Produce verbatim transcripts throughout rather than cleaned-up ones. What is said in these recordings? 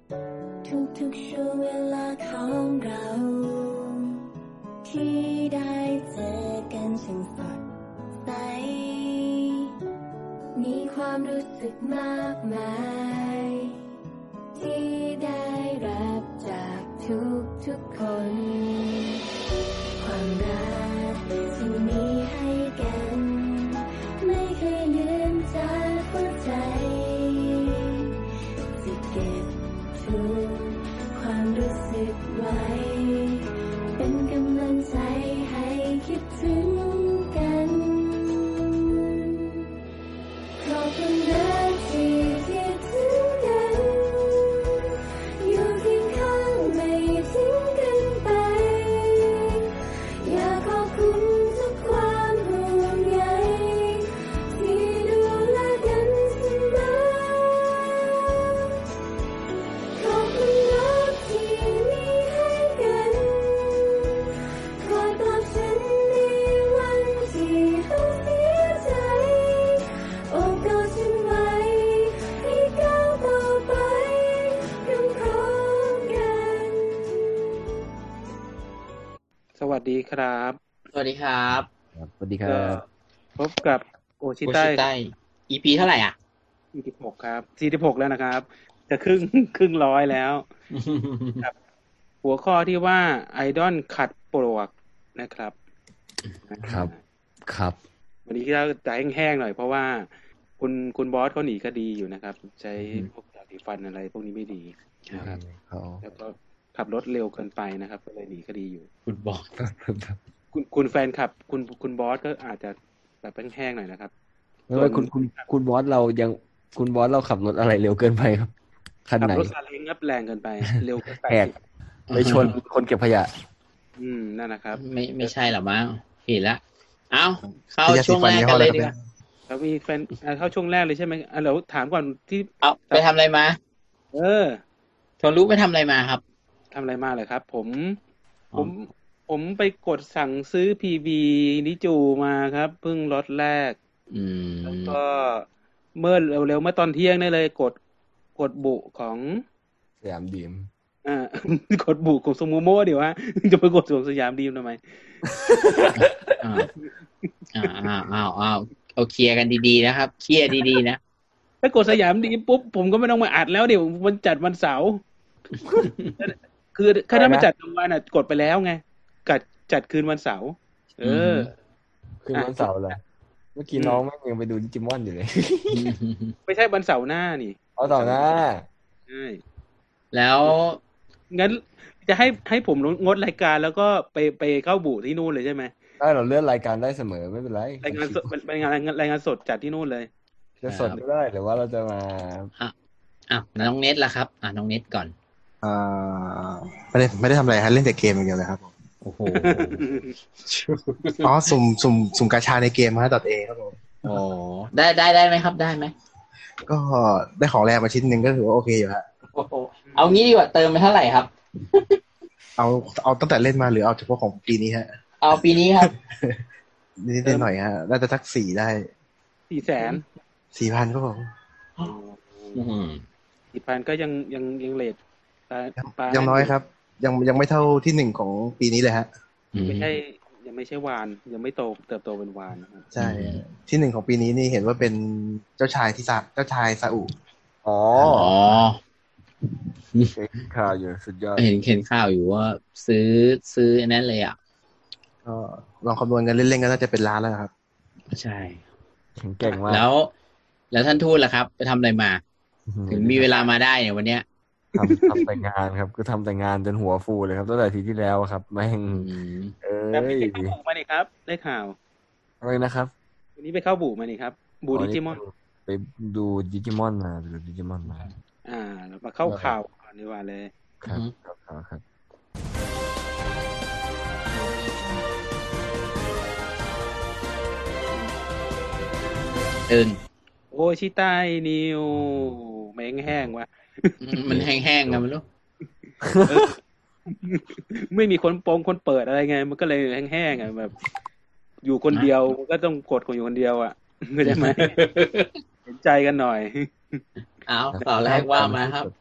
ทุกๆช่วงเวลาของเราที่ได้เจอกันช่างสดใสมีความรู้สึกมากมายที่ได้รับจากทุกๆคนความรักที่มีให้กันไม่เคยลืมจากหัวใจจะเก็บทุกความรู้สึกไว้เป็นกำลังใจให้คิดถึงกันขอบคุณรักที่คิดถึงกันอยู่เคียงข้างไม่ทิ้งกันไปอยากขอบคุณทุกความห่วงใยที่ดูแลกันเสมอขอบคุณรักที่มีให้กันคอยปลอบฉันในวันที่ต้องเสียใจโอบกอดฉันไว้ให้ก้าวต่อไปพร้อมๆกันสวัสดีครับสวัสดีครับครับสวัสดีคก็รับพบกับโอชิโอใต้ชิไต้ อี พี เท่าไหร่อ่ะสี่สิบหกครับสี่สิบหกแล้วนะครับ จะครึ่ง ครึ่งร้อยแล้ว ครับ หัวข้อที่ว่าไอดอลขัดปลวกนะครับครับ ครับวันนี้เราจะแห้งๆหน่อยเพราะว่าคุณคุณบอสเขาหนีคดีอยู่นะครับ ใช้พวกยาสีฟันอะไรพวกนี้ไม่ดีนะครับเขาแล้วก็ขับรถเร็วเกินไปนะครับ ก็เลยหนีคดีอยู่คุณบอกคุณคุณแฟนคลับ คุณคุณบอสก็อาจจะแบบแห้งๆหน่อยนะครับไม่ว่าคุณคุณคุณบอสเรายังคุณบอสเราขับรถอะไรเร็วเกินไปครับคันขับไหนรถซาเล้งครับแรงเกินไป เร็วเกินไปแหกไปชนคนเก็บขยะอืมนั่นนะครับไม่ไม่ใช่หรอมั้งผิดละ เอ้า เข้าช่วงแรกกันเลยดีกว่าแล้วมีแฟนอ่ะเข้าช่วงแรกเลยใช่ไหมอ่ะเดี๋ยวถามก่อนที่เอาไปทำอะไรมาเออโทรรู้ไปทำอะไรมาครับทำอะไรมาเลยครับ ผมอ๋อผมผมไปกดสั่งซื้อ พี บี นิจูมาครับเพิ่งล็อตแรกอืมแล้วก็เมื่อเร็วๆเมื่อตอนเที่ยงได้เลยกดกดบุของสยามดีมอ่า กดบุของซูมูโม่เดี๋ยวฮะ จะไปกดของสยามดีมทำไมอ่าอ่าอ่าอ้าวอ้าวเอาเคลียร์กันดีๆนะครับ เคลียร์ดีๆนะถ้ากดสยามดีปุ๊บผมก็ไม่ต้องมาอัดแล้วเดี๋ยวมันจัดวันเสาร์ คือถ้าถ้ามาจัดกลางวันอ่ะกดไปแล้วไงกัดจัดคืนวันเสาร์เออคืนวันเสาร์เหรอเมื่อกี้น้องแม่งยังไปดูดิจิมอนอยู่เลยไม่ใช่วันเสาร์หน้านี่เอาต่อหน้าใช่แล้วงั้นจะให้ให้ผมงดรายการแล้วก็ไปไปเข้าบู่ที่นู่นเลยใช่ไหมได้เราเลื่อนรายการได้เสมอไม่เป็นไรรายงานสดรายงานรายงานสดจัดที่นู่นเลยจะสดก็ได้หรือว่าเราจะมาอ่ะน้องเน็ตล่ะครับ อ่ะน้องเน็ตก่อนอ่าไม่ได้ไม่ได้ทำอะไรฮะเล่นแต่เกมอย่างเดียวเลยครับผมโอ้โหอ๋อสุ่มสุ่มสุ่มกาชาในเกมฮะดอทเอครับผมโอ้ได้ได้ได้ไหมครับได้ไหมก็ได้ของแรกมาชิ้นหนึ่งก็ถือว่าโอเคอยู่ฮะโอ้โหเอางี้ดีกว่าเติมไปเท่าไหร่ครับเอาเอาตั้งแต่เล่นมาหรือเอาเฉพาะของปีนี้ฮะเอาปีนี้ครับนิดๆหน่อยๆฮะน่าจะสักสี่ได้สี่แสนสี่พันครับผมอืมสี่พันก็ยังยังยังเลทปลาปลายังน้อยครับ ยังยังไม่เท่าที่หนึ่งของปีนี้เลยฮะไม่ใช่ยังไม่ใช่วานยังไม่โตเติบโตเป็นวานนะครับใช่ที่หนึ่งของปีนี้นี่เห็นว่าเป็นเจ้าชายที่ซาเจ้าชายซาอุอ๋ออ๋อเช็คข่าวอยู่สุดยอดเห็นเห็นข่าวอยู่ว่าซื้อซื้ออันนั้นเลยอ่ะก็ลองคำนวณกันเล่นๆก็น่าจะเป็นล้านแล้วครับใช่เก่งมากแล้ว แล้วท่านทูตล่ะครับ ไปทำอะไรมา ถึงมีเวลามาได้เนี่ยวันเนี้ยทำทำแต่งานครับคือทำแต่งานจนหัวฟูเลยครับตั้งแต่อาทีที่แล้วครับแม่งอืมเอ้แต่ไปยเข้าบู่มานี่ครับ ได้ข่าวอะไรนะครับวันนี้ไปเข้าบู่มานี่ครับบูดิจิมอนไปดูดิจิมอนมาไปดูดิจิมอนมาอ่าเรามาเข้าข่าวก่อนดีกว่าเลยครับครับครับครับตึงโอ้ชิใต้นิวแม่งแห้งว่ะมันแห้งๆกันไม่รู้ไม่มีคนโปงคนเปิดอะไรไง มันก็เลยแห้งๆอ่ะแบบ อยู่คนเดียวมันก็ต้องกดคนอยู่คนเดียวอ่ะเข้าใจไหม เห็นใจกันหน่อยเอาต่อแรกว่ามาครับ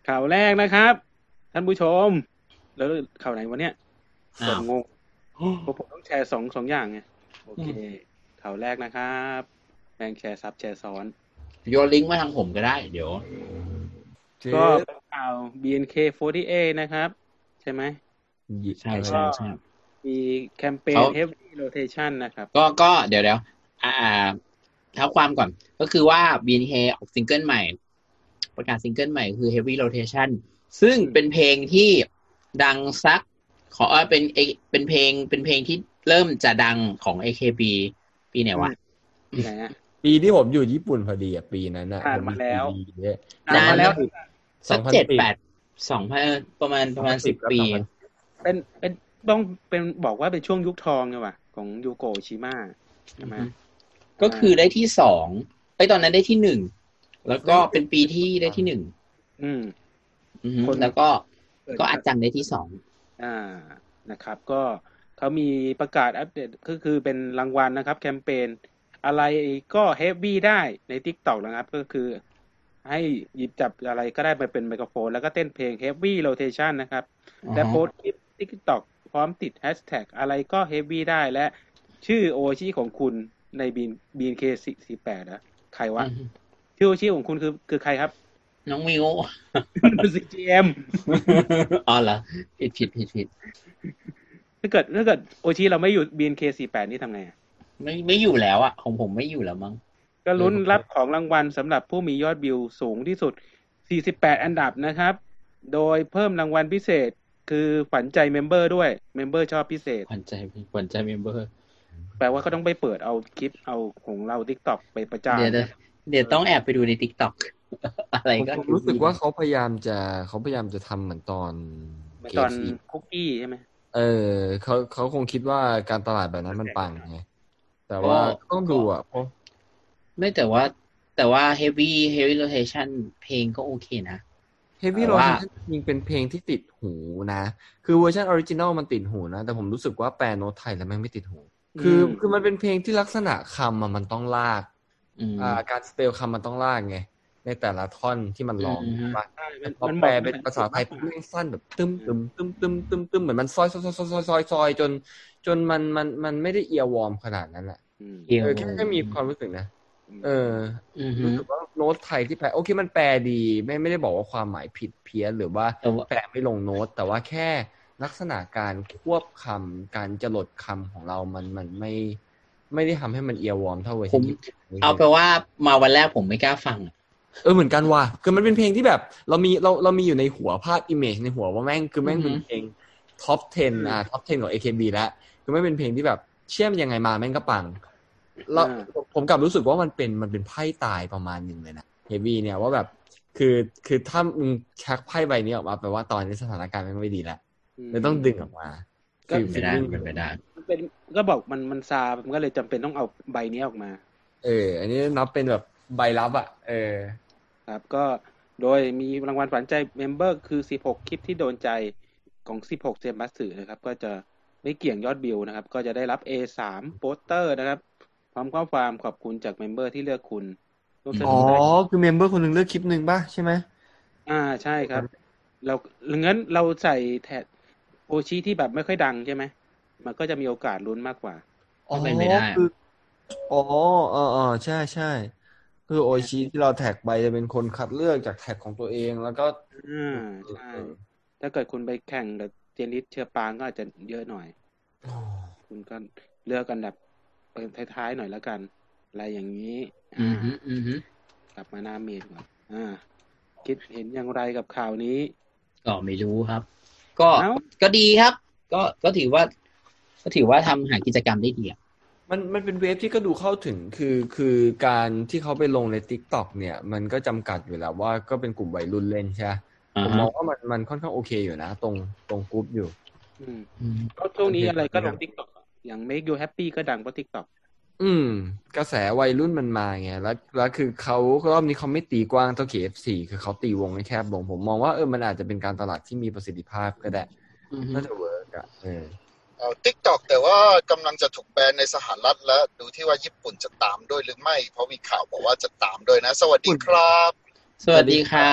ข่าวแรกนะครับ ท่านผู้ชม แล้วข่าวไหนวะเนี่ยสมงงเพราะผมต้องแชร์สองสองอย่างไงโอเคข่าวแรกนะครับแม่งแชร์ซับแชร์ซ้อนโยนลิงก์มาทางผมก็ได้เดี๋ยวก็ข่าว บี เอ็น เค สี่สิบแปด นะครับใช่ไหมใช่ใช่ใช่มีแคมเปญ Heavy Rotation นะครับก็ก็เดี๋ยวเดี๋ยวอ่าเท้าความก่อนก็คือว่า บี เอ็น เค ออกซิงเกิลใหม่ประกาศซิงเกิลใหม่คือ Heavy Rotation ซึ่งเป็นเพลงที่ดังซักขอเออเป็นเป็นเพลงเป็นเพลงที่เริ่มจะดังของ เอ เค บี ปีไหนวะปีไหนอ่ะปีที่ผมอยู่ญี่ปุ่นพอดีอ่ะปีนั้นน่ะมาแล้วนานแล้วสักเจ็ดแปดสองพันประมาณประมาณสิบปีเป็นเป็นต้องเป็นบอกว่าเป็นช่วงยุคทองไงวะของยูโกะชิมะใช่ไหมก็คือได้ที่สองไอ้ตอนนั้นได้ที่หนึ่งแล้วก็เป็นปีที่ได้ที่หนึ่งอืมคนแล้วก็ก็อาจารย์ได้ที่สองอ่านะครับก็เขามีประกาศอัปเดตก็คือเป็นรางวัลนะครับแคมเปญอะไรก็เฮฟวี่ได้ใน TikTok นะครับก็คือให้หยิบจับอะไรก็ได้ไปเป็นไมโครโฟนแล้วก็เต้นเพลง Heavy Rotation นะครับและโพสต์คลิป TikTok พร้อมติดแฮชแท็กอะไรก็ Heavy ได้และชื่อโอชิของคุณใน บี เอ็น เค สี่สิบแปดนะใครวะชื่อโอชิของคุณคือคือใครครับน้องมิวมิวสิก จี เอ็มอ๋อเหรอผิดผิดผิดผิดถ้าเกิดถ้าเกิดโอชิเราไม่อยู่ บี เอ็น เค สี่สิบแปดนี่ทำไงไม่ไม่อยู่แล้วอ่ะของผมไม่อยู่แล้วมั้งก็ลุ้นรับของรางวัลสำหรับผู้มียอดวิวสูงที่สุดสี่สิบแปดอันดับนะครับโดยเพิ่มรางวัลพิเศษคือขวัญใจเมมเบอร์ด้วยเมมเบอร์ชอบพิเศษขวัญใจขวัญใจเมมเบอร์แปลว่าเขาต้องไปเปิดเอาคลิปเอาของเรา TikTok ไปประจานเดี๋ยวเดี๋ยวต้องแอบไปดูใน TikTok อะไรก็ผมรู้สึกว่าเขาพยายามจะเขาพยายามจะทำเหมือนตอนตอนคุกกี้ใช่ไหมเออเขาเขาคงคิดว่าการตลาดแบบนั้นมันปังไงแต่ว่าต้องดูอ่ะเพราะไม่แต่ว่าแต่ว่า heavy heavy rotation เพลงก็โอเคนะ heavy rotation จริงเป็นเพลงที่ติดหูนะคือเวอร์ชันออริจินอลมันติดหูนะแต่ผมรู้สึกว่าแปลโน้ตไทยแล้วมันไม่ติดหูคือคือมันเป็นเพลงที่ลักษณะคำมันต้องลากอ่าการสเปลคำมันต้องลากไงในแต่ละท่อนที่มันร้องว่าพอแปลเป็นภาษาไทยปุ๊บแม่งสั้นแบบตึ้มตึ้มตึ้มตึ้มตึ้มตึ้มเหมือนมันซอยซอยซอยซอยซอยซอยจนจนมันมันมันไม่ได้เอียร์วอร์มขนาดนั้นแหละเออแค่แค่มีความรู้สึกนะเออรู้สึกว่าโน้ตไทยที่แปลโอเคมันแปลดีไม่ไม่ได้บอกว่าความหมายผิดเพี้ยนหรือว่าแปลไม่ลงโน้ตแต่ว่าแค่ลักษณะการควบคำการจรดคำของเรามันมันไม่ไม่ได้ทำให้มันเอียร์วอร์มเท่าเวอร์ชันญี่ปุ่นเอาไปว่ามาวันแรกผมไม่กล้าฟังเออเหมือนกันว่ะคือมันเป็นเพลงที่แบบเรามีเราเรามีอยู่ในหัวภาพอิมเมจในหัวว่าแม่งคือแม่งเป็นเพลงท็อปสิบอ่าท็อปสิบของ เอ เค บี แล้วคือไม่เป็นเพลงที่แบบเชื่อมยังไงมาแม่งก็ปังแล้วผมกลับรู้สึกว่ามันเป็นมันเป็นไพ่ตายประมาณนึงเลยนะเฮฟวี่เนี่ยว่าแบบคือคือถ้ามึงชักไพ่ใบนี้ออกมาแปลว่าตอนนี้สถานการณ์มันไม่ดีแล้วเลยต้องดึงออกมาก็ไม่ได้ไม่ได้มันเป็นก็บอกมันมันซามันก็เลยจำเป็นต้องเอาใบนี้ออกมาเอออันนี้นับเป็นแบบใบลับอ่ะเออครับก็โดยมีรางวัลขวัญใจเมมเบอร์คือสิบหกคลิปที่โดนใจของสิบหกเซมบัสสึนะครับก็จะไม่เกี่ยงยอดวิวนะครับก็จะได้รับ เอ สาม โปสเตอร์นะครับพร้อมข้อความขอบคุณจากเมมเบอร์ที่เลือกคุณอ๋อคือเมมเบอร์คนนึงเลือกคลิปนึงป่ะใช่ไหมอ่าใช่ครับเรางั้นเราใส่แท็กโอชิที่แบบไม่ค่อยดังใช่ไหมมันก็จะมีโอกาสลุ้นมากกว่าอ๋อคืออ๋ออ๋ออ๋อใช่ใช่คือโอชิที่เราแท็กไปจะเป็นคนคัดเลือกจากแท็กของตัวเองแล้วก็อ่าใช่ถ้าเกิดคุณไปแข่งกับเจนิสเชือปางก็อาจจะเยอะหน่อยคุณก็เลือกกันแบบเป็นท้ายๆหน่อยแล้วกันอะไรอย่างนี้อือฮึอือฮึกลับมาหน้าเมนก่อนอ่าคิดเห็นอย่างไรกับข่าวนี้ก็ไม่รู้ครับก็ก็ดีครับก็ก็ถือว่าก็ถือว่าทำหากิจกรรมได้ดีอ่ะมันมันเป็นเวฟที่ก็ดูเข้าถึงคือคือการที่เขาไปลงใน TikTok เนี่ยมันก็จำกัดอยู่แล้วว่าก็เป็นกลุ่มวัยรุ่นเล่นใช่ผมมองว่ามันมันค่อนข้างโอเคอยู่นะตรงตรงกรุ๊ปอยู่อืมก็ช่วงนี้อะไรก็ลง TikTok อย่าง Make You Happy ก็ดังเพราะ TikTok อืมกระแสวัยรุ่นมันมาไงแล้วแล้วคือเขารอบนี้เขาไม่ตีกว้างเท่า เค เอฟ ซี คือเขาตีวงให้แคบลงผมมองว่าเออมันอาจจะเป็นการตลาดที่มีประสิทธิภาพก็ได้น่าจะเวิร์กอ่ะเออเอ่อ TikTok แต่ว่ากำลังจะถูกแบนในสหรัฐและดูที่ว่าญี่ปุ่นจะตามด้วยหรือไม่เพราะมีข่าวบอกว่าจะตามด้วยนะสวัสดีครับสวัสดีครับ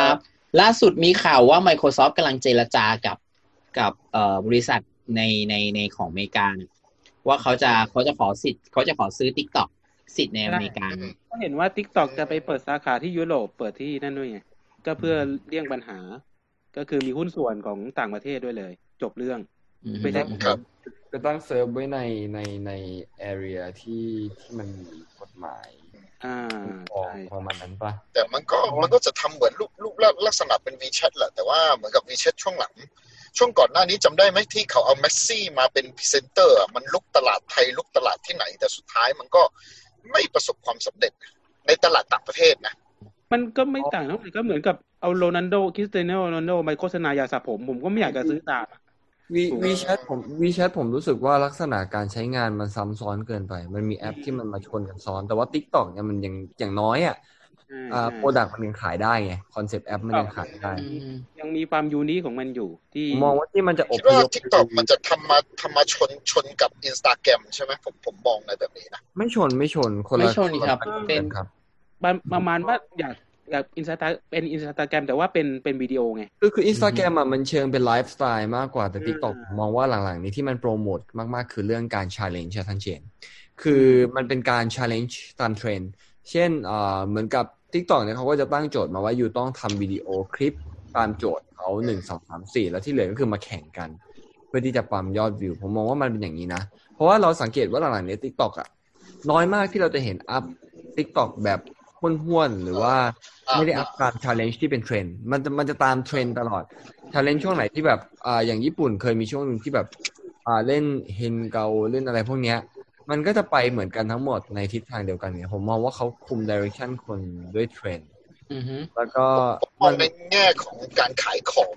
ล่าสุดมีข่าวว่า Microsoft กำลังเจรจากับกับเอ่อบริษัทในในในของอเมริกาว่าเขาจะเขาจะขอสิทธิ์เขาจะขอซื้อ TikTok สิทธิ์ในอเมริกาก็เห็นว่า TikTok จะไปเปิดสาขาที่ยุโรปเปิดที่นั่นด้วยไงก็เพื่อเลี่ยงปัญหาก็คือมีหุ้นส่วนของต่างประเทศด้วยเลยจบเรื่องไม่ใช่ครับก็ตั้งเซิร์ฟไว้ในในในแอเรียที่ที่มันมีกฎหมายอ่าออกใช่ประมาณนั้นปะแต่มันก็มันก็จะทำเหมือนรูปรูปลักษณะเป็น WeChat แหละแต่ว่าเหมือนกับ WeChat ช่วงหลังช่วงก่อนหน้านี้จำได้ไหมที่เขาเอาเมสซี่มาเป็นพรีเซนเตอร์มันลุกตลาดไทยลุกตลาดที่ไหนแต่สุดท้ายมันก็ไม่ประสบความสำเร็จในตลาดต่างประเทศนะมันก็ไม่ต่างเท่าไหร่ก็เหมือนกับเอาโรนัลโดคริสเตียโนโรนัลโดไปโฆษณายาสระผมผมก็ไม่อยากจะซื้อตามวีวีแชทผมวีแชทผมรู้สึกว่าลักษณะการใช้งานมันซ้ำซ้อนเกินไปมันมีแอปที่มันมาชนกันซ้อนแต่ว่า TikTok เนี่ยมันยังอย่างน้อยอ่ะอ่าโปรดักต์มันยังขายได้ไงคอนเซปต์แอปมันยังขายได้ยังมีความยูนิคของมันอยู่ที่มองว่าที่มันจะอบคิดว่า TikTok มันจะทำมาทำมาชนชนกับ Instagram ใช่ไหมผมผมมองในแบบนี้นะไม่ชนไม่ชนคนละไม่ชนครับเป็นครับประมาณว่าอยากอยากอินสตาเป็นอินสตาแกรมแต่ว่าเป็นเป็นวิดีโอไงคือคืออินสตาแกรมอ่ะมันเชิงเป็นไลฟ์สไตล์มากกว่าแต่ TikTok มองว่าหลังๆนี้ที่มันโปรโมทมากๆคือเรื่องการ challenge ชัดเจนคือมันเป็นการ challenge ตามเทรนด์เช่นอ่าเหมือนกับ TikTok เนี่ยเขาก็จะตั้งโจทย์มาว่าอยู่ต้องทำวิดีโอคลิปตามโจทย์เขาหนึ่ง สอง สาม สี่แล้วที่เหลือก็คือมาแข่งกันเพื่อที่จะปั๊มยอดวิวผมมองว่ามันเป็นอย่างนี้นะเพราะว่าเราสังเกตว่าหลังๆนี้ TikTok อ่ะน้อยมากที่เราจะเห็นอัพ TikTok แบบห้วนๆหรือว่าไม่ได้อัพตาม challenge ที่เป็นเทรนด์มันจะมันจะตามเทรนด์ตลอด challenge ช่วงไหนที่แบบอ่าอย่างญี่ปุ่นเคยมีช่วงนึงที่แบบอ่าเล่นเฮนเกาเล่นอะไรพวกเนี้ยมันก็จะไปเหมือนกันทั้งหมดในทิศทางเดียวกันเนี่ยผมมองว่าเขาคุม direction คนด้วยเทรนด์แล้วก็มองในแง่ของการขายของ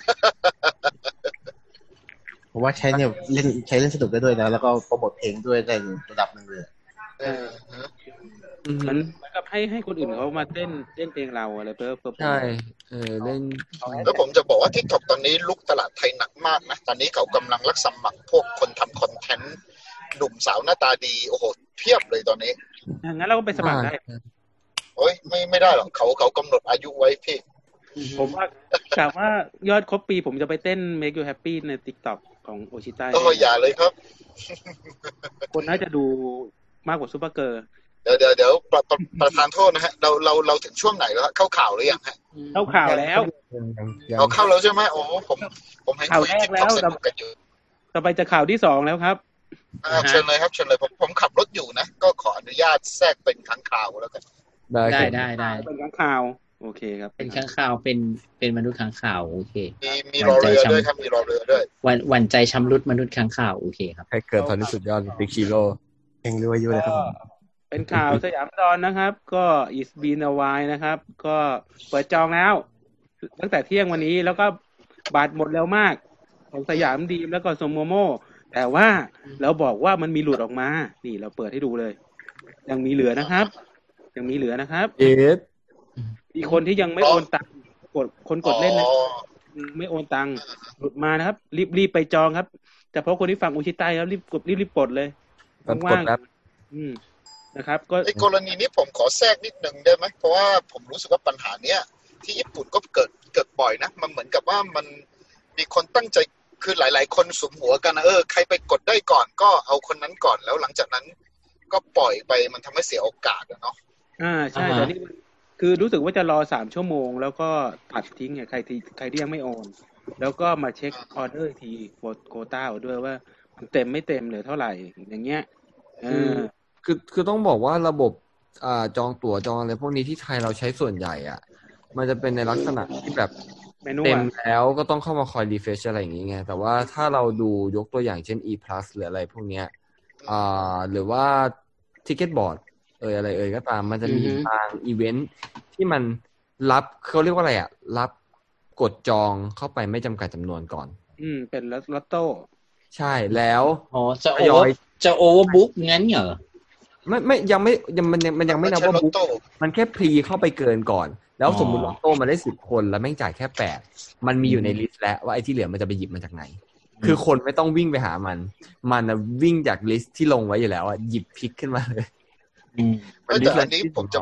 ผมว่าใช้เนี่ยเล่นใช้เล่นสนุกได้ด้วยนะแล้วก็โปรโมทเพลงด้วยในระดับหนึ่งเลยมันเหมือนกับให้ให้คนอื่นเขามาเต้นเต้นเพลงเราอะไรเพิ่มเพิ่มใช่เออเล่นแล้วผมจะบอกว่า TikTok ตอนนี้ลุกตลาดไทยหนักมากนะตอนนี้เขากำลังรับสมัครพวกคนทำคอนเทนต์หนุ่มสาวหน้าตาดีโอ้โหเพียบเลยตอนนี้งั้นเราก็ไปสมัครได้โอ้ยไม่ไม่ได้หรอกเขาเขากำหนดอายุไว้พี่ผมว่ากะว่ายอดครบปีผมจะไปเต้น Make You Happy ใน TikTok ของโอชิต้าโอ้อย่าเลยครับคนน่าจะดูมากกว่าซุปเปอร์เกิร์ลเดี๋ยวเดี๋ยวเดี๋ยวประประธานโทษนะฮะเราเราเราถึงช่วงไหนแล้วเข้าข่าวหรือยังฮะเข้าข่าวแล้วเราเข้าแล้วใช่ไหมโอ้ผมผมให้คุยทิกต็อกสนุกกันอยู่ต่อไปจะข่าวที่สองแล้วครับเชิญเลยครับเชิญเลยผมผมขับรถอยู่นะก็ขออนุญาตแทรกเป็นค้างข่าวแล้วกันได้ได้ได้เป็นค้างข่าวโอเคครับเป็นค้างข่าวเป็นเป็นมนุษย์ค้างข่าวโอเคมีมีรอเรือด้วยครับมีรอเรือด้วยวันวันใจชำรุดมนุษย์ค้างข่าวโอเคครับให้เกิดตอนที่สุดยอดบิ๊กฮีโร่เองด้วยอยู่เลยครับเป็นข่าวสยามดอนนะครับก็ It's been a while นะครับก็เปิดจองแล้วตั้งแต่เที่ยงวันนี้แล้วก็บัตรหมดเร็วมากของสยามดีมแล้วก็โซโมโมแต่ว่าเราบอกว่ามันมีหลุดออกมานี่เราเปิดให้ดูเลยยังมีเหลือนะครับยังมีเหลือนะครับเอ็ดมีคนที่ยังไม่โอนตังค์กดคนกดเล่นนะไม่โอนตังค์หลุดมานะครับรีบรีบไปจองครับแต่เพราะคนที่ฟังอุชิต้าแล้วรีบกดรีบรีบกดเลยว่างๆอืมนะครับก็ในกรณีนี้ผมขอแทรกนิดนึงได้ไหมเพราะว่าผมรู้สึกว่าปัญหาเนี้ยที่ญี่ปุ่นก็เกิดเกิดบ่อยนะมันเหมือนกับว่ามันมีคนตั้งใจคือหลายๆคนสุมหัวกันนะเออใครไปกดได้ก่อนก็เอาคนนั้นก่อนแล้วหลังจากนั้นก็ปล่อยไปมันทำให้เสียโอกาสเนาะอ่าใช่แต่นี่คือรู้สึกว่าจะรอสามชั่วโมงแล้วก็ตัดทิ้งไงใครที่ใครที่ยังไม่โอนแล้วก็มาเช็คออเดอร์ทีโควต้าด้วยว่ามันเต็มไม่เต็มเหลือเท่าไหร่อย่างเงี้ยเออคือคือต้องบอกว่าระบบอ่าจองตั๋วจองอะไรพวกนี้ที่ไทยเราใช้ส่วนใหญ่อ่ะมันจะเป็นในลักษณะที่แบบเต็มแล้วก็ต้องเข้ามาคอยรีเฟรชอะไรอย่างงี้ไงแต่ว่าถ้าเราดูยกตัวอย่างเช่น E Plus หรืออะไรพวกเนี้ยอ่าหรือว่า Ticket Board เอออะไรเอ่ยก็ตามมันจะมีทางอีเวนท์ที่มันรับเขาเรียกว่าอะไรอ่ะรับกดจองเข้าไปไม่จำกัดจำนวนก่อนอืมเป็นลอตโต้ใช่แล้วอ๋อจะโอเวอร์จะโอเวอร์บุ๊กงั้นเหรอไม่ไม่ยังไม่ยังมันมันยังไม่นับว่าบุ๊กมันแค่พรีเข้าไปเกินก่อนแล้วสมมุติลอตโต้มาได้สิบคนแล้วแม่งจ่ายแค่แปดมันมีอยู่ในลิสต์แล้วว่าไอ้ที่เหลือมันจะไปหยิบมาจากไหนคือคนไม่ต้องวิ่งไปหามันมันนะวิ่งจากลิสต์ที่ลงไว้อยู่แล้วอ่ะหยิบพิกขึ้นมาเลยแต่อันนี้ผมจะบอก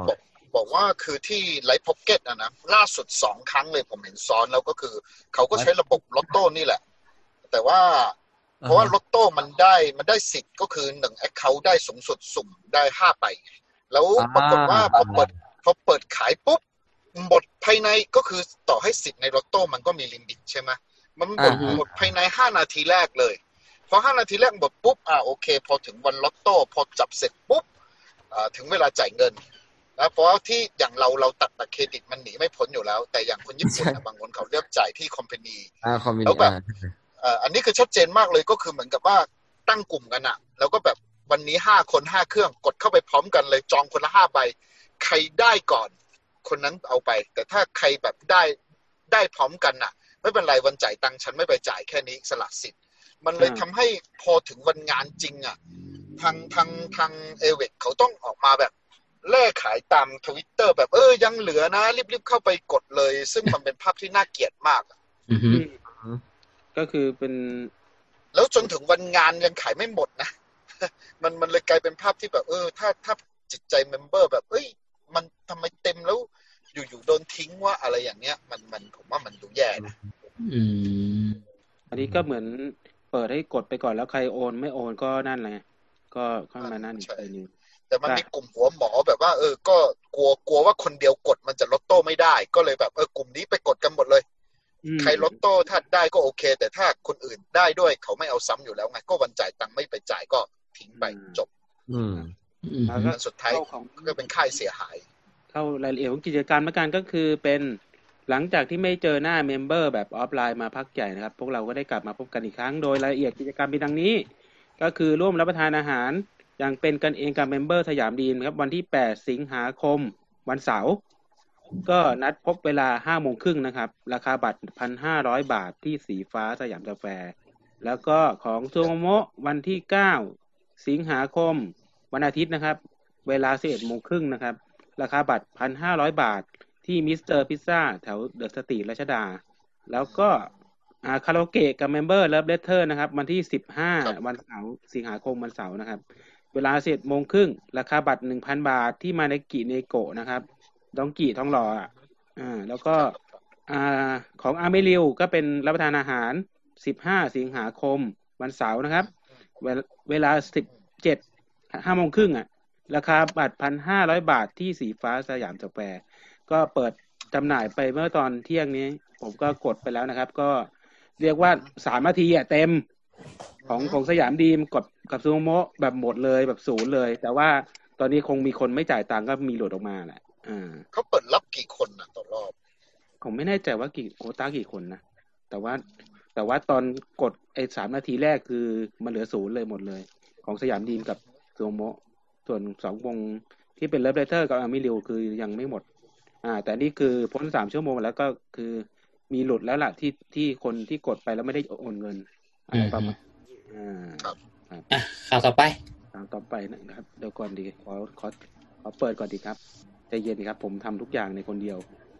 บอกว่าคือที่ไลฟ์พ็อกเก็ตอะนะล่าสุดสองครั้งเลยผมเห็นซ้อนแล้วก็คือเขาก็ใช้ระบบลอตโต้นี่แหละแต่ว่าเพราะว่าลอตโต้มันได้มันได้สิทธิ์ก็คือหนึ่งแอคเคาท์ได้สูงสุดสุ่มได้ห้าใบแล้วปรากฏว่าพอเปิดพอเปิดขายปุ๊บหมดภายในก็คือต่อให้สิทธิ์ในลอตโต้มันก็มีลิมิตใช่ไหมมันหมดหมดภายในห้านาทีแรกเลยพอห้านาทีแรกหมดปุ๊บอ่าโอเคพอถึงวันลอตโต้พอจับเสร็จปุ๊บอ่าถึงเวลาจ่ายเงินนะเพราะที่อย่างเราเราตัดบัตรเครดิตมันหนีไม่พ้นอยู่แล้วแต่อย่างคนญี่ปุ่นบางคนเขาเลือกจ่ายที่คอมพานีแล้วแบบอันนี้คือชัดเจนมากเลยก็คือเหมือนกับว่าตั้งกลุ่มกันอะแล้วก็แบบวันนี้ห้าคนห้าเครื่องกดเข้าไปพร้อมกันเลยจองคนละห้าใบใครได้ก่อนคนนั้นเอาไปแต่ถ้าใครแบบได้ได้พร้อมกันน่ะไม่เป็นไรวันจ่ายตังค์ฉันไม่ไปจ่ายแค่นี้สละสิทธิ์มันเลยทำให้พอถึงวันงานจริงอ่ะทางทางทางเอเวกเขาต้องออกมาแบบแลกขายตาม Twitter แบบเออยังเหลือนะรีบๆเข้าไปกดเลยซึ่งมันเป็นภาพที่น่าเกลียดมากก็คือเป็นแล้วจนถึงวันงานยังขายไม่หมดนะมันมันเลยกลายเป็นภาพที่แบบเออถ้าถ้าจิตใจเมมเบอร์แบบเอ้ยมันทำไมเต็มแล้วอยู่ๆโดนทิ้งว่าอะไรอย่างเนี้ยมันมันผมว่ามันดูแย่นะอืมอันนี้ก็เหมือนเปิดให้กดไปก่อนแล้วใครโอนไม่โอนก็นั่นแหละก็เข้ามานั่นอีกทีนึงแต่มันมีกลุ่มหัวหมอแบบว่าเออก็กลัวกลัวว่าคนเดียวกดมันจะลอตโต้ไม่ได้ก็เลยแบบเออกลุ่มนี้ไปกดกันหมดเลยใครลอตโต้ถ้าได้ก็โอเคแต่ถ้าคนอื่นได้ด้วยเขาไม่เอาซ้ำอยู่แล้วไงก็วันจ่ายตังค์ไม่ไปจ่ายก็ทิ้งไปจบอืมแล้วสุดท้ายก็เป็นค่าเสียหายเข้ารายละเอียดของกิจการประกันก็คือเป็นหลังจากที่ไม่เจอหน้าเมมเบอร์แบบออฟไลน์มาพักใหญ่นะครับพวกเราก็ได้กลับมาพบกันอีกครั้งโดยรายละเอียดกิจกรรมมีดังนี้ก็คือร่วมรับประทานอาหารอย่างเป็นกันเองกับเมมเบอร์สยามดีนครับวันที่แปดสิงหาคมวันเสาร์ก็นัดพบเวลา ห้าโมงครึ่งนะครับราคาบัตร หนึ่งพันห้าร้อย บาทที่สีฟ้าสยามสแควร์แล้วก็ของซูโมะวันที่เก้าสิงหาคมวันอาทิตย์นะครับเวลา สิบเอ็ดโมงครึ่งนะครับราคาบัตร หนึ่งพันห้าร้อย บาทที่มิสเตอร์พิซซ่าแถวเดอะสตรีทรัชดาแล้วก็อ่าคาราโอเกะกับเมมเบอร์เลิฟเลตเตอร์นะครับวันที่สิบห้าวันเสาร์สิงหาคมวันเสาร์นะครับเวลา สิบเอ็ดโมงครึ่งราคาบัตร หนึ่งพัน บาทที่มาเนกิเนโกะนะครับดองกิทองหล่ออ่ะอ่าแล้วก็อ่าของอาเมริวก็เป็นรับประทานอาหารสิบห้าสิงหาคมวันเสาร์นะครับเวลาสิบเจ็ด ห้าโมงครึ่งอ่ะราคาบัตร หนึ่งพันห้าร้อย บาทที่สีฟ้าสยามสแควร์ก็เปิดจำหน่ายไปเมื่อตอนเที่ยงนี้ผมก็กดไปแล้วนะครับก็เรียกว่าสามนาทีอ่ะเต็มของของสยามดีมกับกับซูโมะแบบหมดเลยแบบศูนย์เลยแต่ว่าตอนนี้คงมีคนไม่จ่ายตังค์ก็มีโหลดออกมาแหละอ่าเขาเปิดรับกี่คนนะต่อรอบผมไม่แน่ใจว่ากี่โควต้ากี่คนนะแต่ว่าแต่ว่าตอนกดไอ้สามนาทีแรกคือมันเหลือศูนย์เลยหมดเลยของสยามดีมกับซูโมะส่วนสองวงที่เป็นเลิฟเลเตอร์กับอามิริวคือยังไม่หมดอ่าแต่นี่คือพ้นสามชั่วโมงแล้วก็คือมีหลุดแล้วล่ะที่ที่คนที่กดไปแล้วไม่ได้โอนเงินอะไรประมาณอ่าครับอ่ะข่าวต่อไปข่าวต่อไปนะครับเดี๋ยวก่อนดีขอขอขอเปิดก่อนดีครับใจเย็นดีครับผมทำทุกอย่างในคนเดียว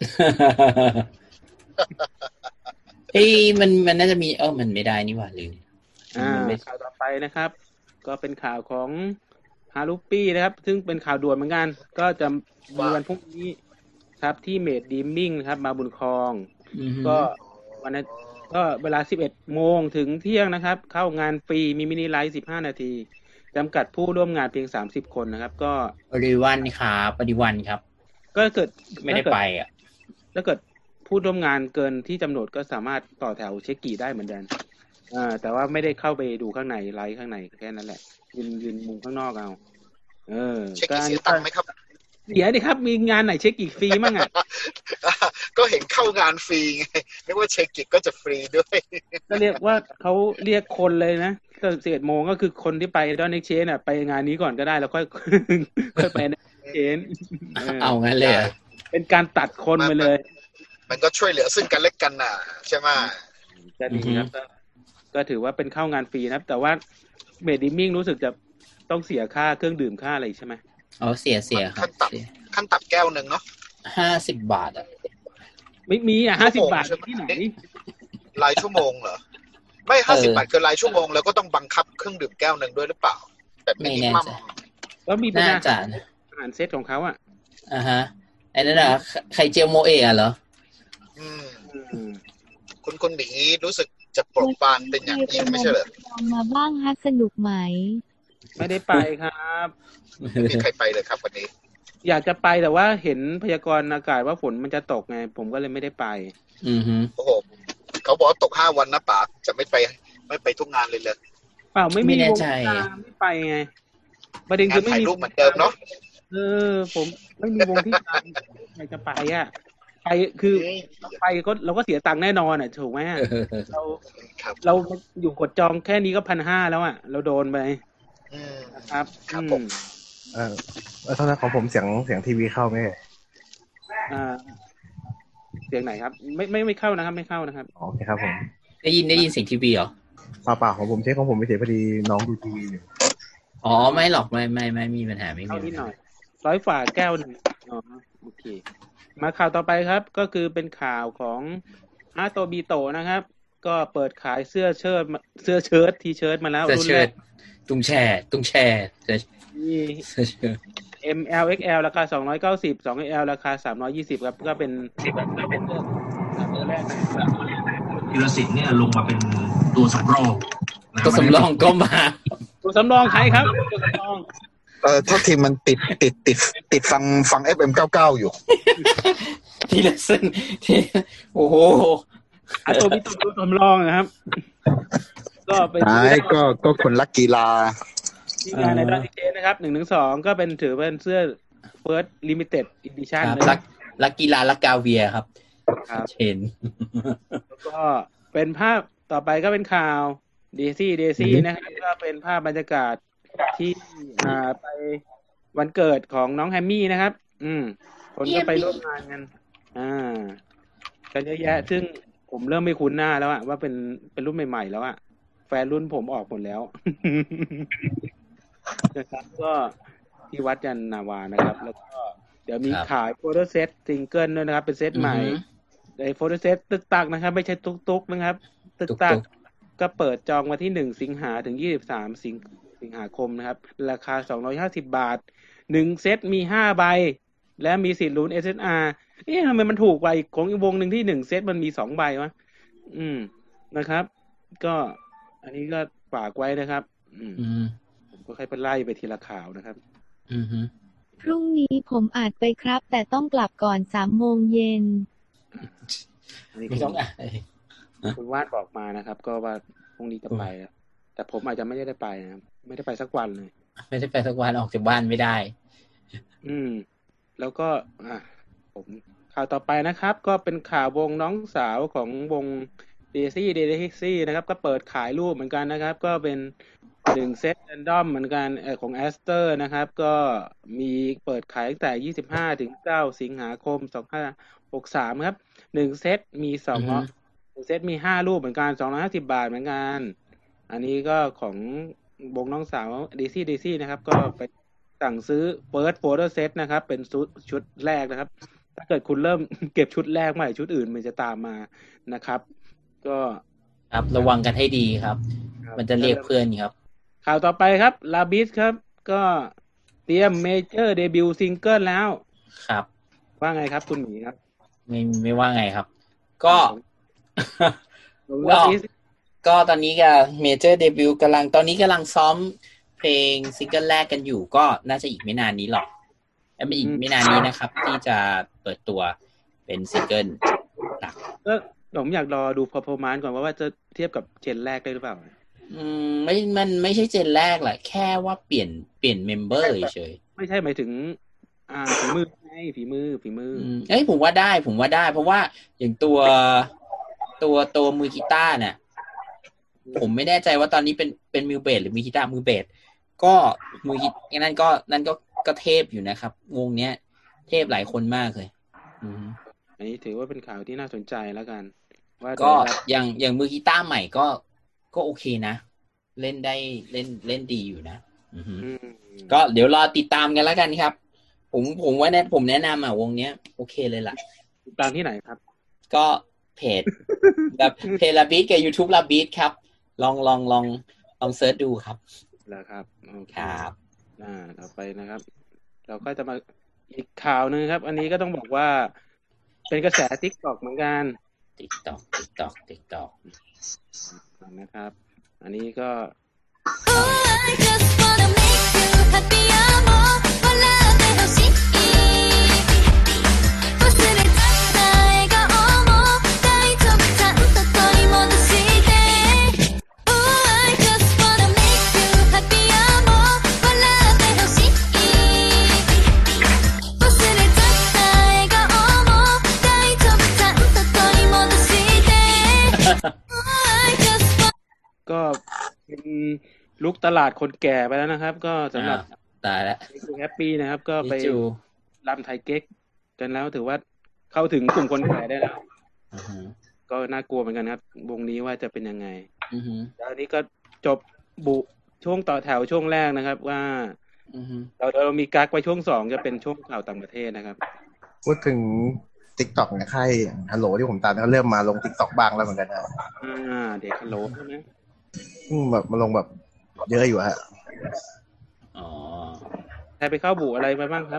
เอ้ยมันมันน่าจะมีเออมันไม่ได้นี่หว่าลืมอ่าข่าวต่อไปนะครับก็เป็นข่าวของฮารุปี้นะครับซึ่งเป็นข่าวด่วนเหมือนกันก็จะมีวันพรุ่งนี้ครับที่เมดดีมมิ่งครับมาบุญครองก็วันนั้นก็เวลา สิบเอ็ดโมงถึงเที่ยงนะครับเข้างานฟรีมีมินิไลฟ์สิบห้านาทีจำกัดผู้ร่วมงานเพียงสามสิบคนนะครับก็ปริวันครับปริวันครับก็เกิดไม่ได้ไปอ่ะถ้าเกิดผู้ร่วมงานเกินที่กำหนดก็สามารถต่อแถวเช็คกี่ได้เหมือนกันอ่าแต่ว่าไม่ได้เข้าไปดูข้างในไลฟ์ข้างในแค่นั้นแหละยืนยืนมุมข้างนอกเอาเออเช็คกี่เสียตังค์ไหมครับเดี๋ยวดิครับมีงานไหนเช็คกี่ฟรีมั่งอ่ะก็เห็นเข้างานฟรีไงนึกว่าเช็คกี่ก็จะฟรีด้วยก็เรียกว่าเขาเรียกคนเลยนะก็สิบเอ็ดโมงก็คือคนที่ไปดอนเอ็กเชนน่ะไปงานนี้ก่อนก็ได้แล้วค่อยค่อยไปในเชนเอางั้นเลยเป็นการตัดคนไปเลยมันก็ช่วยเหลือซึ่งกันและกันน่ะใช่ไหมจะดีครับก็ถือว่าเป็นเข้างานฟรีนะครับแต่ว่าเมดดิมิ่งรู้สึกจะต้องเสียค่าเครื่องดื่มค่าอะไรใช่ไหมอ๋อเสียเสียครับขั้นตับขั้นตับแก้วหนึ่งเนาะห้าสิบบาทอ่ะไม่มีอ่ะห้าสิบบาทที่ไหนรายชั่วโมงเหรอไม่ห้าสิบบาทคือรายชั่วโมงแล้วก็ต้องบังคับเครื่องดื่มแก้วหนึ่งด้วยหรือเปล่าแบบมินิมัมก็มีเป็นอาหารอาหารเซตของเขาอ่ะอ่าฮะไอ้นั่นน่ะไข่เจียวโมเอะเหรออืมอืมคุณคุณหมีรู้สึกจะโปรดปรานเป็นอย่างยิ่งไม่ใช่เหรอมาบ้างฮะสนุกไหมไม่ได้ไปครับไม่มีใครไปเลยครับวันนี้อยากจะไปแต่ว่าเห็นพยากรณ์อากาศว่าฝนมันจะตกไง ผมก็เลยไม่ได้ไปอือฮึโอ้โหเขาบอกว่าตกห้าวันนะป๋าจะไม่ไปไม่ไปทุกงานเลยเลยเปล่าไม่มีไม่แน่วงใจที่ตามไม่ไปไงประเด็นงาคืนอไม่ถ่ายมีรูปเหมือนเดิมเนาะเออ ผมไม่มีวงที่ตามใครจะไปอ่ะไปคือไปก็เราก็เสียตังค์แน่นอนอ่ะถูกไหมอะเราครับเราอยู่กดจองแค่นี้ก็พันห้าแล้วอ่ะเราโดนไปอืมนะครับครับอืผมเออเออเท่านั้นของผมเสียงเสียงทีวีเข้าไหมอ่าเสียงไหนครับ ไม่ไม่ไม่เข้านะครับ ไม่เข้านะครับโอเคครับผมได้ยินได้ยินเสียงทีวีเหรอเปล่าเปล่าของผมเช็คของผมไปเสียพอดีน้องดูทีวีอยู่อ๋อไม่หรอกไม่ไม่ไม่มีปัญหาไม่มีเข้าปัญนิดหหาน่อยร้อยฝาแก้วหนึ่งอ๋อโอเค มาข่าวต่อไปครับ ก็คือเป็นข่าวของอาโตบิโตะนะครับ ก็เปิดขายเสื้อเชิ้ตเสื้อเชิ้ตทีเชิ้ตมาแล้วเสื้อรุ่นเชิ้แรตกตุ้งแช่ตุ้งแช่เสื้อมีเสื้อเชิ้ตเอ็ม แอล เอ็กซ์ แอล ราคาสองร้อยเก้าสิบ สอง เอ็กซ์ แอล ราคาสามร้อยยี่สิบครับก็เป็นเป็นเสื้อตัวแรกนะครับธีรศิลป์เนี่ยลงมาเป็นตัวสำรองนะก็สำรองก็มาตัวสำรองใครครับตัวสำรองเออโทษทีมันติดติดติดติดฟังฟัง เอฟ เอ็ม เก้าสิบเก้าอยู่ทีละซึ่งที่โอ้โหอาโตบิโตะตัวสำรองนะครับ ก็เป็นใช่ก็ก็คนรักกีฬาที่งานในดอนดีเจนะครับหนึ่งถึงสองก็เป็นถือเป็นเสื้อ First Limited Edition ครับเลยรักรักกีฬารักกาเวียครับครับเห็นแล้วก็เป็นภาพต่อไปก็เป็นข่าวเดซี่เดซี่นะครับก็เป็นภาพบรรยากาศที่อ่าไปวันเกิดของน้องแฮมมี่นะครับ อืมคนก็ไปร่วมงานกัน อ่ากันเยอะแยะ ซึ่งผมเริ่มไม่คุ้นหน้าแล้วอะว่าเป็นเป็นรุ่นใหม่ๆแล้วอะแฟนรุ่นผมออกหมดแล้ว นะครับก็ที่วัดยันนาวานะครับ แล้วก็เดี๋ยวมีครับขายโฟโต้เซตซิงเกิลด้วยนะครับ เป็นเซตใหม่อือฮึในโฟโต้เซตตึกตักนะครับ ไม่ใช่ตุกตุกนะครับ ตึกตุกตักตุกก็เปิดจองวันที่หนึ่งสิงหาถึงยี่สิบสามสิงสิงหาคมนะครับ ราคาสองร้อยห้าสิบบาทหนึ่งเซตมีห้าใบ และมีสิทธิ์ลุ้น เอส เอส อาร์ เอ๊ะทำไมมันถูกกว่าอีกของอีกวงหนึ่งที่หนึ่งเซตมันมีสองใบวะอืมนะครับ ก็อันนี้ก็ฝากไว้นะครับ อืมอืมผมก็ค่อยไปไล่ไปทีละข่าวนะครับอืมฮึพรุ่งนี้ผมอาจไปครับ แต่ต้องกลับก่อนสามโมงเย็นอันนี้ไม่ต้องอ่านคุณวาดบอกมานะครับ ก็ว่าพรุ่งนี้จะไปอะแต่ผมอาจจะไม่ได้ไปนะครับไม่ได้ไปสักวันเลยไม่ได้ไปสักวันออกจากบ้านไม่ได้อืม แล้วก็อ่ะผมข่าวต่อไปนะครับ ก็เป็นข่าววงน้องสาวของวงเดซี่เดซี่นะครับ ก็เปิดขายรูปเหมือนกันนะครับ ก็เป็นหนึ่งเซตแรนดอมเหมือนกันเออของแอสเตอร์นะครับ ก็มีเปิดขายตั้งแต่ยี่สิบห้าถึงเก้าสิงหาคมสองพันห้าร้อยหกสิบสามครับหนึ่งเซตมีสองอือฮึหนึ่งเซตมีห้ารูปเหมือนกันสองร้อยห้าสิบบาทเหมือนกัน อันนี้ก็ของวงน้องสาวเดซี่เดซี่นะครับ ก็ไปสั่งซื้อเฟิร์สโฟโต้เซตนะครับ เป็นชุดชุดแรกนะครับ ถ้าเกิดคุณเริ่ม เก็บชุดแรกเมื่อไหร่ชุดอื่นมันจะตามมานะครับ ก็ครับระวังกันให้ดีครับ มันจะเรียกเพื่อนครับข่าวต่อไปครับลาบิสครับ ก็เตรียมเมเจอร์เดบิวต์ซิงเกิลแล้วครับว่าไงครับคุณหมีครับไม่ไม่ว่าไงครับ ก็ของก็ลาบิสก็ตอนนี้ก็เมเจอร์เดบิวต์กำลังตอนนี้กำลังซ้อมเพลงซิงเกิลแรกกันอยู่ ก็น่าจะอีกไม่นานนี้หรอกไม่อีกไม่นานนี้นะครับ ที่จะเปิดตัวเป็นซิงเกิลหลักก็ผมอยากรอดูพอร์ฟอร์แมนซ์ก่อนว่าว่าจะเทียบกับเจนแรกได้หรือเปล่าอืมไม่มันไม่ใช่เจนแรกแหละแค่ว่าเปลี่ยนเปลี่ยนเมมเบอร์เฉยไม่ใช่หมายถึง อ่าฝีมือไงฝีมือฝีมืออืมเอ้ยผมว่าได้ผมว่าได้ เพราะว่าอย่างตัวตัวตัวมือกีตาร์เนี่ยผมไม่แน่ใจว่าตอนนี้เป็นเป็นมือเบสหรือมือกีตาร์มือเบสก็มือกีนั่นก็นั่นก็ก็เทพอยู่นะครับวงเนี้ย เทพหลายคนมากเลย อืมอันนี้ถือว่าเป็นข่าวที่น่าสนใจแล้วกัน ว่าก็ได้รับอย่างอย่างมือกีตาร์ใหม่ก็ก็โอเคนะ เล่นได้เล่นเล่นดีอยู่นะอือฮึอืมก็เดี๋ยวรอติดตามกันแล้วกันครับ ผมผมว่าแนะผมแนะนำอ่ะวงเนี้ยโอเคเลยล่ะติดตามที่ไหนครับก็เพจแบบเพจลาบีทกับ YouTube ลาบีทครับ ลองลองลองลองเซิร์ชดูครับแล้วครับโอเคครับอ่าต่อไปนะครับ เราก็จะมาอีกข่าวนึงครับ อันนี้ก็ต้องบอกว่าเป็นกระแส TikTok เหมือนกัน TikTok TikTok TikTok นะครับ อันนี้ก็ ก็เป็นลุกตลาดคนแก่ไปแล้วนะครับ ก็สำหรับตายแล้วแฮปปี้นะครับ ก็ไปนิจูรำไทยเก๊กกันแล้วถือว่าเข้าถึงกลุ่มคนแก่ได้แล้วอือฮึก็น่ากลัวเหมือนกันครับ วงนี้ว่าจะเป็นยังไงอือฮึแล้วอันนี้ก็จบบุช่วงต่อแถวช่วงแรกนะครับ ว่าอือฮึเราเรามีกักไว้ช่วงสองจะเป็นช่วงข่าวต่างประเทศนะครับพูดถึง TikTok เนี่ยค่ายฮัลโหลที่ผมตามก็เริ่มมาลง TikTok บ้างแล้วเหมือนกันนะอ่าเด็กฮัลโหลใช่ไหมอืมแบบมาลงแบบเยอะอยู่ฮะอ๋อใครไปเข้าบุอะไรไปบ้างครับ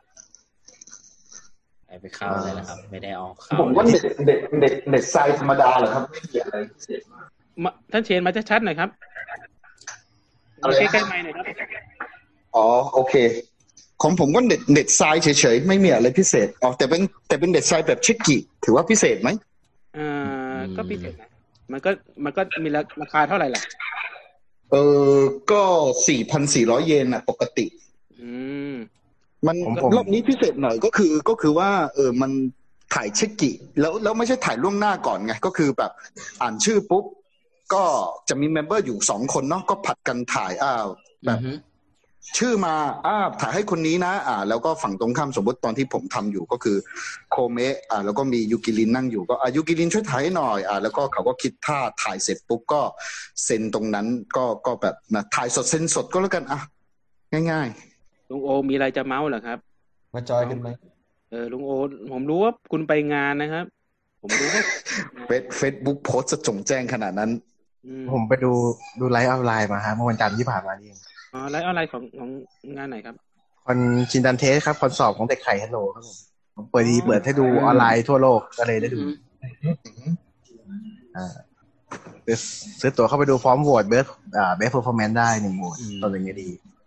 ไปไปเข้าอะไรนะครับ ไม่ได้ออกเข้าผมว่าเน็ตเน็ตเน็ตเน็ตไซด์ธรรมดาเหรอครับไม่มีอะไรพิเศษมากมาท่านเชนมาชัดๆหน่อยครับอะไรใกนะล้ๆไมค์หน่อยครับอ๋อโอเค ของผมก็เน็ตเน็ตไซด์เฉยๆไม่มีอะไรพิเศษอ๋อแต่เป็นแต่เป็นเน็ตไซด์แบบเช็คกิถือว่าพิเศษไหมอ่าก็พิเศษนะมันก็มันก็มีราคาเท่าไหร่ล่ะเออก็ สี่พันสี่ร้อย เยนน่ะปกติอืมมันผมผมรอบนี้พิเศษหน่อยก็คือก็คือว่าเออมันถ่ายเช็คกิแล้วแล้วไม่ใช่ถ่ายล่วงหน้าก่อนไงก็คือแบบอ่านชื่อปุ๊บก็จะมีเมมเบอร์อยู่สองคนเนาะก็ผัดกันถ่ายอ่าแบบอือฮึชื่อมาอ่าถ่ายให้คนนี้นะอ่าแล้วก็ฝั่งตรงข้ามสมมติตอนที่ผมทำอยู่ก็คือโคเมะอ่าแล้วก็มียูกิรินนั่งอยู่ก็อ่ายูกิรินช่วยถ่ายให้หน่อยอ่าแล้วก็เขาก็คิดท่าถ่ายเสร็จปุ๊บก็เซ็นตรงนั้นก็ก็แบบนะถ่ายสดเซ็นสดก็แล้วกันอ่ะง่ายลุงโอมีอะไรจะเมาส์เหรอครับมาจอยกันไหมเออลุงโอผมรู้ว่าคุณไปงานนะครับ ผมรู้ว่าๆเฟซเฟซบุ๊กโพสจะจงแจ้งขนาดนั้นอืมผมไปดูดูไลฟ์ออนไลน์มาฮะเมื่อวันจันทร์ที่ผ่านมานี่เองอ๋อไลฟ์ออนไลน์ของของงานไหนครับคอนชินดันเทสครับคอนสอบของเด็กไข่ฮัลโหลครับผมผมเปิดดีเปิดให้ดูออนไลน์ทั่วโลกก็เลยได้ดูอ่าซื้อซื้อตั๋วเข้าไปดูพร้อมโหวตเบสอ่าเบสเพอร์ฟอร์แมนซ์ได้หนึ่งโหวตตอนอย่างเงี้ยดี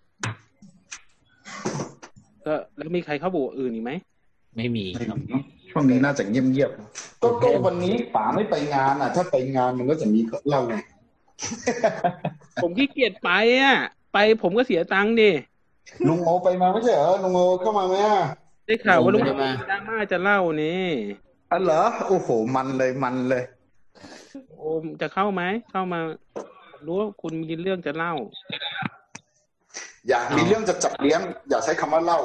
ก็แล้วมีใครเข้าบุอื่นอีกไหมไม่มีครับช่วงนี้น่าจะเงียบๆก็ก็วันนี้ป๋าไม่ไปงานอ่ะ ถ้าไปงานมันก็จะมีเล่าไงผมขี้เกียจไปอ่ะ ไปผมก็เสียตังค์ดิลุงโอไปมาไม่ใช่เหรอลุงโอเข้ามาไหมอ่ะได้ข่าวว่าลุงไม่ได้มาดราม่าจะเล่านี่อ๋อเหรอโอ้โหมันเลยมันเลยโอมจะเข้าไหมเข้ามารู้ว่าคุณมีเรื่องจะเล่าอยากมีเรื่องจะจับเลี้ยง อย่าใช้คำว่าเล่า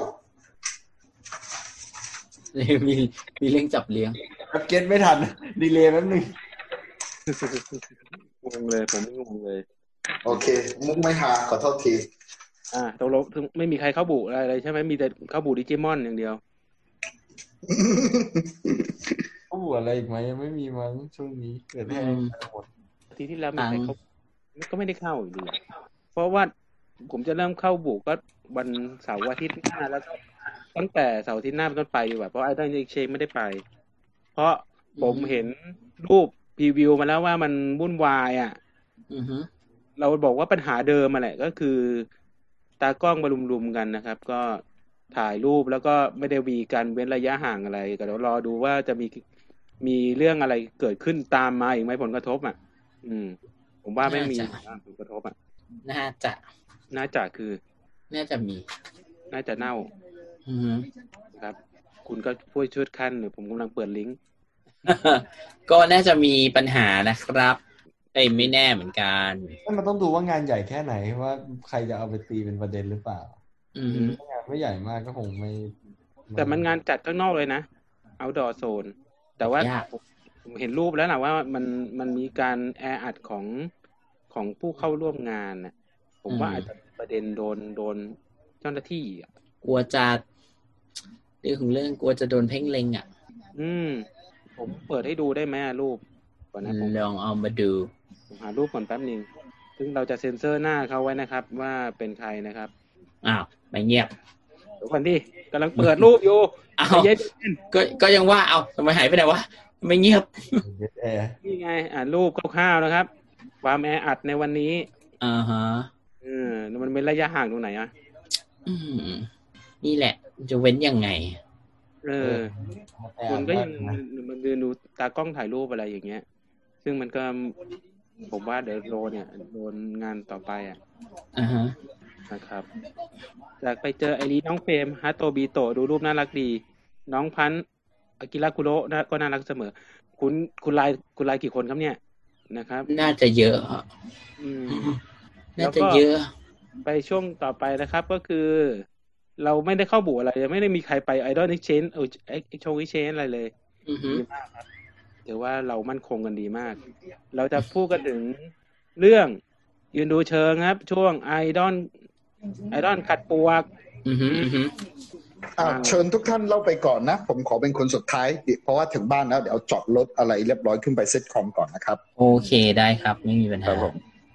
มีมีเรื่องจับเลี้ยงเก็ตไม่ทันดีเลย์แป๊บนึงงงเลยผมงงเลยโอเค มุกไม่หาขอโทษทีอ่าตกลงไม่มีใครเข้าบุอะไรเลยใช่ไหมมีแต่เข้าบุดิจิมอนอย่างเดียวโอ้อะไรอีกไหมยังไม่มีมั้งช่วงนี้เกิดแห้งหมดทีที่แล้วมีใครเข้าก็ไม่ได้เข้าอยู่ดีเพราะว่าผมจะเริ่มเข้าบุก็วันเสาร์อาทิตย์หน้าแล้วตั้งแต่เสาร์อาทิตย์หน้าเป็นต้นไปอยู่แบบเพราะไอ้ตั้งใจเชงไม่ได้ไป เพราะผมเห็นรูปพรีวิวมาแล้วว่ามันวุ่นวายอ่ะอือฮึเราบอกว่าปัญหาเดิมมาแหละก็คือตากล้องมารุมๆกันนะครับ ก็ถ่ายรูปแล้วก็ไม่ได้มีการเว้นระยะห่างอะไรก็เดี๋ยวรอดูว่าจะมีมีเรื่องอะไรเกิดขึ้นตามมาอีกไหมผลกระทบอ่ะ อืม ผมว่าไม่มีผลกระทบอ่ะน่าจะน่าจะคือน่าจะมีน่าจะเน่าอือฮึครับ คุณก็ช่วยช่วยขั้นหรือผมกำลังเปิดลิงก์ก็น่าจะมีปัญหานะครับเอ้ยไม่แน่เหมือนกันมันต้องดูว่างานใหญ่แค่ไหนว่าใครจะเอาไปตีเป็นประเด็นหรือเปล่าอือฮึถ้างานไม่ใหญ่มากก็คงไม่แต่มันงานจัดข้างนอกเลยนะ outdoor zone แต่ว่ายากผมเห็นรูปแล้วนะว่ามันมันมีการแออัดของของผู้เข้าร่วมงานนะผมว่าอาจจะประเด็นโดนโดนเจ้าหน้าที่อ่ะกลัวจะเรื่องของเรื่องกลัวจะโดนเพ่งเล็งอ่ะอืม ผมเปิดให้ดูได้ไหมรูปก่อนนะผมลองเอามาดูผมหารูปก่อนแป๊บนึงซึ่งเราจะเซ็นเซอร์หน้าเขาไว้นะครับ ว่าเป็นใครนะครับอ้าวไม่เงียบเดี๋ยวก่อนดิกำลังเปิดรูปอยู่เอาใจเย็นก็ก็ยังว่าเอาทำไมหายไปไหนวะไม่เงียบแอร์นี่ไงอ่ารูปคร่าวๆนะครับ ความแออัดในวันนี้อ่าฮะเออมันเป็นระยะห่างตรงไหนอ่ะอืมนี่แหละ จะเว้นยังไงเออคนก็ยังมันเดินดูตากล้องถ่ายรูปอะไรอย่างเงี้ย ซึ่งมันก็ผมว่าเดี๋ยวโดนเนี่ยโดนงานต่อไปอ่ะอ่าฮะนะครับจากไปเจอไอรีน้องเฟรมฮัตโตบีโตะดูรูปน่ารักดี น้องพันธุ์อากิระคุโระนะก็น่ารักเสมอ คุณคุณไลน์คุณไลน์กี่คนครับเนี่ยนะครับน่าจะเยอะฮะอืมน่าจะเยอะไปช่วงต่อไปนะครับก็คือ เราไม่ได้เข้าบูอะไรไม่ได้มีใครไปไอดอลเอ็กเชนเออไอโชว์เอ็กเชนอะไรเลยอือฮึดีมากครับถือว่าเรามั่นคงกันดีมาก เราจะพูดกันถึงเรื่องยืนดูเชิงครับ ช่วงไอดอลไอดอลขัดปวกอือฮึอือฮึอ่าเชิญทุกท่านเล่าไปก่อนนะ ผมขอเป็นคนสุดท้าย เพราะว่าถึงบ้านแล้วเดี๋ยวจอดรถอะไรเรียบร้อยขึ้นไปเซตคอมก่อนนะครับโอเคได้ครับ ไม่มีปัญครัหาบผม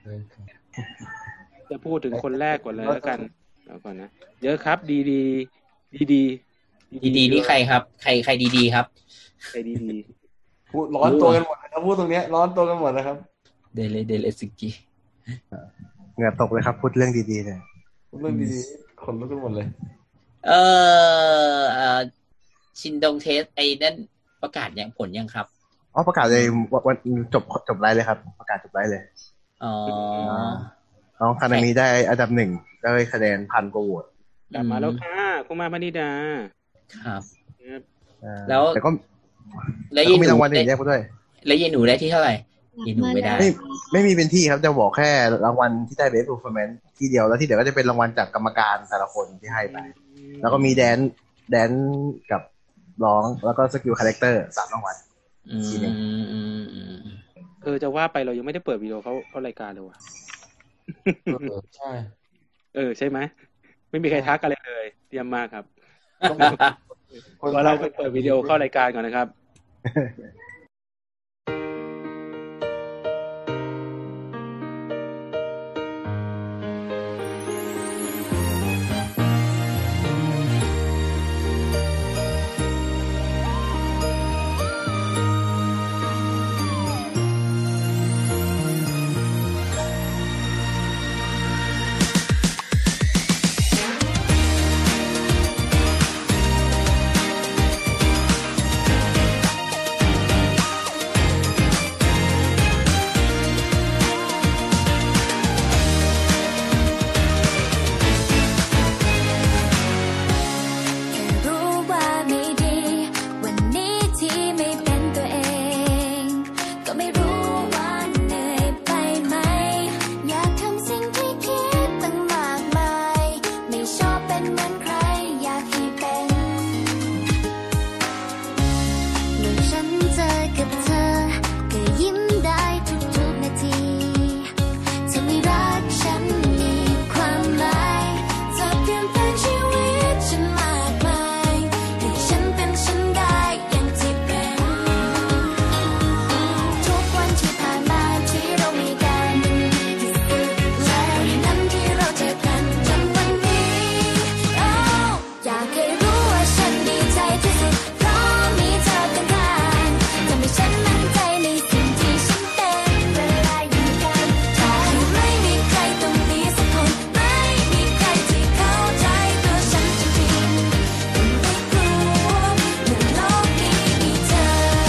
จะพูดถึงคนแรกก่อนเลยแล้วกันเอาก่อนนะเยอะครับดีดีดีดีดีดีนี่ใครครับ ใครใครดีดีครับใครดีดีพูดร้อนตัวกันหมดนะครับพูดตรงเนี้ยร้อนตัวกันหมดนะครับเดเลเดเลสึกิเหงื่อตกเลยครับพูดเรื่องดีๆเนี่ยพูดเรื่องดีๆคนลุกกันหมดเลยเออเอ่อชินดงเทสไอ้นั่นประกาศยังผลยังครับอ๋อประกาศเลยวันวันจบจบไลฟ์เลยครับ ประกาศจบไลฟ์เลยอ๋อน้องคานามิได้อันดับหนึ่งได้คะแนนพันกว่าโหวตกลับมาแล้วค่ะคุณมาพนิดาครับครับอ่าแล้วแต่ก็แล้วแต่ยายก็หมีนูรางวัลได้อื่นแยกไปด้วยแล้วยายหนูได้ที่เท่าไหร่ยายหนูไม่ได้ไม่ไม่มีเป็นที่ครับจะบอกแค่รางวัลที่ได้ Best Performance ที่เดียวแล้วที่เหลือก็จะเป็นรางวัลจากกรรมการแต่ละคนที่ให้ไป แล้วก็มีแดนแดนกับร้องแล้วก็สกิลคาแรคเตอร์สามรางวัลอืมทีหนึ่งอืมอืมอืมเออจะว่าไปเรายังไม่ได้เปิดวิดีโอเขาเขารายการเลยว่ะเออใช่เออใช่ไหมไม่มีใครทักอะไรเลยเตรียมมากครับคนว่าเราไปเปิดวิดีโอเข้ารายการก่อนนะครับรู้ว่าไม่ดีวันนี้ที่ไม่เป็นตัวเอง ก็ไม่รู้ว่าเหนื่อยไปไหม อยากทำสิ่งที่คิดตั้งมากมาย ไม่ชอบเป็นเหมือนใครอยากให้เป็นเมื่อฉันเจอกับเธอก็ยิ้มได้ทุกๆนาทีเธอไม่รักฉันมีความหมายเธอเปลี่ยนแปลงชีวิตฉันมากมายให้ฉันเป็นฉันได้อย่างที่เป็นทุกวันที่ผ่านมาที่เรามีกันดีที่สุดเลยนั้นที่เราเจอกันจนวันนี้โอ้อยากให้รู้ว่าฉันดีใจที่สุดเพราะมีเธอข้างๆทำให้ฉันมั่นใจในสิ่งที่ฉันเป็นเวลาอยู่กันถ้าไม่มีใครตรงนี้สักคนไม่มีใครที่เข้าใจตัวฉันจริงๆไม่กลัวเมื่อโลกนี้มีเธอ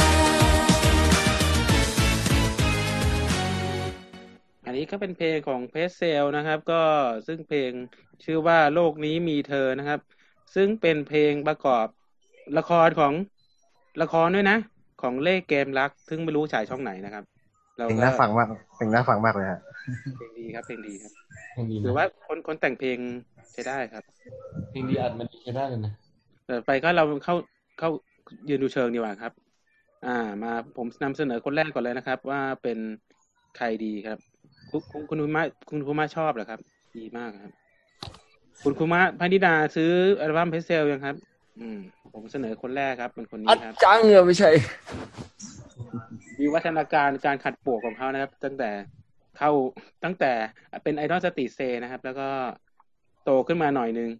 อันนี้ก็เป็นเพลงของเพสเซลนะครับ ก็ซึ่งเพลงชื่อว่าโลกนี้มีเธอนะครับ ซึ่งเป็นเพลงประกอบละครของละครด้วยนะ ของเล่ห์เกมรัก ซึ่งไม่รู้ฉายช่องไหนนะครับ เราเพลงก็น่าฟังมากเพลงน่าฟังมากเลยฮะเพลงดีครับเพลงดีครับเพลงดีถือนะว่าคนคนแต่งเพลงใช้ได้ครับเพลงดีอัดมันดีใช้ได้เลยนะต่อไปก็เราเข้าเข้ายืนดูเชิงดีกว่าครับ อ่า มาผมนำเสนอคนแรกก่อนเลยนะครับ ว่าเป็นใครดีครับ คุณคุณคุณคุมาคุณคุมาชอบเหรอครับ ดีมากครับ คุณคุมาพนิดาซื้ออัลบั้มเพสเซลยังครับ อืม ผมเสนอคนแรกครับ เป็นคนนี้อัดครับจังเหรอไม่ใช่มีวัฒนาการการขัดปวกของเขานะครับ ตั้งแต่เข้าตั้งแต่เป็นไอดอลสตรีทเซนะครับ แล้วก็โตขึ้นมาหน่อยนึง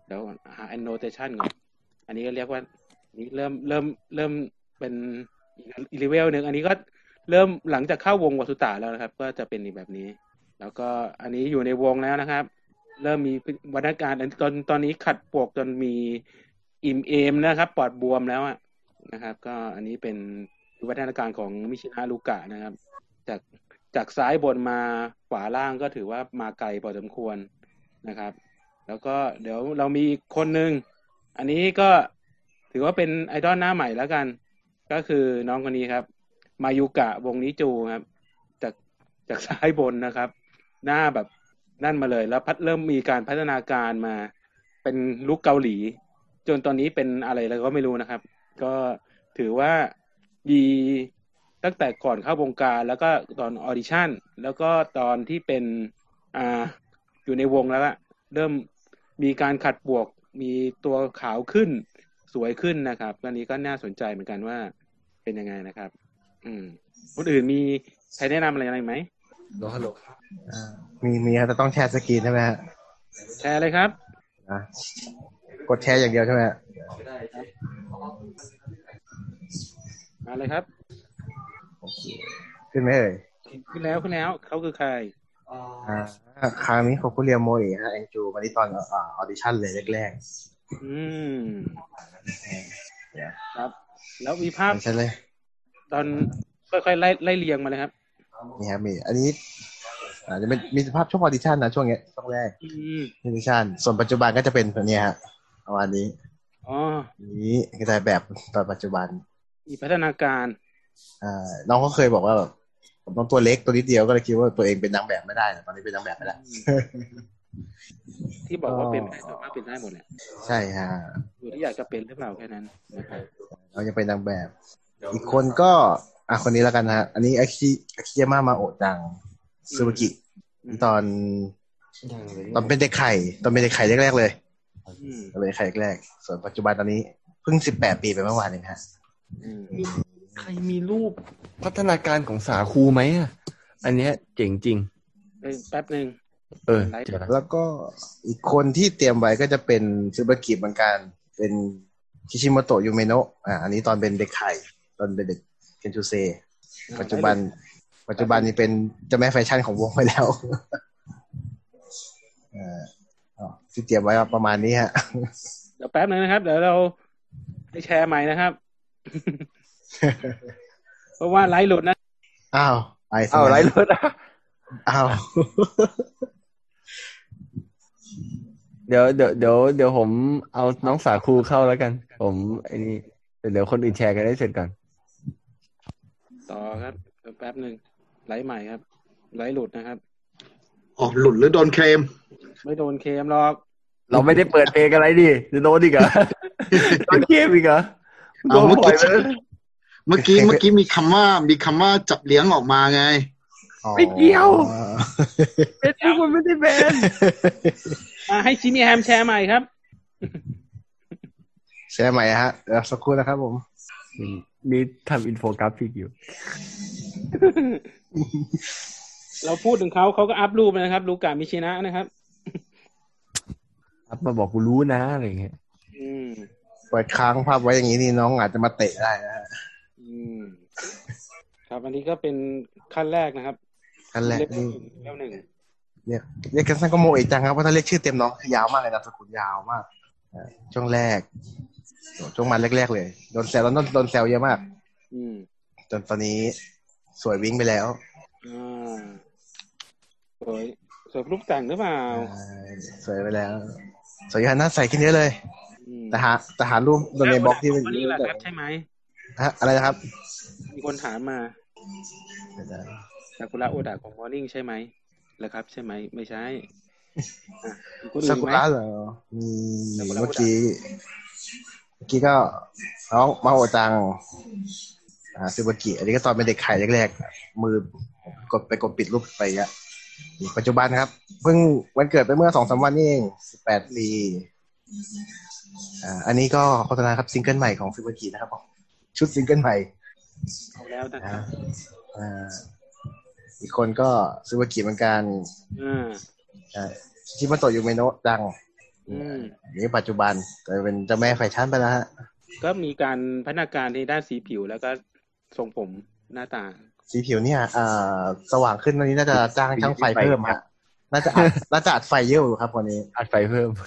เดี๋ยวหา annotation ก่อนอันนี้ก็เรียกว่านี่เริ่มเริ่มเริ่มเป็นอีกเลเวลนึงอันนี้ก็เริ่มหลังจากเข้าวงวสุตะแล้วนะครับก็จะเป็นอีกแบบนี้แล้วก็อันนี้อยู่ในวงแล้วนะครับเริ่มมีวัฒนาการตอนตอนนี้ขัดปวกจนมีอิ่มเอมนะครับปอดบวมแล้วอะนะครับก็อันนี้เป็นวัฒนาการของมิชินะลูกะนะครับจากจากซ้ายบนมาขวาล่างก็ถือว่ามาไกลพอสมควรนะครับแล้วก็เดี๋ยวเรามีคนหนึ่งอันนี้ก็ถือว่าเป็นไอดอลหน้าใหม่แล้วกันก็คือน้องคนนี้ครับมายุกะวงนิจูครับจากจากซ้ายบนนะครับหน้าแบบนั่นมาเลยแล้วพัดเริ่มมีการพัฒนาการมาเป็นลุคเกาหลีจนตอนนี้เป็นอะไรแล้วก็ไม่รู้นะครับก็ถือว่าดีตั้งแต่ก่อนเข้าวงการแล้วก็ตอนออดิชั่นแล้วก็ตอนที่เป็นอ่าอยู่ในวงแล้วอะเริ่มมีการขัดบวกมีตัวขาวขึ้นสวยขึ้นนะครับอันนี้ก็น่าสนใจเหมือนกันว่าเป็นยังไงนะครับอืมคนอื่นมีใครแนะนำอะไรอะไรไหมโลฮัลโหลอ่ามีมีครับจะต้องแชร์สกรีนใช่ไหมฮะแชร์เลยครับอ่ะกดแชร์อย่างเดียวใช่ไหมฮะมาเลยครับขึ้นไหมเอ่ยขึ้นแล้วขึ้นแล้วเขาคือใครอ่าครั้งนี้เขาคุเรียโมเอะฮะแองจูมาที่ตอนอ่าออดิชั่นเลยแรกๆอืมครับแล้วมีภาพใช่เลยตอนค่อยๆไล่ไล่เรียงมาเลยครับนี่ครับมีอันนี้อาจจะเป็นมีภาพช่วงออดิชั่นนะช่วงเนี้ยช่วงแรกออดิชั่นส่วนปัจจุบันก็จะเป็นแบบนี้ฮะประมาณนี้อ๋อนี้ก็จะแบบตอนปัจจุบันมีพัฒนาการอ่าน้องเขาเคยบอกว่าแบบน้องตัวเล็กตัวนิดเดียวก็เลยคิดว่าตัวเองเป็นนางแบบไม่ได้ตอนนี้เป็นนางแบบไม่ได้ที่บอกว่าเป็นได้สามารถเป็นได้หมดแหละใช่ฮะอยู่ที่อยากจะเป็นหรือเปล่าแค่นั้นนะครับเราจะเป็นนางแบบอีกคนก็อ่ะคนนี้แล้วกันฮะอันนี้อาคิอาคิยาม่ามาโอะจังซูบากิตอนตอนเป็นเด็กไข่ตอนเป็นเด็กไข่แรกๆเลยตอนเป็นเด็กไข่แรกส่วนปัจจุบันตอนนี้เพิ่งสิบแปดปีไปเมื่อวานเองฮะใครมีรูปพัฒนาการของสาคูไหมอ่ะอันเนี้ยเจ๋งจริงแป๊บนึงเออแล้วก็อีกคนที่เตรียมไว้ก็จะเป็นซูบากิเหมือนกันเป็นคิชิโมโตะยูเมโนะอ่าอันนี้ตอนเป็นเด็กไข่ตอนเป็นเด็กเคนชูเซปัจจุบันปัจจุบันนี้เป็นเจ้าแม่แฟชั่นของวงไปแล้วอ่าที่เตรียมไว้ประมาณนี้ฮะเดี๋ยวแป๊บนึงนะครับเดี๋ยวเราให้แชร์ใหม่นะครับเพราะว่าไลฟ์หลุดนะอ้าวไอ้าวไลฟ์หลุดอ่ะอ้าวเดี๋ยวเดี๋ยวเดี๋ยวเดี๋ยวผมเอาน้องสาคูเข้าแล้วกันผมไอ้นี่เดี๋ยวคนอื่นแชร์กันได้เสร็จก่อนต่อครับแป๊บนึงไลฟ์ใหม่ครับไลฟ์หลุดนะครับอ๋อหลุดหรือโดนเคลมไม่โดนเคลมหรอกเราไม่ได้เปิดเพลงอะไรดิจะโดนอีกเหรอโดนเคลมอีกเหรอเมื่อกี้เมื่อกี้เมื่อกี้มีคำว่ามีคำว่าจับเลี้ยงออกมาไงไม่เกี่ยวเฟซบุ๊กมันไม่ได้แบนมาให้ชิมิแฮมแชร์ใหม่ครับแชร์ใหม่ฮะเดี๋ยวสักครู่นะครับผมนี่ทำอินโฟกราฟิกอยู่เราพูดถึงเขาเขาก็อัพรูปนะครับลูกามิชินะนะครับอัพมาบอกกูรู้นะอะไรเงี้ยอืมเปิดค้างภาพไว้อย่างนี้นี่น้องอาจจะมาเตะได้นะฮะอืมครับอันนี้ก็เป็นขั้นแรกนะครับขั้นแรกนี่เลขหนึ่งเรียกเรียกกันสั้นก็โมเอะจังครับเพราะถ้าเรียกชื่อเต็มน้องยาวมากเลยนามสกุลยาวมากช่วงแรกช่วงมันแรกๆเลยโดนแซวแล้วโดนแซวเยอะมากอืมจนตอนนี้สวยวิ่งไปแล้วอ่าสวยสวยรูปแต่งหรือเปล่าสวยไปแล้วสวยหน้าใสขึ้นเยอะเลยแต่หาแต่หารูปโดนในบล็อกที่มันนี่แหละครับใช่ไหมฮะอะไรนะครับมีคนถามมาซากุระโอดะของมอร์นิ่งใช่ไหมเหรอครับใช่ไหมไม่ใช่ซากุระเหรอมีเมื่อกี้เมื่อกี้ก็น้องมาโอจังอ่าซูบากิอันนี้ก็ตอนเป็นเด็กไข่แรกๆมือกดไปกดปิดรูปไปอ่ะปัจจุบันครับเพิ่งวันเกิดไปเมื่อ สองถึงสาม วันนี่เองสิบแปดปีอ่าอันนี้ก็โฆษณาครับซิงเกิลใหม่ของซูบากินะครับชุดซิงเกิลใหม่เอาแล้วนะครับอ่าอีกคนก็ซูบากิเหมือนกันอืมอ่าชิมาโตะยูเมโนะดังอืมนี่ปัจจุบันแต่เป็นเจ้าแม่แฟชั่นไปแล้วฮะก็มีการพัฒนาการในด้านสีผิวแล้วก็ทรงผมหน้าตาสีผิวเนี่ยเอ่อสว่างขึ้นวันนี้น่าจะจ้างช่างไฟเพิ่มฮะน่าจะอัด น่าจะอัดไฟเยอะอยู่ครับวันนี้อัดไฟเพิ่ม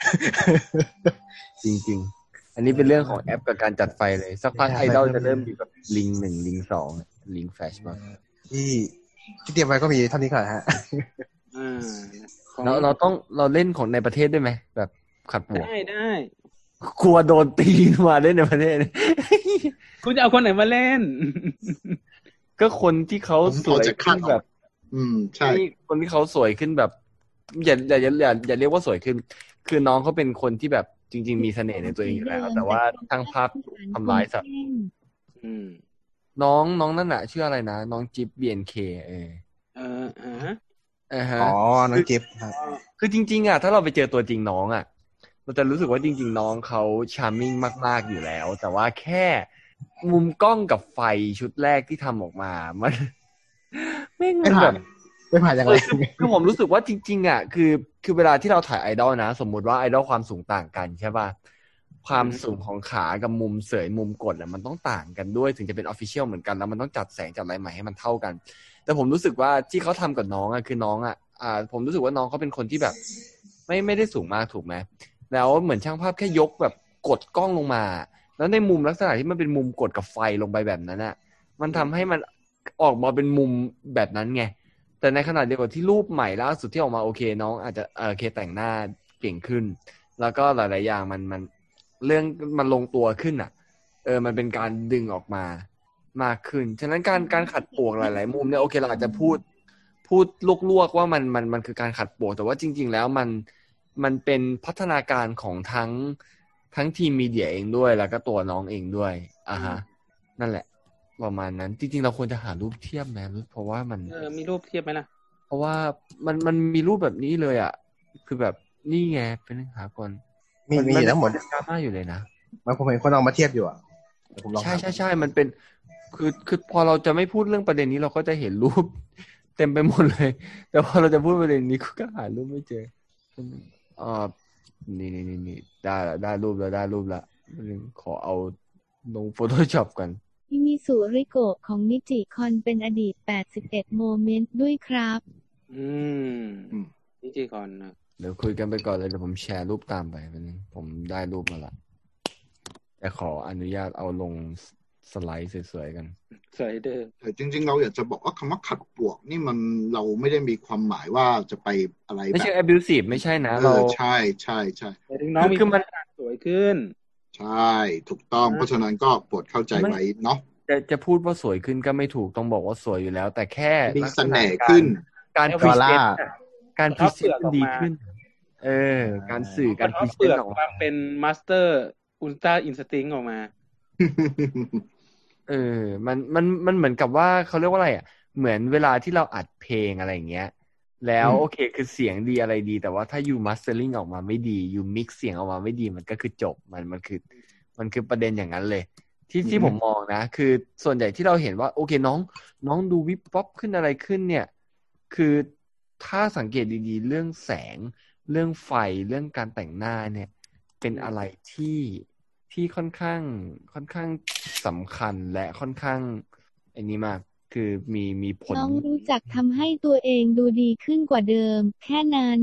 จริงๆ อันนี้เป็นเรื่องของแอปกับการจัดไฟเลยสักพักไอดอลจะเริ่มมีแบบลิงหนึ่งลิงสองลิงแฟชมาที่ที่เตรียมไว้ก็มีเท่านี้ก่อนฮะอ่าของเราเราต้องเราเล่นของในประเทศได้ไหมแบบขัดบวกได้ได้กลัวโดนตีมาเล่นในประเทศคุณจะเอาคนไหนมาเล่นก็คนที่เขาสวยขึ้นแบบอืมใช่ที่คนที่เขาสวยขึ้นแบบอย่าอย่าอย่าอย่าอย่าเรียกว่าสวยขึ้น คือน้องเขาเป็นคนที่แบบจริง ๆ มีเสน่ห์ในตัวเองอยู่แล้ว แต่ว่าทั้งภาพทำร้ายสัตว์อืมน้องน้องนั่นน่ะชื่ออะไรนะน้องจิ๊บ บี เอ็น เค เออเอออ่าฮะอ่าฮะอ๋อน้องจิ๊บครับคือจริงๆอ่ะถ้าเราไปเจอตัวจริงน้องอ่ะเราจะรู้สึกว่าจริงๆน้องเขาชาร์มมิ่งมากๆอยู่แล้ว แต่ว่าแค่มุมกล้องกับไฟชุดแรกที่ทำออกมามันแม่งไม่มันผ่าแบนบไม่ผ่านยังเอไงอคือคือผมรู้สึกว่าจริงๆอ่ะคือคือเวลาที่เราถ่ายไอดอลนะ สมมุติว่าไอดอลความสูงต่างกันใช่ป่ะความสูงของขากับมุมเสยมุมกดอ่ะมันต้องต่างกันด้วยถึงจะเป็นออฟฟิเชียลเหมือนกันแล้วมันต้องจัดแสงจัดอะไรใหม่ให้มันเท่ากัน แต่ผมรู้สึกว่าที่เขาทำกับน้องอ่ะคือน้องอ่ะอ่าผมรู้สึกว่าน้องเขาเป็นคนที่แบบ ไม่ไม่ได้สูงมากถูกไหมแล้วเหมือนช่างภาพแค่ยกแบบกดกล้องลงมา แล้วในมุมลักษณะที่มันเป็นมุมกดกับไฟลงไปแบบนั้นอ่ะมันทำให้มันออกมาเป็นมุมแบบนั้นไงแต่ในขณะเดียวกันที่รูปใหม่ล่าสุดที่ออกมาโอเคน้องอาจจะเออโอเคแต่งหน้าเก่งขึ้น แล้วก็หลายๆอย่างมันมันเรื่องมันลงตัวขึ้นอ่ะเออมันเป็นการดึงออกมามากขึ้นฉะนั้นการการขัดปวกหลายๆมุมเนี่ยโอเคเราอาจจะพูดพูดลวกๆว่ามันมันมันคือการขัดปวกแต่ว่าจริงๆแล้วมันมันเป็นพัฒนาการของทั้งทั้งทีมมีเดียเองด้วยแล้วก็ตัวน้องเองด้วยอ่าฮะนั่นแหละประมาณนั้นจริงๆเราควรจะหารูปเทียบไหมเพราะว่ามันเออมีรูปเทียบไหมล่ะเพราะว่ามันมันมีรูปแบบนี้เลยอ่ะคือแบบนี่ไงเป็นหาก่อนมีมีอยู่ทั้งหมดดราม่าอยู่เลยนะมันผมเห็นคนเอามาเทียบอยู่อ่ะผมลองใช่ใช่ใช่มันเป็นคือคือพอเราจะไม่พูดเรื่องประเด็นนี้เราก็จะเห็นรูป เต็มไปหมดเลย แต่พอเราจะพูดประเด็นนี้ก็หารูปไม่เจออ่านี่นี่นี่นี่ได้ละได้รูปแล้วได้รูปละขอเอาลง Photoshop กันมิมิสุริโกะของนิจิคอนเป็นอดีตแปดสิบเอ็ดโมเมนต์ด้วยครับอืมนี่จีก่อนนะเดี๋ยวคุยกันไปก่อนเลยเดี๋ยวผมแชร์รูปตามไปเป็นงผมได้รูปมาละแต่ขออนุญาตเอาลงสไลด์สวยๆกันสไลเดอร์แต่จริงๆเราอยากจะบอกว่าคำว่าขัดปวกนี่มันเราไม่ได้มีความหมายว่าจะไปอะไรแบบไม่ใช่ abusive ไม่ใช่นะเอเราอใช่ใช่ใช่แต่ถึงน้องมีคือมันสวยขึ้นใช่ถูกต้องเพราะฉะนั้นก็โปรดเข้าใจไว้เนาะจะจะพูดว่าสวยขึ้นก็ไม่ถูกต้องบอกว่าสวยอยู่แล้ว แต่แค่มีเสน่ห์ขึ้นการพรีเซนต์การพรีเซนต์ดีขึ้นเออการสื่อการพรีเซนต์ออกมาเป็นมาสเตอร์อุลตร้าอินสติ้งออกมาเออมันมันมันเหมือนกับว่าเขาเรียกว่าอะไรอ่ะเหมือนเวลาที่เราอัดเพลงอะไรอย่างเงี้ยแล้วโอเคคือเสียงดีอะไรดีแต่ว่าถ้ายูมาสเตอร์ลิงออกมาไม่ดียูมิกซ์เสียงออกมาไม่ดีมันก็คือจบมันมันคือมันคือประเด็นอย่างนั้นเลยที่ที่ผมมองนะคือส่วนใหญ่ที่เราเห็นว่าโอเคน้องน้องดูวิบวับขึ้นอะไรขึ้นเนี่ยคือถ้าสังเกตดีๆเรื่องแสงเรื่องไฟเรื่องการแต่งหน้าเนี่ยเป็นอะไรที่ที่ค่อนข้างค่อนข้างสำคัญและค่อนข้างไอ้นี้มากคือมีมีผลน้องรู้จักทำให้ตัวเองดูดีขึ้นกว่าเดิมแค่นั้น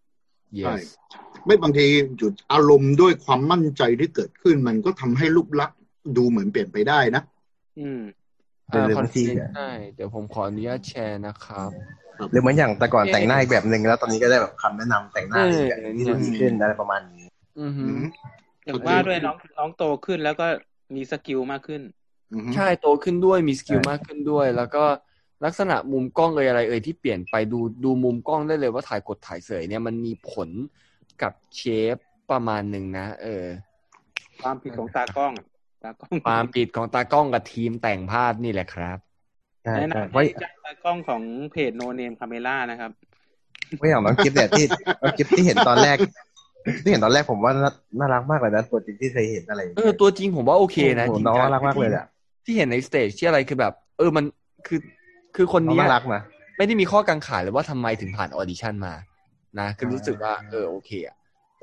yes ไม่บางทีจุดอารมณ์ด้วยความมั่นใจที่เกิดขึ้นมันก็ทำให้รูปลักษณ์ดูเหมือนเปลี่ยนไปได้นะอืมอ่าคอนเทนต์ใช่เดี๋ยวผมขออนุญาตแชร์นะครับหรือเหมือนอย่างแต่ก่อนแต่งหน้าอีกแบบนึงแล้วตอนนี้ก็ได้แบบคำแนะนำแต่งหน้าอีกแบบที่ดีขึ้นอะไรประมาณนี้อือฮึอย่างว่าด้วยน้องน้องโตขึ้นแล้วก็มีสกิลมากขึ้นใช่โตขึ้นด้วยมีสกิลมากขึ้นด้วยแล้วก็ลักษณะมุมกล้องเอ่ยอะไรเอ่ยที่เปลี่ยนไปดูดูมุมกล้องได้เลยว่าถ่ายกดถ่ายเสยเนี่ยมันมีผลกับเชฟประมาณหนึ่งนะเออความผิดของตากล้องตากล้องความผิดของตากล้องกับทีมแต่งภาพนี่แหละครับใช่ใช่ไว้จากตากล้องของเพจ No Name Camera นะครับไม่อย่างน้องกิฟต์เนี่ยที่น้องกิฟต์ที่เห็นตอนแรกที่เห็นตอนแรกผมว่าน่ารักมากเลยนะตัวจริงที่เคยเห็นอะไรเออตัวจริงผมว่าโอเคนะจริงๆน้องน่ารักมากเลยอ่ะที่เห็นในสเตจที่อะไรคือแบบเออมันคือคือคนนี้น่ารักนะไม่ได้มีข้อกังขาเลยว่าทำไมถึงผ่านออดิชั่นมานะคือรู้สึกว่าเออโอเคอ่ะแต่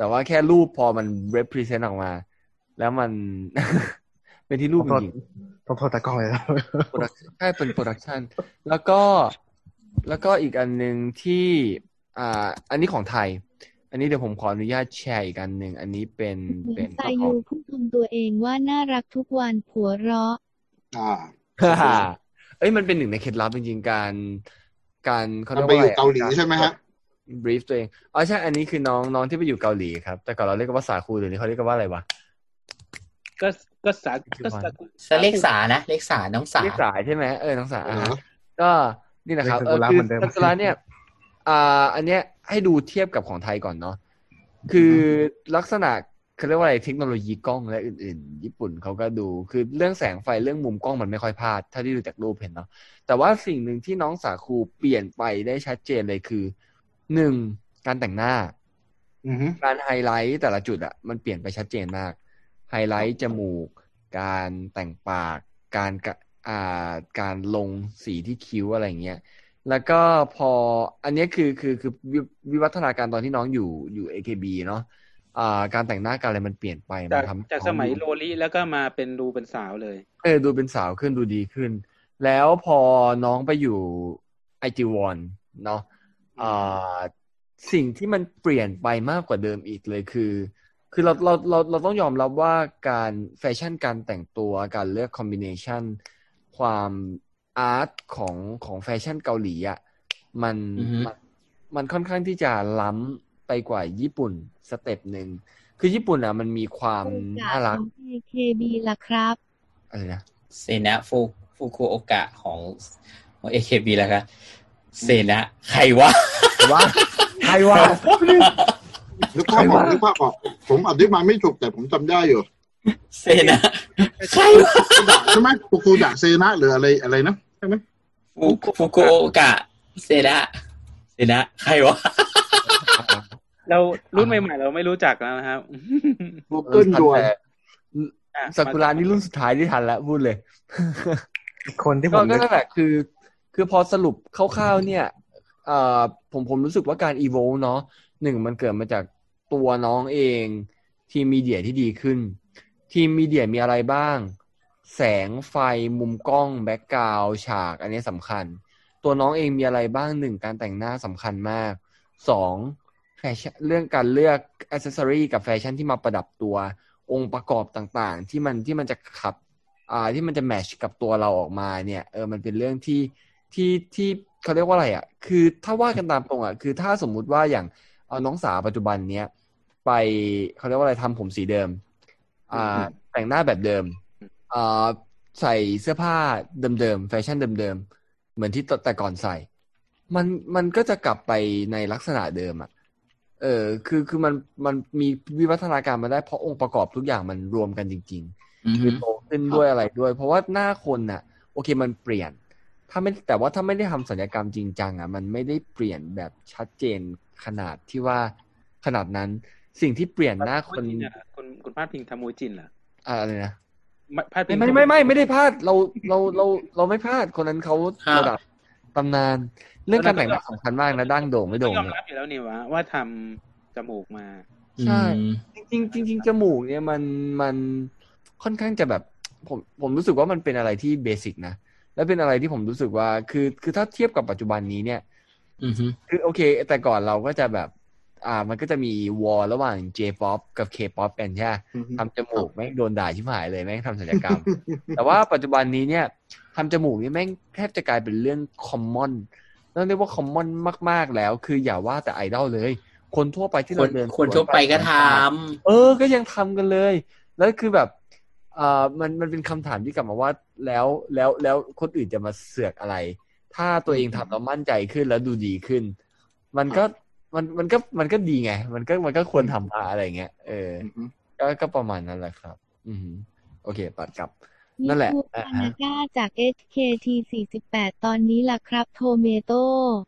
แต่ว่าแค่รูปพอมัน represent ออกมาแล้วมัน เป็นที่รูปจริงๆต้องโทษตากล้องเลยนะใช่เป็นโปรดักชันแล้วก็แล้วก็อีกอันนึงที่อ่าอันนี้ของไทยอันนี้เดี๋ยวผมขออนุญาตแชร์อีกอันนึงอันนี้เป็นเป็นสายยูพูดชมตัวเองว่าน่ารักทุกวันผัวเราะอ่าเอ้ยมันเป็นหนึ่งในเคล็ดลับจริงๆการการเขาเรียกว่าอะไรเกาหลีใช่ไหมฮะบรีฟตัวเองอ๋อใช่อันนี้คือน้องน้องที่ไปอยู่เกาหลีครับแต่ก่อนเราเรียกว่าสาคูเดี๋ยวนี้เขาเรียกว่าอะไรวะก็ก็สาก็สาเลขสานะเลขสาน้องสาเลขสาใช่ไหมเออน้องสาก็นี่นะครับเออคือซากุระเนี่ยอ่าอันเนี้ยให้ดูเทียบกับของไทยก่อนเนาะคือลักษณะเขาเรียกว่าอะไรเทคโนโลยีกล้องและอื่นๆญี่ปุ่นเขาก็ดูคือเรื่องแสงไฟเรื่องมุมกล้องมันไม่ค่อยพลาดถ้าที่ดูจากรูปเห็นเนาะแต่ว่าสิ่งหนึ่งที่น้องสาคูเปลี่ยนไปได้ชัดเจนเลยคือหนึ่งการแต่งหน้าการไฮไลท์แต่ละจุดอะมันเปลี่ยนไปชัดเจนมากไฮไลท์จมูกการแต่งปากการอ่าการลงสีที่คิ้วอะไรเงี้ยแล้วก็พออันนี้คือคือคือวิวัฒนาการตอนที่น้องอยู่อยู่ เอ เค บี เนาะอ่าการแต่งหน้าการอะไรมันเปลี่ยนไปจากจากสมัยโลลิแล้วก็มาเป็นดูเป็นสาวเลยเออดูเป็นสาวขึ้นดูดีขึ้นแล้วพอน้องไปอยู่ ไอ จี วัน เนาะอ่าสิ่งที่มันเปลี่ยนไปมากกว่าเดิมอีกเลยคือคือเราเราเราเราต้องยอมรับว่าการแฟชั่นการแต่งตัวการเลือกคอมบิเนชันความอาร์ตของของแฟชั่นเกาหลีอ่ะมันมันมันค่อนข้างที่จะล้ำไปกว่าญี่ปุ่นสเต็ปหนึ่งคือญี่ปุ่นอ่ะมันมีความน่ารักเอ เค บี ล่ะครับอะไรนะเซนะฟุฟุคุโอกะของของ เอ เค บี ล่ะครับเซนะใครวะวะใครวะนึกภาพออกนึกภาพออกผมอธิบายไม่ถูกแต่ผมจำได้อยู่เซนะใครวะใช่ไหมฟุกุดะเซนะหรืออะไรอะไรนะใช่ไหมฟุฟุกุโอกะเซนะเซนะใครวะเรารุ่นใหม่ๆเราไม่รู้จักแล้วนะครับกูเกิลด่วนซากุระนี่รุ่นสุดท้ายที่ทันแล้วพูดเลยคนที่ผมก็นั่นแหละคือคือพอสรุปคร่าวๆเนี่ยเอ่อผมผมรู้สึกว่าการ evolve เนาะหนึ่งมันเกิดมาจากตัวน้องเองทีมมีเดียที่ดีขึ้นทีมมีเดียมีอะไรบ้างแสงไฟมุมกล้องแบ็คกราวด์ฉากอันนี้สำคัญตัวน้องเองมีอะไรบ้างหนึ่งการแต่งหน้าสำคัญมากสองแฟชั่นเรื่องการเลือกอ c เซสซอรีกับแฟชั่นที่มาประดับตัวองค์ประกอบต่างๆที่มันที่มันจะขับอ่าที่มันจะแมทช์กับตัวเราออกมาเนี่ยเออมันเป็นเรื่องที่ที่ที่เขาเรียกว่าอะไรอ่ะคือถ้าว่ากันตามตรงอ่ะคือถ้าสมมุติว่าอย่างเอาน้องสาวปัจจุบันเนี้ยไปเขาเรียกว่าอะไรทำผมสีเดิมอ่าแต่งหน้าแบบเดิมอ่าใส่เสื้อผ้าเดิมๆแฟชั่นเดิมๆเหมือนที่แต่ก่อนใส่มันมันก็จะกลับไปในลักษณะเดิมอ่ะเออคือคือมันมันมีวิวัฒนาการมาได้เพราะองค์ประกอบทุกอย่างมันรวมกันจริงๆคือโตขึ้นด้วยอะไรด้วยเพราะว่าหน้าคนน่ะโอเคมันเปลี่ยนถ้าไม่แต่ว่าถ้าไม่ได้ทำศัลยกรรมจริงจังอ่ะมันไม่ได้เปลี่ยนแบบชัดเจนขนาดที่ว่าขนาดนั้นสิ่งที่เปลี่ยนหน้าคนคุณคุณพาดพิงทำมูจินเหรออะไรนะไม่ไม่ไม่ไม่ไม่ได้พลาดเราเราเราเราไม่พลาดคนนั้นเขาระดับตำนานเรื่องการแต่งหน้าสำคัญมากนะดั้งโด่งไม่โด่งยอมรับอยู่แล้วนี่วะว่าทำจมูกมาใช่จริงจริงจริงจมูกเนี่ยมันมันค่อนข้างจะแบบผมผมรู้สึกว่ามันเป็นอะไรที่เบสิกนะและเป็นอะไรที่ผมรู้สึกว่าคือคือถ้าเทียบกับปัจจุบันนี้เนี่ยคือโอเคแต่ก่อนเราก็จะแบบอ่ามันก็จะมีวอลระหว่าง J-pop กับ K-pop กันใช่ไหมทำจมูกแม่งโดนด่าชิบหายเลยแม่งทำศัลยกรรม แต่ว่าปัจจุบันนี้เนี่ยทำจมูกนี่แม่งแทบจะกลายเป็นเรื่องคอมมอนต้องเรียกว่าคอมมอนมากๆแล้วคืออย่าว่าแต่ไอดอลเลยคนทั่วไปที่เราเดินคนทั่วไปก็ทำเออก็ยังทำกันเลยแล้วคือแบบอ่ามันมันเป็นคำถามที่กลับมาว่าแล้วแล้วแล้วคนอื่นจะมาเสือกอะไรถ้าตัวเองทำแล้วมั่นใจขึ้นแล้วดูดีขึ้นมันก็มันมันก็มันก็ดีไงมันก็มันก็ควรทำอะไรเงี้ยเออก็ก็ประมาณนั้นแหละครับอืมโอเคตัดกลับนั่นแหละอานาก้าจาก เอช เค ที สี่สิบแปดตอนนี้ล่ะครับโทเมโต้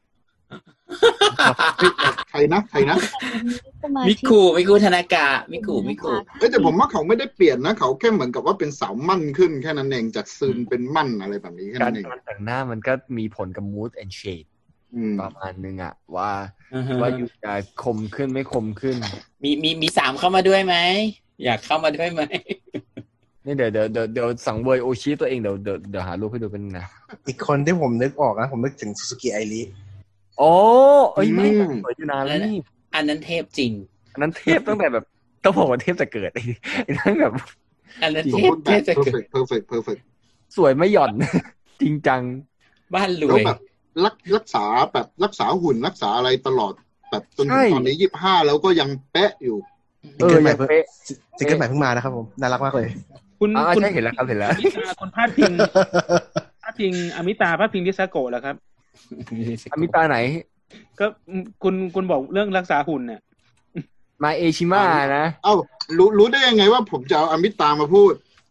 ใครนะใครนะมิคุมิคุธนากะมิคุมิคุเอ้ยแต่ผมว่าเขาไม่ได้เปลี่ยนนะเขาแค่เหมือนกับว่าเป็นสาวมั่นขึ้นแค่นั้นเองจากซึนเป็นมั่นอะไรแบบนี้แค่นั้นเองการแต่งหน้ามันก็มีผลกับ mood and shade อืมประมาณนึงอ่ะว่าอือฮะว่าอยู่จะคมขึ้นไม่คมขึ้นมีมีมีสามเข้ามาด้วยไหมอยากเข้ามาด้วยไหมนี่เดี๋ยวเดี๋ยวเดี๋ยวเดี๋ยวสังเวยโอชิตัวเองเดี๋ยวเดี๋ยวเดี๋ยวหารูปให้ดูเป็นนะอีกคนที่ผมนึกออกนะผมนึกถึงซูซูกิไอริโอ้เอ้ยไม่อืมสวยอยู่นานแล้วนี่อันนั้นเทพจริงอันนั้นเทพตั้งแต่แบบต้องบอกว่าเทพแต่เกิดไอ้ไอ้นั่นแบบอันนั้นสมเทพบูรณ์แบเทบพจะเกิด perfect perfect perfect สวยไม่หย่อน จริงจังบ้านรแล้ววยแบบรักรักษาแบบรักษาหุ่นรักษาอะไรตลอดแบบจนใช่ถึงตอนนี้ยี่สิบห้าแล้วก็ยังเป๊ะอยู่เออยังเป๊ะซิงเกิลใหม่เพิ่งมานะครับผมน่ารักมากเลยคุณอ่าคุณใช่เห็นแล้วครับเห็นแล้วอมิตาคุณพาดพิงพาดพิงอมิตาพาดพิงดิซาโกะแล้วครับอมิตาไหนก็คุณคุณบอกเรื่องรักษาหุ่นเนี่ยมาเอชิมะนะเอ้ารู้รู้ได้ยังไงว่าผมจะเอาอมิตามาพูด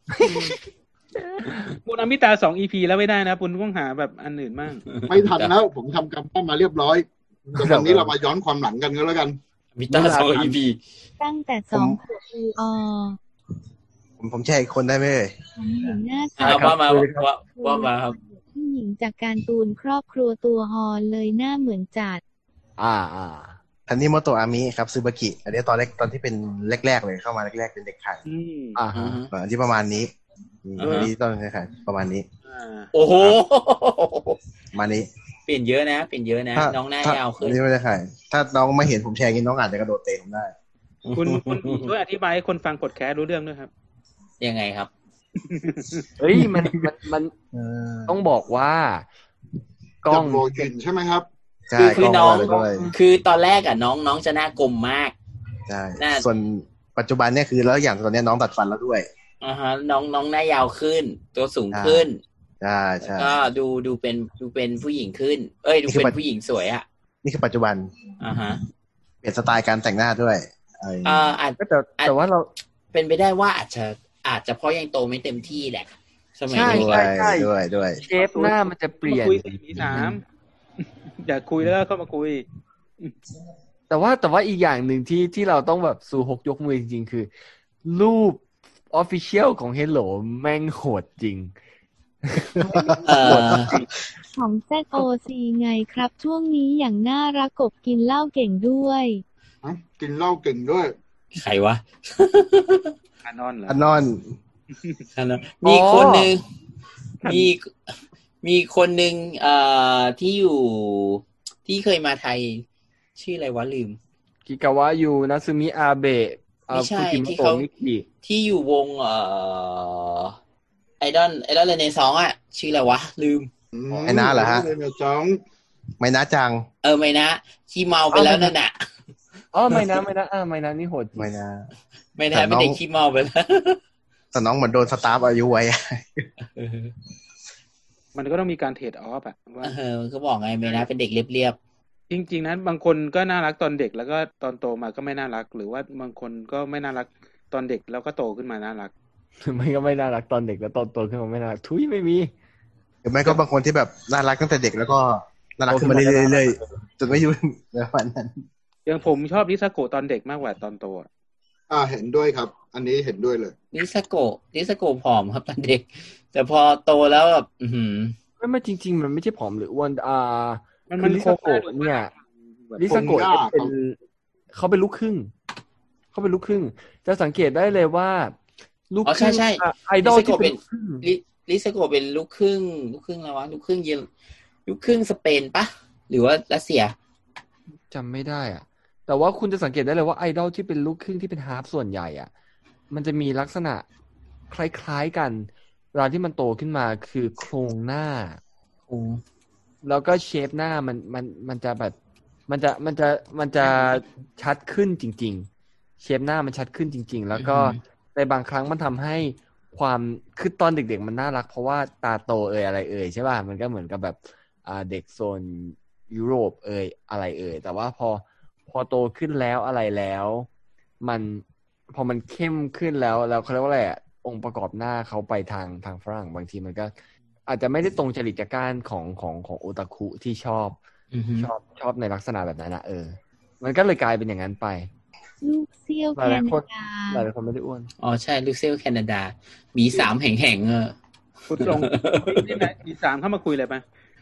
คุณอมิตาสองอีพีแล้วไม่ได้นะคุณต้องหาแบบอันอื่นบ้างไม่ทันแล้วผมทำการบ้านมาเรียบร้อยเดี๋ยววันนี้เรามาย้อนความหลังกันก็แล้วกันมิตาสองอีพีตั้งแต่สองขวบอูออผมผมแชร์อีกคนได้ไหมเอ่ยผมหญิงหน้าใสอ่าว่ามาว่าว่ามาครับผู้หญิงจากการตูนครอบครัวตัวฮอลเลยหน้าเหมือนจัดอ่าอ่าทันนี่โมโตะอามิครับซูบากิอันนี้ตอนแรกตอนที่เป็นแรกๆเลยเข้ามาแรกๆเป็นเด็กไข่อืมอ่าฮะอันที่ประมาณนี้อ่าฮะอันนี้ตอนเด็กไข่ประมาณนี้อ่าโอ้โหประมาณนี้เปลี่ยนเยอะนะเปลี่ยนเยอะนะถ้าน้องหน้าถ้ยาวขึ้นอันนี้ไม่ได้ไข่ถ้าน้องไม่เห็นผมแชร์กินน้องอาจจะกระโดดเตะผมได้คุณคุณช่วยอธิบายให้คนฟังกดแคสรู้เรื่องด้วยครับยังไงครับเฮ้ยมันมันมันเออต้องบอกว่า กล้จัอบ งโวยินใช่ไหมครับใช่คือคือน้องกล้เลยคือตอนแรกอ่ะน้องน้องจะหน้ากลมมากใช่น่าส่วนปัจจุบันเนี่ยคือแล้วอย่างตอนนี้น้องตัดฟันแล้วด้วยอ่าฮะน้องน้องหน้ายาวขึ้น ตัวสูงขึ้นใช่ใช่ก็ดูดูเป็นดูเป็นผู้หญิงขึ้น เอ้ยดูเป็นผู้หญิงสวยอ่ะนี่คือปัจจุบันอ่าฮะเปลี่ยนสไตล์การแต่งหน้าด้วยอะไรอย่างอ่เงี้ยาอาจแต่แต่ว่าเราเป็นไปได้ว่าอาจจะอาจจะเพราะยังโตไม่เต็มที่แหละสมัยใช่นี้ด้วยใช่ด้วยด้วยเชฟหน้ามันจะเปลี่ยนมาคุยสี่ปีสาม อยากคุยแล้วก็เข้ามาคุยแต่ว่าแต่ว่าอีกอย่างหนึ่งที่ที่เราต้องแบบสู่หกยกมือจริงๆคือ รูป Official ของ Hello แม่งโหดจริงเออของ แซด โอ ซี ไงครับ ช่วงนี้อย่างน่ารักกบกินเหล้าเก่งด้วยฮะกินเหล้าเก่งด้วยใครวะคานอนเหรออันนอนมีคนหนึ่งมีมีคนหนึ่งเอ่อที่อยู่ที่เคยมาไทย ชื่ออะไรวะลืมกิกาวะยูนาซึมิอาเบะไม่ใช่ฟุจิโมที่โตะเขามิกิที่อยู่วงเอ่อไอดอลไอดอลเรเนซองส์อ่ะ ชื่ออะไรวะ ลืมไอ้น้าเหรอฮะไอ้น้าจ้องไม่น่าจังเออไม่นะขี้เมาไปแล้วนั่นน่ะอ๋อไม่นะไม่นะอ่าไม่นะนี่โหดจริงไม่น่าไม่นะเป็นเด็กขี้เมาไปแล้วแต่น้องเหมือนโดนสตาร์ฟอายุไว้เออมันก็ต้องมีการเทรดออฟอะว่าเออเขาบอกไงไม่นะเป็นเด็กเรียบจริงๆนั้นบางคนก็น่ารักตอนเด็กแล้วก็ตอนโตมาก็ไม่น่ารัก หรือว่าบางคนก็ไม่น่ารักตอนเด็กแล้วก็โตขึ้นมาน่ารักไม่ก็ไม่น่ารักตอนเด็กแล้วตอนโตขึ้นมาไม่น่ารักทุยไม่มีหรือไม่ก็บางคนที่แบบน่ารักตั้งแต่เด็กแล้วก็น่ารักขึ้นมาเรื่อยๆจนไม่ยุ่งในวันนั้นอย่างผมชอบนิสโกะตอนเด็กมากกว่าตอนโตอะอ่าเห็นด้วยครับ อันนี้เห็นด้วยเลยๆนิสโกะนิสโกะผอมครับตอนเด็ก แต่พอโตแล้วแบบอือหือไม่ไม่จริง ๆ มันไม่ใช่ผอมหรืออ้วนอ่ามันคืมัอน ลิโคซารงโกะเนี่ยลิซาโกะคนหน้าเป็นเขาเป็นลูกครึ่งเขาเป็นลูกครึ่ง จะสังเกตได้เลยว่า ลูกอ๋อครึ่งใช่อ่ะๆไอดอลลิซาที่โกะเป็เป็น นลูกครึ่งลิลิซาโกะเป็นลูกครึ่งลูกครึ่งอะไรวะลูกครึ่งเยอลูกครึ่งสเปนปะหรือว่ารัสเซียจำไม่ได้อ่ะ แต่ว่าคุณจะสังเกตได้เลยว่าไอดอลที่เป็นลูกครึ่งที่เป็นฮาล์ฟส่วนใหญ่อ่ะ มันจะมีลักษณะคล้ายๆกันเวลาที่มันโตขึ้นมาคือโครงหน้าโอ้แล้วก็เชฟหน้ามันมันมันจะแบบมันจะมันจะมันจะชัดขึ้นจริงๆเชฟหน้ามันชัดขึ้นจริง ๆ แล้วก็ในบางครั้งมันทำให้ความคือตอนเด็กๆมันน่ารักเพราะว่าตาโตเอ่ยอะไรเอ่ยใช่ป่ะมันก็เหมือนกับแบบอ่าเด็กโซนยุโรปเอ่ยอะไรเอ่ยแต่ว่าพอพอโตขึ้นแล้วอะไรแล้ว มันพอมันเข้มขึ้นแล้วแล้วเขาเรียกว่าอะไรอ่ะองค์ประกอบหน้าเขาไปทางทางฝรั่งบางทีมันก็อาจจะไม่ได้ตรงจริตจากการของของของโอตาคุที่ชอบอือหือชอบชอบในลักษณะแบบนั้นนะเออ มันก็เลยกลายเป็นอย่างนั้นไปลูกเซี่ยวหแคลายนาๆคนดาหลายๆคนไม่ได้อ้วนอ๋อใช่ลูเซลแคนาดา มีสามแห่งๆเออคุณลงนี่นะมีสามเข้ามาคุยเลยปะ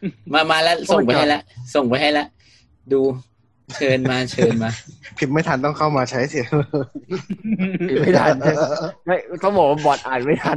มามาแล้วส่งไปให้แล้วส่งไปให้แล้วดูเชิญมาเชิญมาพิมพ์ไม่ทันต้องเข้ามาใช้เสียงพิมพ์ไม่ทันไม่ต้องบอกว่าบอทอ่านไม่ทัน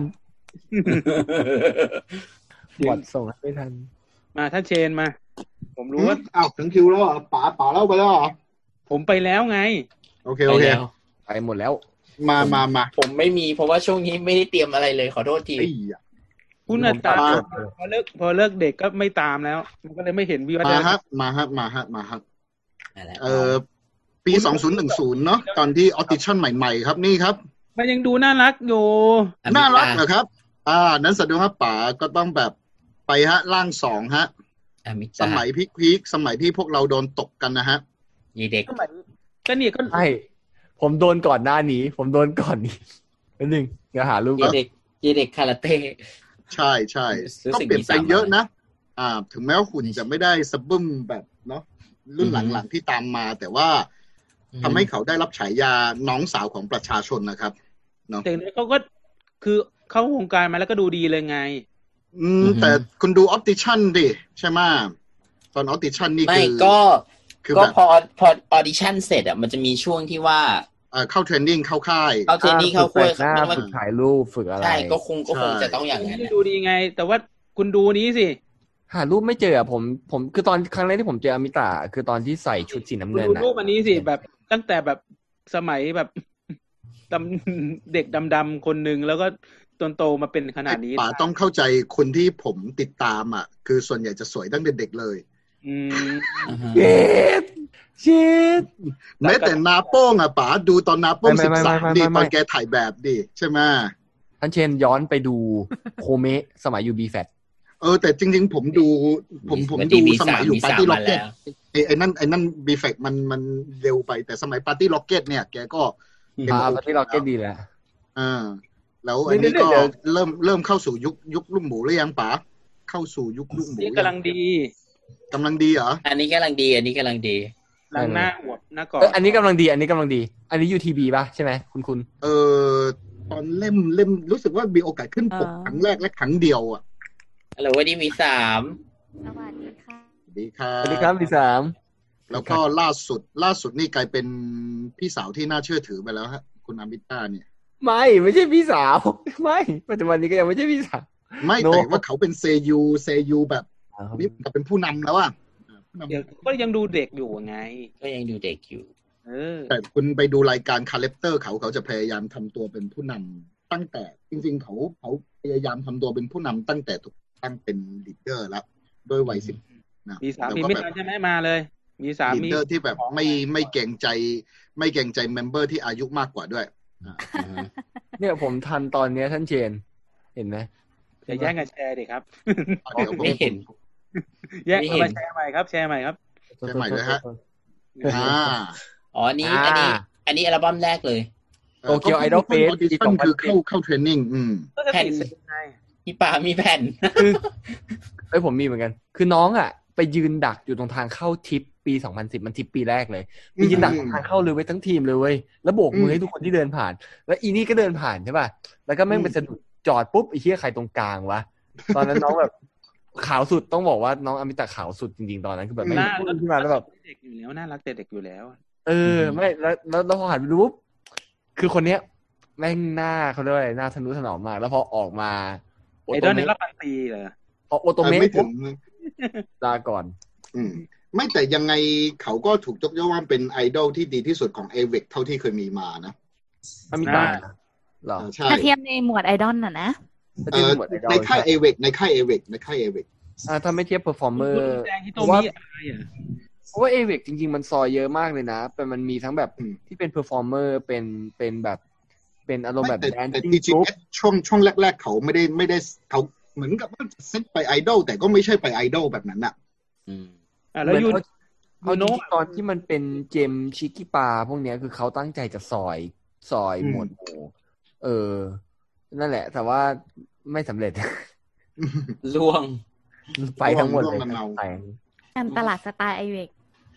บอทส่งไม่ทันมาถ้าเชนมาผมรู้ว่าอ้าวถึงคิวแล้วป๋าป๋าเล่าไปแล้วเหรอผมไปแล้วไงโอเคโอเคไปหมดแล้วมามามาผมไม่มีเพราะว่าช่วงนี้ไม่ได้เตรียมอะไรเลยขอโทษทีคุณน่ะตามพอเลิกพอเลิกเด็กก็ไม่ตามแล้วมันก็เลยไม่เห็นวิวัฒนาการมาฮะมาฮะมาฮะมาฮะเอ่อปีสองพันสิบเนาะตอนที่ออดิชั่นใหม่ๆครับนี่ครับมันยังดูน่ารักอยู่น่ารักเหรอครับอ่านั้นแสดงว่าป๋าก็ต้องแบบไปฮะร่างสองฮะสมัยพีคๆสมัยที่พวกเราโดนตกกันนะฮะยีเด็กก็นี่ก็ใช่ผมโดนก่อนหน้านี้ผมโดนก่อนนี้นิดนึงเดี๋ยวหารูปยีเด็กยีเด็กคาราเต้ใช่ใช่ก็เปลี่ยนไปเยอะนะอ่าถึงแม้ว่าหุ่นจะไม่ได้สะบึ้มแบบเนาะรุ่นหลังๆที่ตามมาแต่ว่าทำให้เขาได้รับฉายาน้องสาวของประชาชนนะครับเนาะแต่เขาก็คือเข้าวงการมาแล้วก็ดูดีเลยไงอืมแต่คุณดูออดิชั่นดิใช่ไหมตอนออดิชั่นนี่คือก็ก็พอพอออดิชั่นเสร็จอ่ะมันจะมีช่วงที่ว่าเข้าเทรนนิ่งเข้าค่ายเข้าเทรนนิ่งเข้าค่ายฝึกถ่ายรูปฝึกอะไรใช่ก็คงก็คงจะต้องอย่างนั้นดูดีไงแต่ว่าคุณดูนี้สิหารูปไม่เจออ่ะผมผมคือตอนครั้งแรกที่ผมเจออมิตาคือตอนที่ใส่ชุดสีน้ำเงินนะดูรูปอันนี้สิแบบตั้งแต่แบบสมัยแบบเด็กดำๆคนนึงแล้วก็ตอนโตมาเป็นขนาดนี้ป๋าต้องเข้าใจคนที่ผมติดตามอ่ะคือส่วนใหญ่จะสวยตั้งแต่เด็กเลยอืมเย็ดชิดแม้แต่นาโป้งอ่ะป๋าดูตอนนาโป้งสิบสามดิตอนแกถ่ายแบบดิใช่ไหมท่านเชนย้อนไปดูโคเมะสมัยยูบีแฟตเออแต่จริงๆผมดูผมผมดูสมัยอยู่ปาร์ตี้ล็อกเก็ตไอ้ไอ้นั่นไอ้นั่นบีแฟกมันมันเร็วไปแต่สมัยปาร์ตี้ล็อกเก็ตเนี่ยแกก็เป็นปาร์ตี้ล็อกเก็ตดีแหละอ่าแล้วอันนี้ก็เริ่มเริ่มเข้าสู่ยุคยุคลูกหมูหรือยังป๋าเข้าสู่ยุคลูกหมูกำลังดีกำลังดีเหรออันนี้กำลังดีอันนี้กำลังดีหลังหน้าอวบหน้ากอดอันนี้กำลังดีอันนี้กำลังดีอันนี้ยูทีบีป่ะใช่ไหมคุณคุณเออตอนเล่มเล่มรู้สึกว่ามีโอกาสขึ้นปกครั้งแรกและครั้งเดียวอ่ะฮัลโหลวันนี้มีสามสวัสดีค่ะสวัสดีครับสวัสดีครับมีสามแล้วก็ล่าสุดล่าสุดนี่กลายเป็นพี่สาวที่น่าเชื่อถือไปแล้วฮะคุณอามิต้าเนี่ยไม่ไม่ใช่พี่สาวไม่ปัจจุบันนี้ก็ยังไม่ใช่พี่สาวไม่แต่ว่าเขาเป็นเซยูเซยูแบบนี่ก็เป็นผู้นำแล้วอ่ะเดี๋ยวก็ยังดูเด็กอยู่ไงก็ยังดูเด็กอยู่เออแต่คุณไปดูรายการคาแรคเตอร์เขาเขาจะพยายามทำตัวเป็นผู้นำตั้งแต่จริงๆเขาเขาพยายามทำตัวเป็นผู้นำตั้งแต่ถูกตั้งเป็นลีดเดอร์แล้วโดยวัยสิบนะมีสามีไม่ทันใช่ไหมมาเลยมีสามีลีดเดอร์ที่แบบไม่ไม่เกรงใจไม่เกรงใจเมมเบอร์ที่อายุมากกว่าด้วยเนี่ยผมทันตอนนี้ท่านเชนเห็นไหมจะแย่งกันแชร์ดิครับเดี๋ยวไม่เห็นแย่งมาแชร์ใหม่ครับแชร์ใหม่ครับแชร์ใหม่เลยฮะอ่าอ๋ออันนี้อันนี้อันนี้อัลบั้มแรกเลยโตเกียวไอดอลเฟสที่ต้องคือเข้าเข้าเทรนนิ่งอืมแผ่นมีป่ามีแผ่นคือเอ้ยผมมีเหมือนกันคือน้องอ่ะไปยืนดักอยู่ตรงทางเข้าทิปปีสองพันสิบมันทิปปีแรกเลยไปยืนดักทางเข้าเลยไว้ทั้งทีมเลยเว้ยแล้วโบกมือให้ทุกคนที่เดินผ่านแล้วอีนี่ก็เดินผ่านใช่ป่ะแล้วก็แม่งไปสะดุดจอดปุ๊บไอ้เหี้ยใครตรงกลางวะตอนนั้นน้องแบบขาวสุดต้องบอกว่าน้องอมิตะขาวสุดจริงๆตอนนั้นคือแบบไม่พูดขึ้นมาแล้วแบบเด็กอยู่แล้วน่ารักแต่เด็กอยู่แล้วเออไม่แล้วแล้วพอหันไปดูปุ๊บคือคนเนี้ยแม่งหน้าเขาด้วยหน้าทะนุถนอมมากแล้วพอออกมาไอดอลเนี่ยรับพันปีเลยพอโอโตเมะปุ๊บลาก่อนอืมไม่แต่ยังไงเขาก็ถูกยกย่องว่าเป็นไอดอลที่ดีที่สุดของเอเวกเท่าที่เคยมีมานะอมิตะหรอใช่ถ้าเทียบในหมวดไอดอลน่ะนะในค่ายเอเวกในค่ายเอเวกในค่ายเอเวกอ่าถ้าไม่เทียบเพอร์ฟอร์เมอร์เพราะว่าเพราะว่าเอเวกจริงๆมันซอยเยอะมากเลยนะแต่มันมีทั้งแบบที่เป็นเพอร์ฟอร์เมอร์เป็นเป็นแบบเป็นอารมณ์แบบแดนซิ่งกรุ๊ปช่วงช่วงแรกๆเขาไม่ได้ไม่ได้เขาเหมือนกับว่าเซตไปไอดอลแต่ก็ไม่ใช่ไปไอดอลแบบนั้นอ่ะอืมอ่าแล้วยูเอาโน้ตอนที่มันเป็นเจมชิกิปาพวกเนี้ยคือเขาตั้งใจจะซอยซอยหมวดหมู่เออนั่นแหละแต่ว่าไม่สำเร็จล่วงไปทั้งหมดเลยการตลาดสไตล์ไอเวก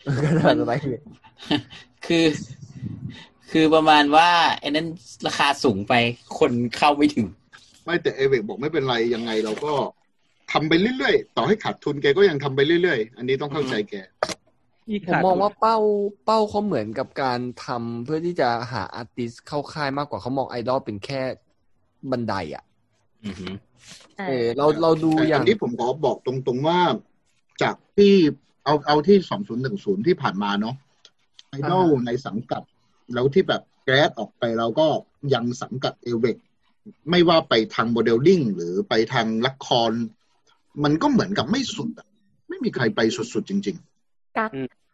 คือคือประมาณว่าไอ้นั้นราคาสูงไปคนเข้าไม่ถึงไม่แต่เอเวกบอกไม่เป็นไรยังไงเราก็ทำไปเรื่อยๆต่อให้ขาดทุนแกก็ยังทำไปเรื่อยๆอันนี้ต้องเข้าใจแกผมมองว่าเป้าเป้าเขาเหมือนกับการทำเพื่อที่จะหาอาร์ติสต์เข้าค่ายมากกว่าเขามองไอดอลเป็นแค่บันไดอ่ะเออเราเราดูอย่างนี้ผมขอบอกตรงๆว่าจากที่เอาเอาที่สองพันสิบที่ผ่านมาเนาะไอดอลในสังกัดแล้วที่แบบแกรดออกไปเราก็ยังสังกัดเอเวกไม่ว่าไปทางโมเดลลิ่งหรือไปทางละครมันก็เหมือนกับไม่สุดไม่มีใครไปสุดๆจริงๆกัก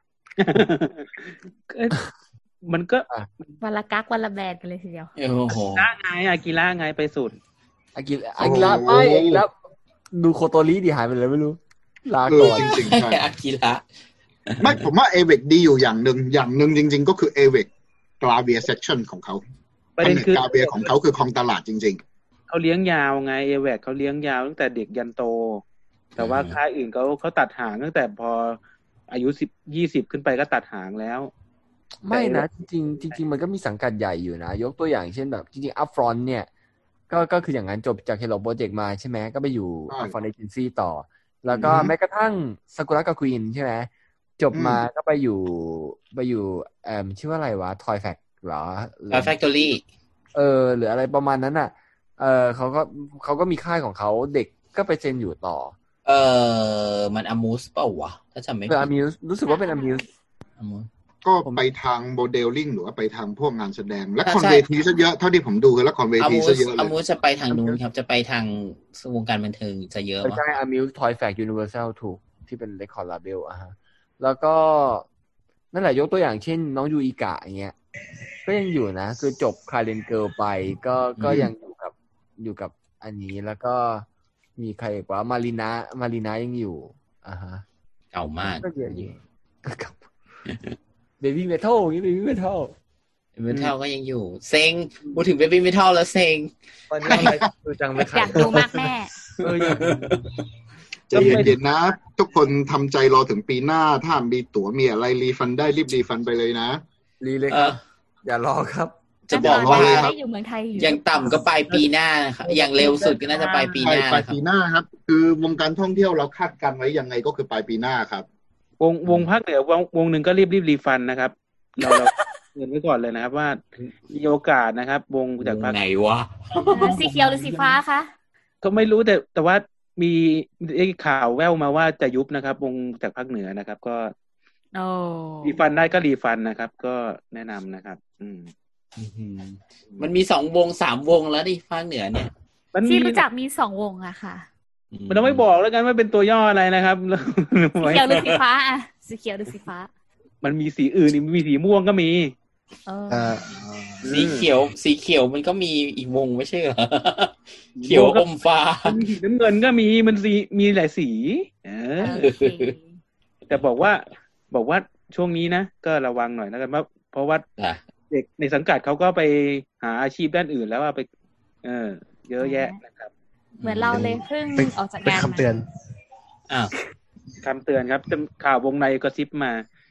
มันก็วันละกักวันละแบนกันเลยทีเดียวโอ้โหอากิระไงอากิระไงไปสุดอากิระอากิระไม่อากิระดูโคโตริดิหายไปเลยไม่รู้ลาก่อนจริงๆใช่อากิระไม่ผมว่าเอเวกดีอยู่อย่างหนึ่งอย่างหนึ่งจริงๆก็คือเอเวกกราเวียเซคชั่นของเขาประเด็นคือกราเวียของเขาคือครองตลาดจริงๆเขาเลี้ยงยาวไงเอเวกเขาเลี้ยงยาวตั้งแต่เด็กยันโตแต่ว่าค่ายอื่นเขาเขาตัดหางตั้งแต่พออายุสิบยี่สิบขึ้นไปก็ตัดหางแล้วไม่นะจริงๆจริงๆมันก็มีสังกัดใหญ่อยู่นะยกตัวอย่างเช่นแบบจริงๆ Upfront เนี่ยก็ก็คืออย่างนั้นจบจาก Hello Project มาใช่ไหมก็ไปอยู่ Upfront Agency ต่อแล้วก็แม้กระทั่ง Sakuraกับ Queen ใช่ไหมจบมาก็ไปอยู่ไปอยู่เอ่อชื่อว่าอะไรวะ Toy Fact เหรอ Toy Factory เออหรืออะไรประมาณนั้นน่ะเออเขาก็เขาก็มีค่ายของเขาเด็กก็ไปเซ็นอยู่ต่อเออมัน Amuse เปล่าวะถ้าจำไม่ผิด Amuse รู้สึกว่าเป็น Amuse Amuse ก็ไปทางโมเดลลิ่งหรือว่าไปทางพวกงานแสดงและคอนเวทีซะเยอะเท่าที่ผมดูคือละครเวทีซะเยอะเลย Amuse จะไปทางนู้นครับจะไปทางวงการบันเทิงจะเยอะใช่ Amuse Toy Fact Universal ถูกที่เป็น Record Label อ่ะฮะแล้วก็นั่นแหละยกตัวอย่างเช่นน้องยูอิกะอย่างเงี้ยก็ยังอยู่นะคือจบคาเรนเกิร์ลไปก็ก็ยังอยู่กับอยู่กับอันนี้แล้วก็มีใครอีกว่ามารีนามารีนายังอยู่อ่าฮะเก่ามากก็เยอะอยู่ก็เก่าเบบี้เมทัลอย่างงี้เบบี้เมทัลเมทัลก็ยังอยู่เซ็งพูดถึงเบบี้เมทัลแล้วเซ็งตอนนี้อะไรดูจังไม่ขายอยากดูมากแม่เออใจเย็นๆนะทุกคนทำใจรอถึงปีหน้าถ้ามีตั๋วมีอะไรรีฟันได้รีบรีฟันไปเลยนะรีเลยครับอย่ารอครับจะบอกว่าอย่างต่ำก็ปลายปีหน้าครับอย่างเร็วสุดก็น่าจะปลายปีหน้าปลายปีหน้าครับคือวงการท่องเที่ยวเราคาดการไว้ยังไงก็คือปลายปีหน้าครับวงวงภาคเหนือวงวงหนึ่งก็รีบรีบรีฟันนะครับเราเราเงินไว้ก่อนเลยนะครับว่ามีโอกาสนะครับวงจากภาคไหนวะสีเขียวหรือสีฟ้าคะก็ไม่รู้แต่แต่ว่ามีข่าวแว่วมาว่าจะยุบนะครับวงจากภาคเหนือนะครับก็รีฟันได้ก็รีฟันนะครับก็แนะนำนะครับอืมมันมีสองวงสามวงแล้วดิภาคเหนือเนี่ยที่รู้จักมีสองวงอะค่ะมันต้องไม่บอกแล้วกันว่าเป็นตัวย่ออะไรนะครับสีเขียวหรือสีฟ้าอะสีเขียวหรือสีฟ้ามันมีสีอื่นมีสีม่วงก็มีสีเขียวสีเขียวมันก็มีอีกวงไม่ใช่เหรอเขียวอมฟ้าสีน้ำเงินก็มีมันสีมีหลายสีเออแต่บอกว่าบอกว่าช่วงนี้นะก็ระวังหน่อยแล้วกันว่าเพราะว่าเด็กในสังกัดเขาก็ไปหาอาชีพด้านอื่นแล้วว่าไปเออเยอะแยะนะครับเหมือนเราเลยเพิ่งออกจากงานคำเตือนอ้าวคำเตือนครับข่าววงในก็ซิปมา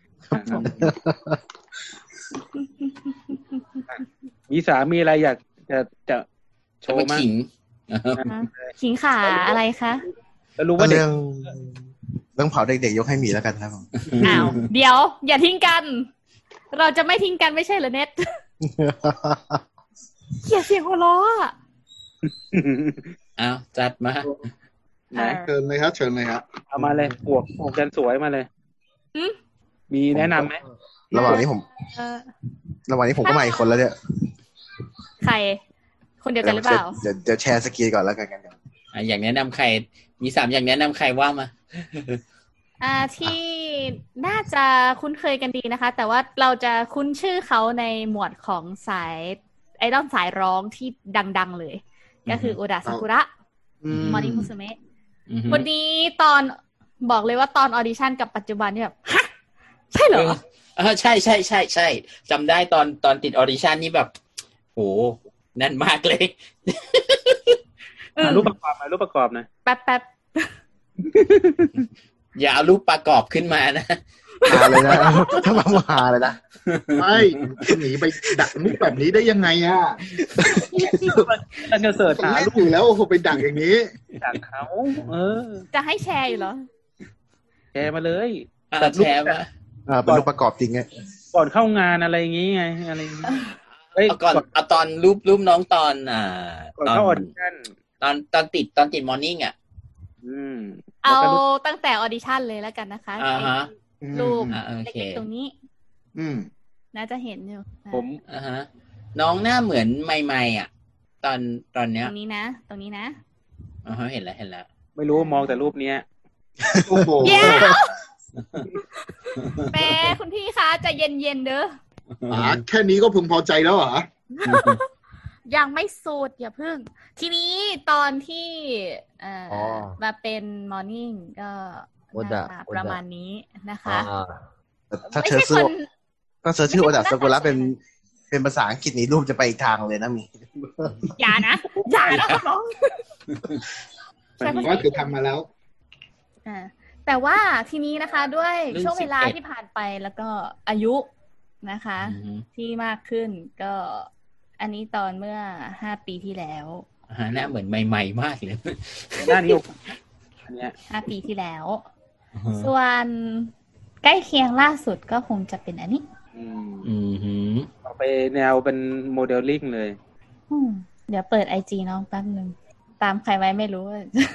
มีสามีอะไรอยากจะจะโชว์มั้ยขิงขิงขาอะไรคะแล้วรู้ว่าเรื่องเรื่องเผาเด็กๆยกให้หมีแล้วกันครับอ้าวเดี๋ยวอย่าทิ้งกันเราจะไม่ทิ้งกันไม่ใช่เหรอเน็ตเขียนเสียงหัวเราะอ้าวจัดมาเชิญเลยครับเชิญเลยครับเอามาเลยปวกปวกกันสวยมาเลยมีแนะนำไหมระหว่างนี้ผมระหว่างนี้ผมก็มาอีกคนแล้วเนี่ยใครคนเดียวกันหรือเปล่าเดี๋ยวเดี๋ยวแชร์สกีก่อนแล้วกันกันอ่ะอย่างแนะนำใครมีสามอย่างแนะนำใครว่ามาอ่าที่น่าจะคุ้นเคยกันดีนะคะแต่ว่าเราจะคุ้นชื่อเขาในหมวดของสายไอดอลสายร้องที่ดังๆเลยก็คือโอดะซากุระมอริมุสเมะวันนี้ตอนบอกเลยว่าตอนออดิชั่นกับปัจจุบันนี่แบบฮะใช่เหรอเออใช่ใช่ใช่ใช่จำได้ตอนตอนติดออดิชั่นนี่แบบโหนั่นมากเลยรูปประกอบมารูปประกอบนะแป๊บแป๊บอย่าเอารูปประกอบขึ้นมานะหาเลยนะถ้ามาหาเลยนะไม่หนีไปดักมุกแบบนี้ได้ยังไงอ่ะแล้วจะเสิร์ชคนหาแรกรูปอยู่แล้วโอ้โหไปดักอย่างนี้จากเขาเออจะให้แชร์อยู่เหรอแชร์มาเลยอ่าแชร์มาอ่าเป็นรูปประกอบจริงไงก่อนเข้างานอะไรอย่างงี้ไงอะไรอย่างงี้เอ้ยเอาก่อนเอาตอนรูปรูปน้องตอนอ่าก่อนตอนเข้าออดิชั่นตอนตอนติดตอนติดมอร์นิ่งอ่ะอืมเอาตั้งแต่ออดิชั่นเลยแล้วกันนะคะอ่าฮะรูปอ่าโอเคเล็กๆตรงนี้อืมน่าจะเห็นอยู่ผมอ่าฮะน้องหน้าเหมือนใหม่ๆอ่ะ ตอนตอนเนี้ยตรงนี้นะ ตรงนี้นะอ่าฮะเห็นแล้วเห็นแล้วไม่รู้มองแต่รูปเนี้ยโอ้โหเย้แม่คุณพี่คะใจะเย็นๆเด้ออ่าแค่นี้ก็พึงพอใจแล้วเหรอยังไม่สุดอย่าพึ่ง ทีนี้ตอนที่เอ่ออมาเป็นมอร์นิ่งก็โอดะหน้าตาประมาณนี้นะคะอ่าถ้าไม่เธอใช่ซื้คอน ถ้าเธอชื่อโอดาซากุระเป็นเป็นภาษาอังกฤษนี่รูปจะไปอีกทางเลยนะมีอย่านะอย่านะน้องหมายถึงว่าคือทำมาแล้วอ่าแต่ว่าทีนี้นะคะด้วยช่วงเวลาที่ผ่านไปแล้วก็อายุนะคะอือฮึที่มากขึ้นก็อันนี้ตอนเมื่อห้าปีที่แล้วอ่าฮะหน้าเหมือนใหม่ๆมากเลยหน้านี้อันเนี้ยห้าปีที่แล้วอือฮะส่วนใกล้เคียงล่าสุดก็คงจะเป็นอันนี้อืมอือหือเอาไปแนวเป็นโมเดลลิ่งเลยอืมเดี๋ยวเปิดไอจีน้องแป๊บนึงตามใครไว้ไม่รู้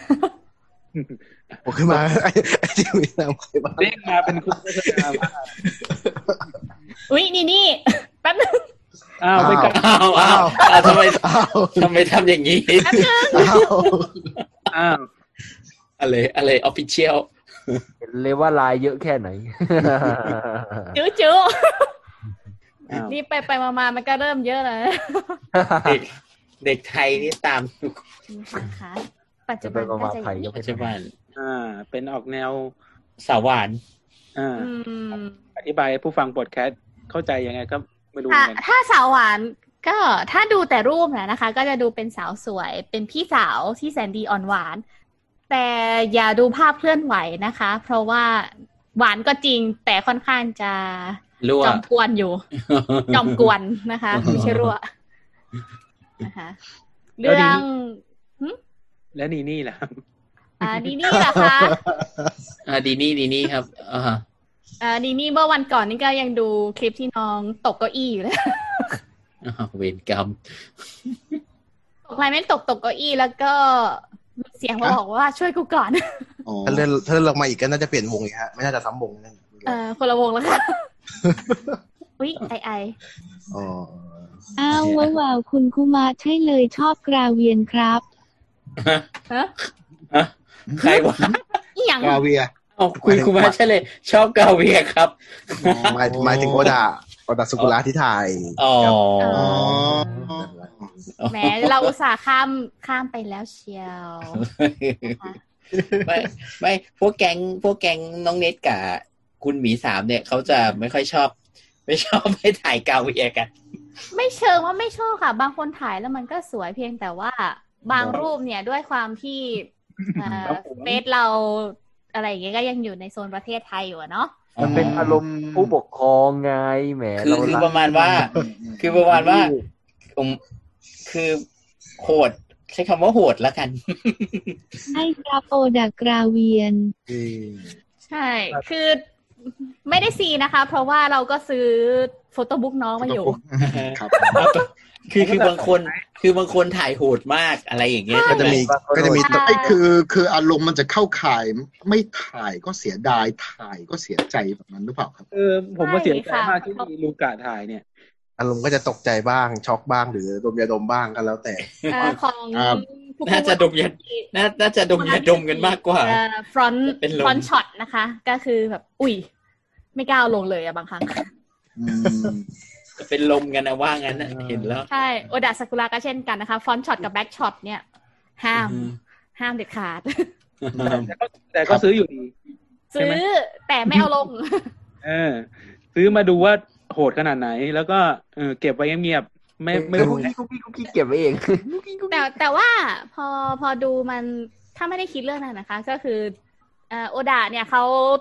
ผมขึ้นมาไอ้ไอ้ที่มีนามใครบ้างเด้งมาเป็นคุณโฆษณามาอุ๊ยนี่นี่แป๊บนึงอ้าวไม่กล้าอ้าวอ้าวอ้าวทำไมอ้าวทำไมทำอย่างนี้แป๊บนึงอ้าวอ้าวอะไรอะไรออฟฟิเชียลเห็นเลยว่าลายเยอะแค่ไหนจื้อจื้ออ้าวนี่ไปไปมาๆมันก็เริ่มเยอะแล้วเด็กเด็กไทยนี่ตามทุกนะคะปัจจุบันก็จะอย่างนี้ปัจจุบันอ่า เป็นออกแนวสาวหวานอ่าอืมอธิบายให้ผู้ฟังพอดแคสต์เข้าใจยังไงก็ไม่รู้เหถ้ามือนกันถ้าสาวหวานก็ถ้าดูแต่รูปนะนะคะ ก็จะดูเป็นสาวสวย เป็นพี่สาวที่แสนดีอ่อนหวาน แต่อย่าดูภาพเคลื่อนไหวนะคะ เพราะว่าหวานก็จริง แต่ค่อนข้างจะรั่วจอมกวนอยู่ จอมกวนนะคะไม่ใช่รั่วนะคะ เรื่องและนี่นี่แหละครับอ่าดีนี่เหรอคะอ่าดีนี่ดีนี่ครับอ่าฮะอ่าดีนี่เมื่อวันก่อนนี่ก็ยังดูคลิปที่น้องตกเก้าอี้อยู่เลยอ้าวเวรกรรมตกอะไรไม่ตกตกเก้าอี้แล้วก็มีเสียงมาบอกว่าช่วยกูก่อนอ๋อถ้าเลื่อนถ้าเลื่อนลงมาอีกก็น่าจะเปลี่ยนวงอีกฮะไม่น่าจะซ้ำวงนั่นเออคนละวงแล้วค่ะ อุ๊ยไอไออ๋ออ้าวว้าวว้าวคุณคุมาใช่เลยชอบกราเวียนครับฮะฮะใครวะอีหยังกาเวียเอาคุยคุมาใช่เลย ชอบกาเวียครับหมายหมายถึงโอดาโอดาซากุระที่ถ่ายอ๋ออ๋อแหมเราอุตส่าห์ข้ามข้ามไปแล้วเชียวนะคะไม่ไม่พวกแก๊งพวกแก๊งน้องเนทกับคุณหมีสามเนี่ยเขาจะไม่ค่อยชอบ ไม่ชอบให้ถ่ายกาเวียกันไม่เชิงว่าไม่ชอบค่ะ บางคนถ่ายแล้วมันก็สวยเพียงแต่ว่าบางรูปเนี่ยด้วยความที่เอ่อเฟซเราอะไรอย่างเงี้ยก็ยังอยู่ในโซนประเทศไทยอยู่อะเนาะมันเป็นอารมณ์ผู้ปกครองไงแหมคือคือประมาณว่า คือประมาณว่าผมคือโหดใช้คำว่าโหดแล้วกันให้ครับโอดากราเวียนใช่ คือไม่ได้ซีนะคะ เพราะว่าเราก็ซื้อโฟโต้บุ๊กน้องมาอยู่ครับคือคือบางคนคือบางคนถ่ายโหดมากอะไรอย่างเงี้ยก็จะมีก็จะมีใช่ไอ้คือคืออารมณ์มันจะเข้าข่ายไม่ถ่ายก็เสียดายถ่ายก็เสียใจแบบนั้นหรือเปล่าครับเออผมว่าเสียใจมากใช่ที่ค่ะมีลูกะถ่ายเนี่ยอารมณ์ก็จะตกใจบ้างช็อกบ้างหรือดมยาดมบ้างก็แล้วแต่เอ่อของครับผู้น่าจะดมยาน่าน่าจะดมยาดมกันมากกว่าฟรอนต์เป็นลมฟรอนต์ช็อตนะคะ ก็คือแบบ อุ้ย ไม่กล้าเอาลงเลยอะบางครั้งอืมเป็นลมกันนะว่างั้นนะเห็นแล้วใช่โอดาซากุระก็เช่นกันนะคะฟรอนต์ช็อตกับแบ็กช็อตเนี่ย ห้ามอืมห้ามเด็ดขาดแต่ก็แต่ก็ซื้ออยู่ดี ใช่ซื้ไหมอแต่ไม่เอาลงเออ ซื้อมาดูว่าโหดขนาดไหน แล้วก็เออเก็บไว้เงียบๆไม่ไม่คุกกี้คุกกี้คุกกี้เก็บไว้เองแต่แต่ว่าพอพอดูมันถ้าไม่ได้คิดเรื่องนั้นนะคะ ก็คือเอ่อโอดาเนี่ยเขา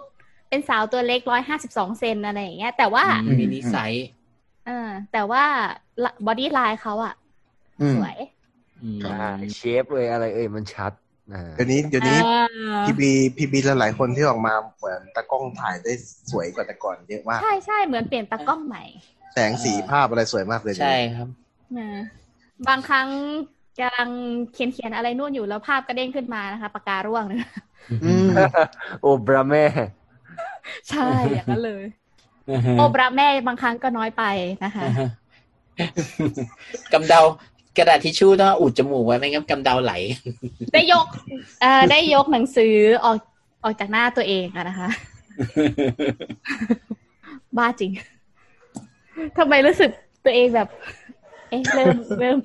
เป็นสาวตัวเล็กร้อยห้าสิบสองเซนอะไรอย่างเงี้ยแต่ว่ามินิไซส์เออแต่ว่าบอดี้ไลน์เขาอะสวยเชฟเลยอะไรเอ่ยมันชัดเดี๋ยวนี้เดี๋ยวนี้พีบีพีบีหลายๆคนที่ออกมาเหมือนตากล้องถ่ายได้สวยกว่าแต่ก่อนเยอะมากใช่ใช่เหมือนเปลี่ยนตากล้องใหม่แสงสีภาพอะไรสวยมากเลยใช่ครับบางครั้งกำลังเขียนเขียนอะไรนู่นอยู่แล้วภาพก็เด้งขึ้นมานะคะปากการ่วงเลยโอ้บราแม่ใช่อย่างนั้นเลยโอ้บราแม่บางครั้งก็น้อยไปนะคะกำเดากระดาษทิชชู่ต้องอุดจมูกไว้ไม่งั้นกำเดาไหลได้ยกเอ่อได้ยกหนังสือออกออกจากหน้าตัวเองอะนะคะบ้าจริงทำไมรู้สึกตัวเองแบบเอ๊ะเริ่มเริ่ม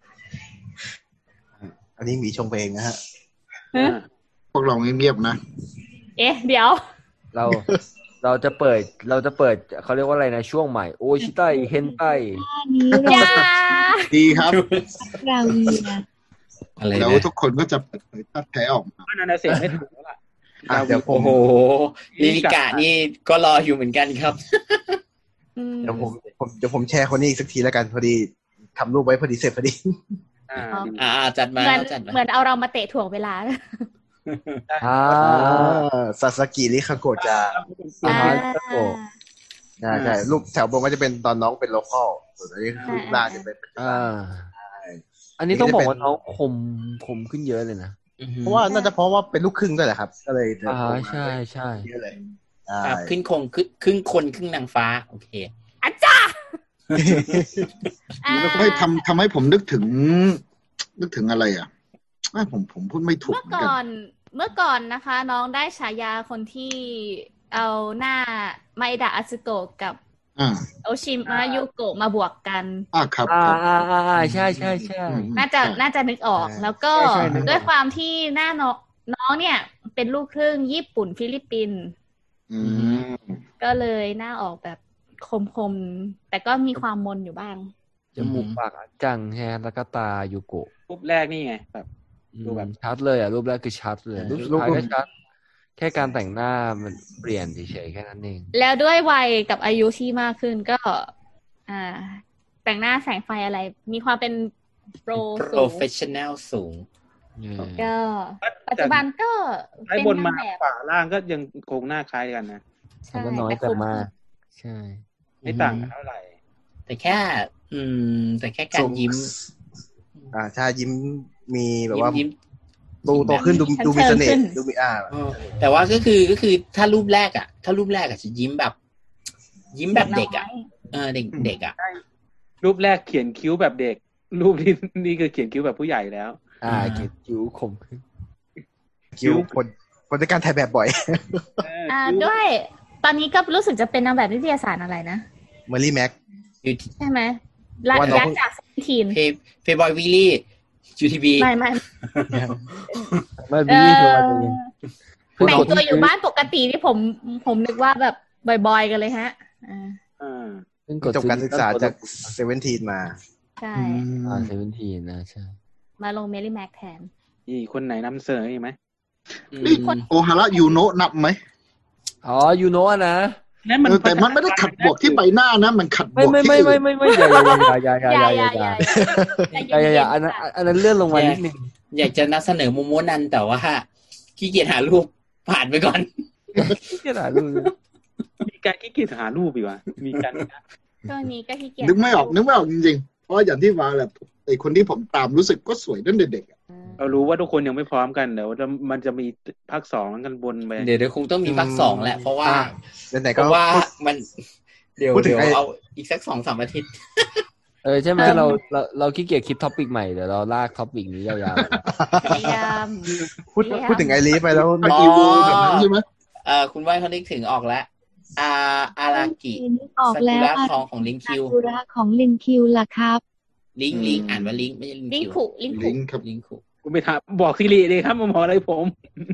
อันนี้มีชงเพลงนะฮะพวกเราเงียบๆนะเอ๊ะเดี๋ยวเราเราจะเปิดเราจะเปิดเขาเรียกว่าอะไรนะช่วงใหม่โอชิไตเฮนไตจ้าดีครับเราดีนะแล้วทุกคนก็จะเปิดเผยท่าแท้ออกมาอันนั้นเสียงไม่ถูกแล้วล่ะเดี๋ยวผมโอ้โหลิลิกะนี่ก็รออยู่เหมือนกันครับเดี๋ยวผมผมเดี๋ยวผมแชร์คนนี้อีกสักทีแล้วกันพอดีทำรูปไว้พอดีเสร็จพอดีอ่าจัดมาจัดมาเหมือนเอาเรามาเตะถ่วงเวลาอ่าซาสกิริคาโกะจะอ่าใช่ใช่รูปแถวบนก็จะเป็นตอนน้องเป็นโลคอลส่วนอันนี้รูปล่างจะเป็นอ่าอันนี้ต้องบอกว่าน้องคมคมขึ้นเยอะเลยนะเพราะว่าน่าจะเพราะว่าเป็นลูกครึ่งด้วยแหละครับก็เลยอ่าใช่ใช่เยอะเลยอ่าขึ้นคงครึ่งคนครึ่งนางฟ้าโอเคอาจารย์แล้วก็ให้ทำทำให้ผมนึกถึงนึกถึงอะไรอ่ะผมผมพูดไม่ถูกเมื่อก่อนเมื่อก่อนนะคะน้องได้ฉายาคนที่เอาหน้าไมดะอาซึโกะกับโอชิมะยุโกะมาบวกกันอ่าครับอ่าอ่าอ่าใช่ใช่ใช่น่าจะน่าจะนึกออกแล้วก็ด้วยความที่หน้าน้องน้องเนี่ยเป็นลูกครึ่งญี่ปุ่นฟิลิปปินส์ก็เลยหน้าออกแบบคมๆแต่ก็มีความมนอยู่บ้างจมูกปากจังแฮแล้วก็ตายุโกะรูปแรกนี่ไงแบบดูแบบชัดเลยอ่ะรูปแรกคือชัดเลยรูปสุดท้ายก็ชัดแค่การแต่งหน้ามันเปลี่ยนเฉยๆแค่นั้นเองแล้วด้วยวัยกับอายุที่มากขึ้นก็อ่าแต่งหน้าแสงไฟอะไรมีความเป็นโปรโปรเฟชชั่นแนลสูงก็ปัจจุบันก็เป็นบนมาฝ่าล่างก็ยังคงหน้าคล้ายกันนะใช่น้อยแต่มากใช่ไม่ต่างกันเท่าไหร่แต่แค่อืมแต่แค่การยิ้มอ่าใช่ยิ้มมีแบบว่าโตโตขึ้นดูดูมีเสน่ห์ดูมีอ่าแต่ว่าก็คือก็คือถ้ารูปแรกอ่ะถ้ารูปแรกอ่ะจะยิ้มแบบยิ้มแบบเด็กอ่ะเออเด็กเด็กอ่ะรูปแรกเขียนคิ้วแบบเด็กรูปที่นี่คือเขียนคิ้วแบบผู้ใหญ่แล้วอ่าเขียนคิ้วคมขึ้นคิ้วคนคนในการถ่ายแบบบ่อยอ่าด้วยตอนนี้ก็รู้สึกจะเป็นนางแบบนิตยสารอะไรนะเมอร์รี่แม็กใช่ไหมย้ายจากเซนทีนเฟย์เฟย์บอยวิลลี่ยูทีบีไม่ไม่ไม่วิลลี่ตัวอะไรแต่งตัวอยู่บ้านปกติที่ผมผมนึกว่าแบบบ่อยๆกันเลยฮะอ่าจบการศึกษาจากเซเว่นทีนมาใช่อ่าเซเว่นทีนนะใช่มาลงเมลี่แม็กแทนนี่คนไหนนำเสนออีกไหมนี่โอฮาระยูโนะนับไหมอ๋อยูโนะนะแต่มันไม่ได้ขัดบวกที่ใบหน้านะมันขัดบวกที่ไม่ไม่ไม่ไม่ไม่อย่าอย่าอย่าอย่าอย่าอย่าอย่าอย่าอย่าอันนั้นอันนั้นเลื่อนลงมานิดนึงอยากจะนำเสนอมุมม้วนนั้นแต่ว่าขี้เกียจหารูปผ่านไปก่อนขี้เกียจหารูปมีการขี้เกียจหารูปอีกวะมีการตัวนี้ก็ขี้เกียจนึกไม่ออกนึกไม่ออกจริงๆเพราะอย่างที่ว่าแหละไอ้คนที่ผมตามรู้สึกก็สวยตั้งแต่เด็กเรารู้ว่าทุกคนยังไม่พร้อมกันเดี๋ยวมันจะมีภาคสองกันบนไปเดี๋ยวเดี๋ยวคงต้องมีภาคสองแหละเพราะว่าเพราะว่ามันเดี๋ยวเดี๋ยวเอาอีกสักสองสามอาทิตย์เออใช่ไหมเราเราเราขี้เกียจคิดท็อปิกใหม่เดี๋ยวเราลากท็อปิกนี้ยาวๆพยายามพูดพูดถึงไอรีไปแล้วเมื่อกี้วูแบบนั้นใช่ไหมเออคุณว่าเขานึกถึงออกแล้วอาอารากิออกแล้วซากุระของของลิงคิวซากุระของลิงคิวล่ะครับลิงลิงอ่านว่าลิงไม่ใช่ลิงลิงคุลิงคุครับลิงคุคุณไปถามบอกซิริเลยครับมาบอกอะไรผม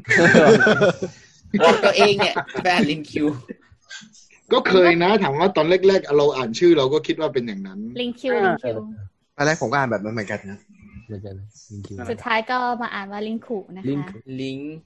บอกตัวเองเนี่ยแฟนลิงคิวก็เคยนะถามว่าตอนแรกๆเราอ่านชื่อเราก็คิดว่าเป็นอย่างนั้นลิงคิวลิงคิวตอนแรกผมก็อ่านแบบนั้นเหมือนกันนะสุดท้ายก็มาอ่านว่าลิงคุนะคะลิงลิ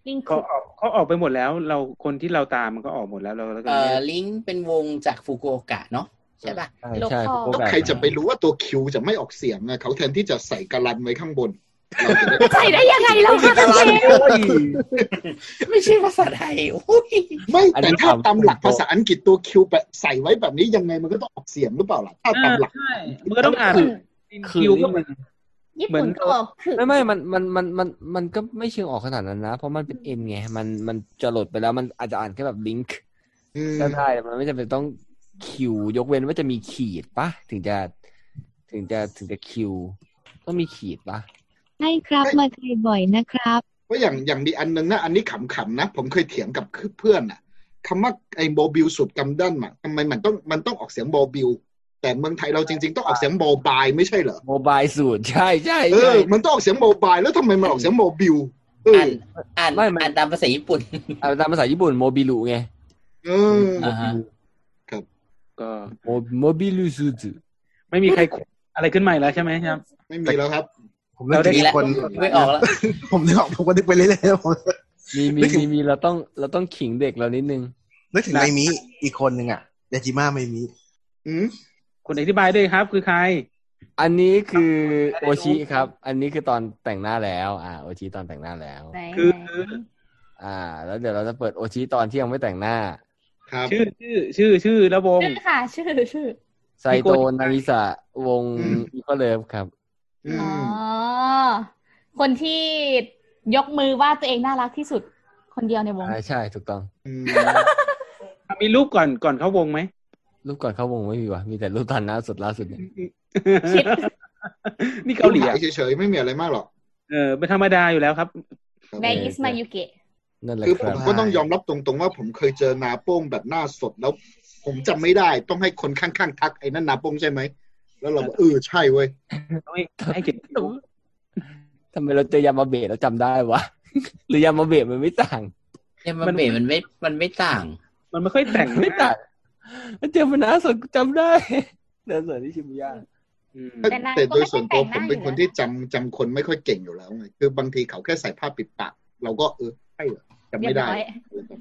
ลิงเขาคุออกเขาออกไปหมดแล้ว เราคนที่เราตามมันก็ออกหมดแล้วเราแล้วก็เอ่ไม่อได้ลิงก์เป็นวงจากฟุกุโอกะเนาะใช่ป่ะใช่โลใช่คอลพวกแล้วแบบใครจะไปรู้ว่าตัวคิวจะไม่ออกเสียงอะเขาแทนที่จะใส่การันไว้ข้างบนเราจะได้ใส่ได้ยังไงเราคะการันเชฟโอ้ยไม่ใช่ภาษาไทยโอ้ยไม่อันแต่นี้ถ้าถามตามหลักผมภาษาอังกฤษตัวคิวแบบใส่ไว้แบบนี้ยังไงมันก็ต้องออกเสียงหรือเปล่าล่ะถ้าตามหลักใช่มันก็ต้องอ่านคือคิวก็นี่เหมืมัอนนญี่เหมืปุ่อนนก็ออกคือไม่ไม่มันมันมันมันมันก็ไม่เชิงออกขนาดนั้นนะเพราะมันเป็นเอ็นไงมันมันจะโหลดไปแล้วมันอาจจะอ่านแค่แบบลิงก์อืมก็ได้มันไม่จำเป็นต้องคิวยกเว้นว่าจะมีขีดปะถึงจะถึงจะถึงจะคิวต้องมีขีดปะให้ครับมาไทยบ่อยนะครับว่าอย่างอย่างมีอันนึงนะอันนี้ขำๆนะผมเคยเถียงกับเพื่อนอะคำว่าไอ้โมบิลสุดกำดั้มอะทำไมมันต้องมันต้องออกเสียงโมบิลแต่เมืองไทยเราจริงๆต้องออกเสียงโมบายไม่ใช่เหรอโมบายสูตรใช่ใช่เอใช่อมันต้องออกเสียงโมบายแล้วทำไมมันออกเสียงโมบิลเอออ่านอ่านอ่านตามภาษาญี่ปุ่นอ่าตามภาษาญี่ปุ่นโมบิลุไงเอออ่าฮะก็โมโมบิลุสูตรไม่มีใครอะไรขึ้นใหม่แล้วใช่ไหมครับไม่มีแล้วครับผมนึกถึงมีอีแล้วกคนไม่ออกแล้วผมนึกออกผมก็นึกไปเรื่อยๆผมมีมีมีมีเราต้องเราต้องขิงเด็กเรานิดนึงนึกถึงไมมิอีกคนหนึ่งอ่ะยาจิมะไมมิอืมคุณอธิบายด้วยครับ คือใครอันนี้คือโอชิครับ อันนี้คือตอนแต่งหน้าแล้ว อ่าโอชิตอนแต่งหน้าแล้วไหนคืออ่า แล้วเดี๋ยวเราจะเปิดโอชิตอนที่ยังไม่แต่งหน้าครับชื่อชื่อชื่อชื่อแล้ววงชื่อค่ะ ชื่อชื่อไซโตนาริสะวงอืมอีโคเลิฟครับอือ๋อมคนที่ยกมือว่าตัวเองน่ารักที่สุด คนเดียวในวงอ่าใช่ถูกต้องอืมมีรูปก่อนก่อนเข้าวงไหมรูปก่อนเข้าวงไม่มีวะมีแต่รูปตอนหน้าสุดล่าสุดเนี่ยชิดนี่เกาหลีอ่ะเฉยๆไม่มีอะไรมากหรอกเออเป็นธรรมดาอยู่แล้วครับแบงอิสมายุเกะนั่นแหละคือคผรับมก็ต้องยอมรับตรงๆว่าผมเคยเจอนาโป้งแบบหน้าสดแล้ว ผมจำไม่ได้ต้องให้คนข้างๆทักไอ้นั่นนาโป้งใช่ไหมแล้วเราบอกเออใช่เว้ยต้องให้ให้เกียรติทำไมเราเจอยามาเบะแล้วจำได้วะ หรือยามาเบะมันไม่ต่างเนี่ยมันเบมันไม่มันไม่ต่างมันไม่ค่อยแต่งไม่ต่างเจอมันหน้าสดจำได้เดินสวนที่ชิบูย่าอืมแต่นางแต่ก็โดยไม่ส่วนได้ตัวแต่งหน้าผมเป็นอยู่คนแล้วที่จำจำคนไม่ค่อยเก่งอยู่แล้วไงคือบางทีเขาแค่ใส่ผ้าปิดปากเราก็เออใช่เหรอจำไม่ได้เรียบร้อย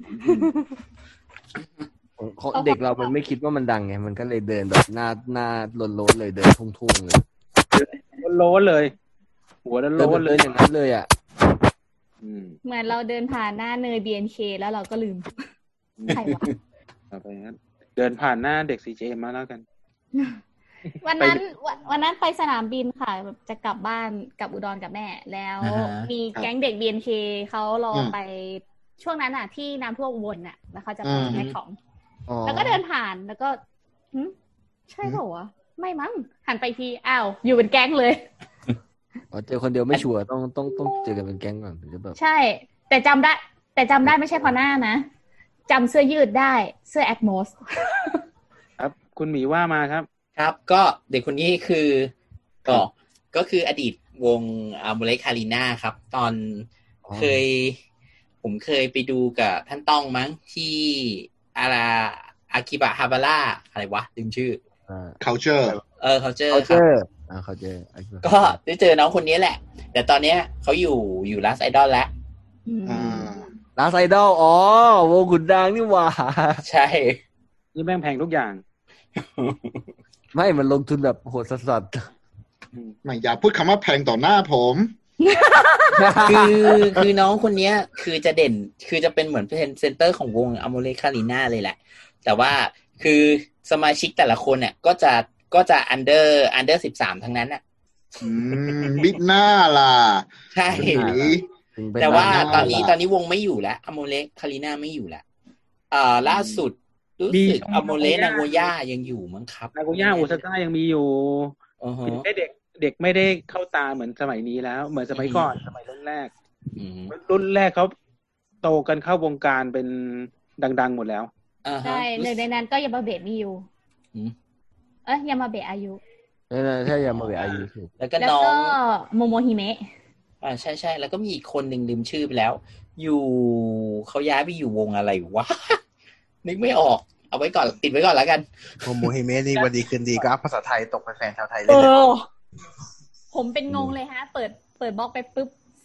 เด็กเรามันไม่คิดว่ามันดังไงมันก็เลยเดินแบบหน้าหน้าโลนๆเลยเดินทุ่งๆเลยโล้นเลย หัวโล้เดินนเลเลย ยอย่างนั้นเลยอ่ะอืมเหมือนเราเดินผ่านหน้าเนย บี เอ็น เค แล้วเราก็ลืม ใครวะต่อไปงั้นเดินผ่านหน้าเด็ก ซี เจ เอ็ม มาแล้วกันวันนั้นวันวันนั้นไปสนามบินค่ะแบบจะกลับบ้านกลับอุดรกับแม่ แล้วอ่าฮะมีแก๊งเด็ก บี เอ็น เค เขารออมไปช่วงนั้นอ่ะ ที่น้ำท่วมอุบลน่ะ แล้วเขาจะไปอืมแพ็คของอ๋อแล้วก็เดินผ่านแล้วก็หึใช่เปล่าวะไม่มั้งหันไปทีอ้าวอยู่เป็นแก๊งเลยอ๋อเจอคนเดียวไม่ชัวร์ต้องต้องต้องเจอกันเป็นแก๊งก่อนถึงจะแบบใช่ แต่จำได้ แต่จำได้ไม่ใช่เพราะหน้านะจำเสื้อยืดได้เสื้อแอดโมสครับ คุณหมีว่ามาครับครับ ก็เด็กคนนี้คือก็ก็คืออดีตวงอามูเลคาริน่าครับ ตอนเคย ผมเคยไปดูกับท่านต้องมั้งที่อาราอากิบะฮาบาร่าอะไรวะลืมชื่ออ่า culture เออเขาเจอเขาคเจรับออ่าเขาเจอก็ได้เจอน้องคนนี้แหละ แต่ตอนเนี้ยเขาอยู่อยู่ลาสไอดอลแล้วอ่าลาไซดอลอ๋อวงขุนดังนี่หว่าใช่นี่แม่งแพงทุกอย่างไม่มันลงทุนแบบโหดสัสไม่อย่าพูดคำว่าแพงต่อหน้าผมคือคือน้องคนเนี้ย คือจะเด่นคือจะเป็นเหมือนเป็นเซนเตอร์ของวงอามูเลคาริน่าเลยแหละ แต่ว่าคือสมาชิกแต่ละคนเนี่ยก็จะก็จะอันเดอร์อันเดอร์สิบสามทั้งนั้นอ่ะอืมบิดหน้าล่ะใช่หนีๆถึงเป็นแต่ว่าบ้าตอนนี้ล่ะตอนนี้วงไม่อยู่แล้วอโมเลคาริน่าไม่อยู่แล้วอ่าล่าสุดรู้มีสึกอโมเลนาโกย่ายังอยู่มั้งครับนาโกย่าโอซาก้ายังมีอยู่อือฮะได้เด็กเด็กไม่ได้เข้าตาเหมือนสมัยนี้แล้ว เหมือนสมัยก่อนสมัยรุ่นแรกอืมรุ่นแรกเขาโตกันเข้าวงการเป็นดังๆหมดแล้วอ่าฮะใช่หนึ่งในนั้นก็ยามาเบะมีอยู่อืมเอ้ยยามาเบะอายุนั่นๆใช่ยามาเบะอายุถูกแล้วก็แล้วน้องก็โมโมฮิเมะอ่าใช่ใช่แล้วก็มีอีกคนหนึ่งลืมชื่อไปแล้ว อยู่เขาย้ายไปอยู่วงอะไรวะ นึกไม่ออก เอาไว้ก่อนติดไว้ก่อนแล้วกันโมโมฮิเมะนี่วันดีคืนดีก็อัพภาษาไทยตกเป็นแฟนชาวไทยเลเอยนะอ ผมเป็นงงเลยฮะ เปิดเปิดบล็อกไปปุ๊บ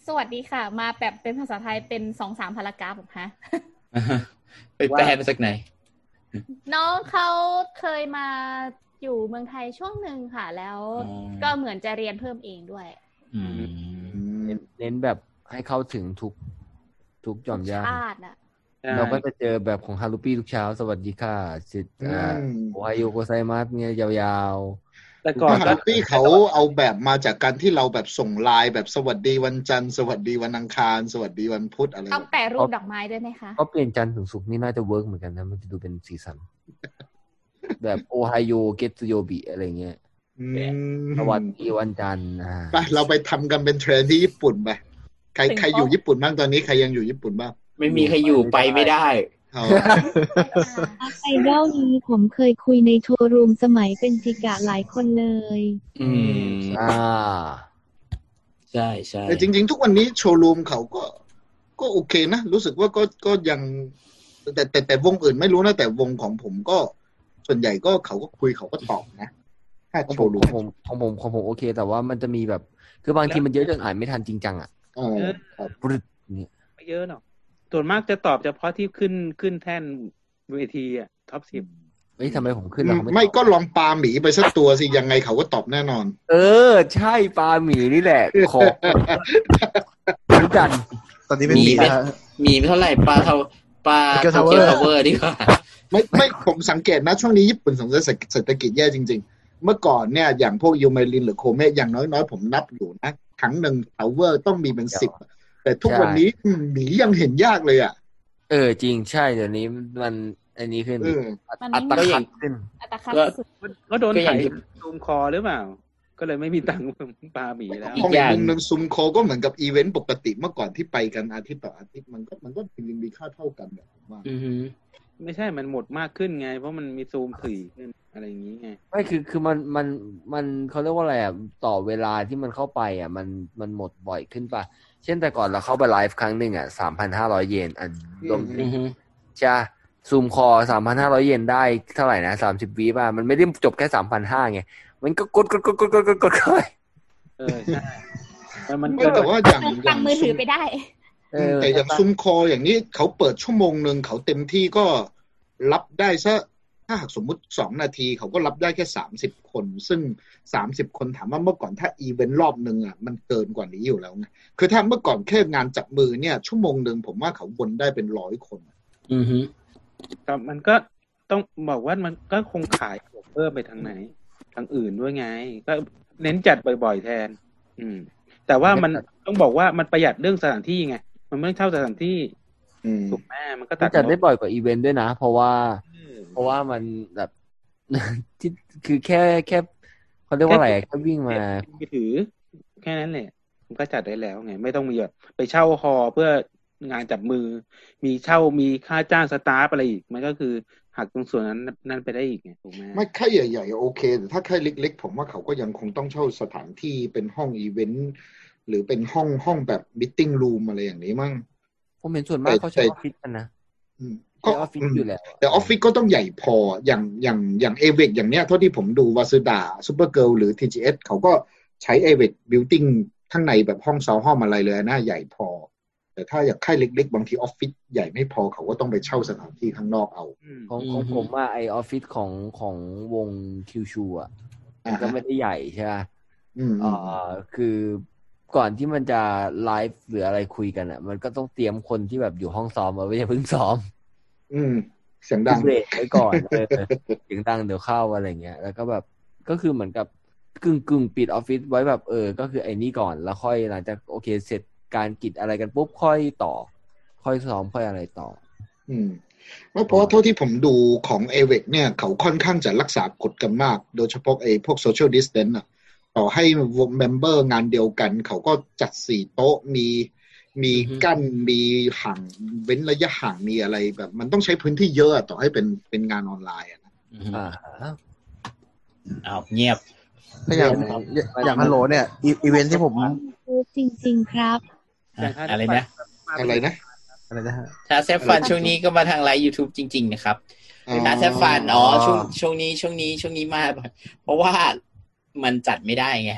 สวัสดีค่ะมาแบบเป็นภาษาไทยเป็น สองสาม พารากราฟฮะไปแปลมาจากไหนน้องเขาเคยมาอยู่เมืองไทยช่วงหนึ่งค่ะแล้วก็เหมือนจะเรียนเพิ่มเองด้วยเน้นแบบให้เข้าถึงทุกทุกหย่อมย่าเราก็จะเจอแบบของฮารุปี้ทุกเช้าสวัสดีค่ะสิอ่าโอไฮโอโกไซมัสเนี่ยยาวๆแต่ก่อนฮารุปี้เขาเอาแบบมาจากการที่เราแบบส่งไลน์แบบสวัสดีวันจันทร์สวัสดีวันอังคารสวัสดีวันพุธอะไรต้องแปะรูปดอกไม้ด้วยไหมคะก็เปลี่ยนจันทร์ถึงศุกร์นี่น่าจะเวิร์กเหมือนกันนะมันจะดูเป็นสีสันแบบโอไฮโอเกตโยบิอะไรเงี้ยสวัสดีวันจันทร์ไปเราไปทำกันเป็นเทรนด์ที่ญี่ปุ่นไปใครใครอยู่ญี่ปุ่นบ้างตอนนี้ใครยังอยู่ญี่ปุ่นบ้างไม่มีใครอยู่ไปไม่ได้ไอดอลนี้ผมเคยคุยในโชว์รูมสมัยเป็นจิกะหลายคนเลยอืมอ่าใช่ใช่แต่จริงๆทุกวันนี้โชว์รูมเขาก็ก็โอเคนะรู้สึกว่าก็ก็ยังแต่แต่แต่วงอื่นไม่รู้นะแต่วงของผมก็ส่วนใหญ่ก็เขาก็คุยเขาก็ตอบนะถ้าโชว์รูมผมของผมของผมโอเคแต่ว่ามันจะมีแบบคือบางทีมันเยอะจนอ่านไม่ทันจริงจังอ่ะอ๋อครับนี่ไม่เยอะหรอกส่วนมากจะตอบเฉพาะที่ขึ้นขึ้นแท่นเวทีอ่ะท็อปสิบเฮ้ยทำไมผมขึ้นแล้วไม่ไม่ก็ลองปลาหมีไปสักตัวสิยังไงเขาก็ตอบแน่นอนเออใช่ปลาหมีนี่แหละขอรู้จันตอนนี้เป็นหมีนะหมีไม่เท่าไหร่ปลาเท่าปลาเกียวทาวเวอร์ดีกว่าไม่ไม่ผมสังเกตนะช่วงนี้ญี่ปุ่นสงสัยเศรษฐกิจแย่จริงๆเมื่อก่อนเนี่ยอย่างพวกยูเมรินหรือโคเมะอย่างน้อยๆผมนับอยู่นะครั้งหนึ่งทาวเวอร์ต้องมีเป็นสิบแต่ทุกวันนี้หมียังเห็นยากเลยอ่ะเออจริงใช่เดี๋ยวนี้มันอันนี้ขึ้นอัตคัดขึ้นอัตคัดสุดก็โดนไถซูมคอหรือเปล่าก็เลยไม่มีตังค์ปลาหมีแล้วของอีกหนึ่งซูมคอก็เหมือนกับอีเวนต์ปกติเมื่อก่อนที่ไปกันอาทิตย์ต่ออาทิตย์มันก็มันก็จริงๆมีค่าเท่ากันแบบว่าไม่ใช่มันหมดมากขึ้นไงเพราะมันมีซูมถี่ขึ้นอะไรอย่างนี้ไงไม่คือคือมันมันมันเขาเรียกว่าอะไรอ่ะต่อเวลาที่มันเข้าไปอ่ะมันมันหมดบ่อยขึ้นป่ะเช่นแต่ก่อนเราเข้าไปไลฟ์ครั้งหนึ่งอ่ะ สามพันห้าร้อย เยนอันรวมใช่ซูมคอ สามพันห้าร้อย เยนได้เท่าไหร่นะสามสิบวิป่ะมันไม่ได้จบแค่ สามพันห้าร้อย ไงมันก็กดกดกดกดกดกดกดเออใช่แต่มันแต่ว่าอย่างอย่างมือถือไปได้แต่อย่างซูมคออย่างนี้เขาเปิดชั่วโมงนึงเขาเต็มที่ก็รับได้ซะถ้าหากสมมุติสองนาทีเขาก็รับได้แค่สามสิบคนซึ่งสามสิบคนถามว่าเมื่อก่อนถ้าอีเวนต์รอบนึงอ่ะมันเกินกว่านี้อยู่แล้วไงคือถ้าเมื่อก่อนแค่งานจับมือเนี่ยชั่วโมงนึงผมว่าเขาวนได้เป็นร้อยคนอือฮึแต่มันก็ต้องบอกว่ามันก็คงขายเพิ่มไปทางไหนทางอื่นด้วยไงก็เน้นจัดบ่อยๆแทนอืมแต่ว่ามันต้องบอกว่ามันประหยัดเรื่องสถานที่ไงมันไม่เท่าสถานที่ถูกแม่มันก็ตัดจัดได้บ่อยกว่าอีเวนต์ด้วยนะเพราะว่าเพราะว่ามันแบบที่คือแค่แค่เขาเรียกว่าอะไรแค่วิ่งมาไปถือแค่นั้นแหละมันก็จัดได้แล้วไงไม่ต้องมีแบบไปเช่าฮอเพื่องานจับมือมีเช่ามีค่าจ้างสตาฟอะไรอีกมันก็คือหักตรงส่วนนั้นนั่นไปได้อีกไงถูกไหมไม่ค่ายใหญ่ๆโอเคแต่ถ้าค่ายเล็กๆผมว่าเขาก็ยังคงต้องเช่าสถานที่เป็นห้องอีเวนต์หรือเป็นห้องห้องแบบมิทติ้งรูมอะไรอย่างนี้มั้งผมเห็นส่วนมากเขาใช้ออฟฟิศกันนะก็ออฟฟิศอยู่แล้วแต่ออฟฟิศก็ต้องใหญ่พออย่างอย่างอย่างเอเวกอย่างเนี้ยเท่าที่ผมดูวาซึดาซูเปอร์เกิร์ลหรือ ที จี เอส เขาก็ใช้เอเวกบิลติ้งข้างในแบบห้องซาวห้องอะไรเลยนะใหญ่พอแต่ถ้าอย่างค่ายเล็กๆบางทีออฟฟิศใหญ่ไม่พอเขาก็ต้องไปเช่าสถานที่ข้างนอกเอาของของผมว่าไอออฟฟิศของของวงคิวชูอ่ะมันก็ไม่ได้ใหญ่ใช่ไหมอ่าคือก่อนที่มันจะไลฟ์หรืออะไรคุยกันอ่ะมันก็ต้องเตรียมคนที่แบบอยู่ห้องซ้อมเอาไว้อย่าเพิ่งซ้อมอืมเสียงดังเบรกไว้ก่อนเออเสียงดังเดี๋ยวเข้าอะไรเงี้ยแล้วก็แบบก็คือเหมือนกับกึ่งกึ่งปิดออฟฟิศไว้แบบเออก็คือไอ้นี่ก่อนแล้วค่อยหลังจากโอเคเสร็จการกิจอะไรกันปุ๊บค่อยต่อค่อยซ้อมค่อยอะไรต่ออืมเพราะเท่าที่ผมดูของเอเวกเนี่ยเขาค่อนข้างจะรักษากฎกันมากโดยเฉพาะไอ้พวกโซเชียลดิสแทนซ์อ่ะต่อให้วงเมมเบอร์งานเดียวกันเขาก็จัดสี่โต๊ะมีมีกั้นมีห่างเว้นระยะห่างมีอะไรแบบมันต้องใช้พื้นที่เยอะต่อให้เป็นเป็นงานออนไลน์อ่ะนะอ่าอ้าวเงียบถ้าอย่างอย่างฮัลโหลเนี่ยอีเวนท์ที่ผมจริงๆครับอะไรนะอะไรนะอะไรนะฮะชาแซฟฟันช่วงนี้ก็มาทางไลฟ์ YouTube จริงๆนะครับชาแซฟฟันอ๋อช่วงช่วงนี้ช่วงนี้ช่วงนี้มาเพราะว่ามันจัดไม่ได้ไง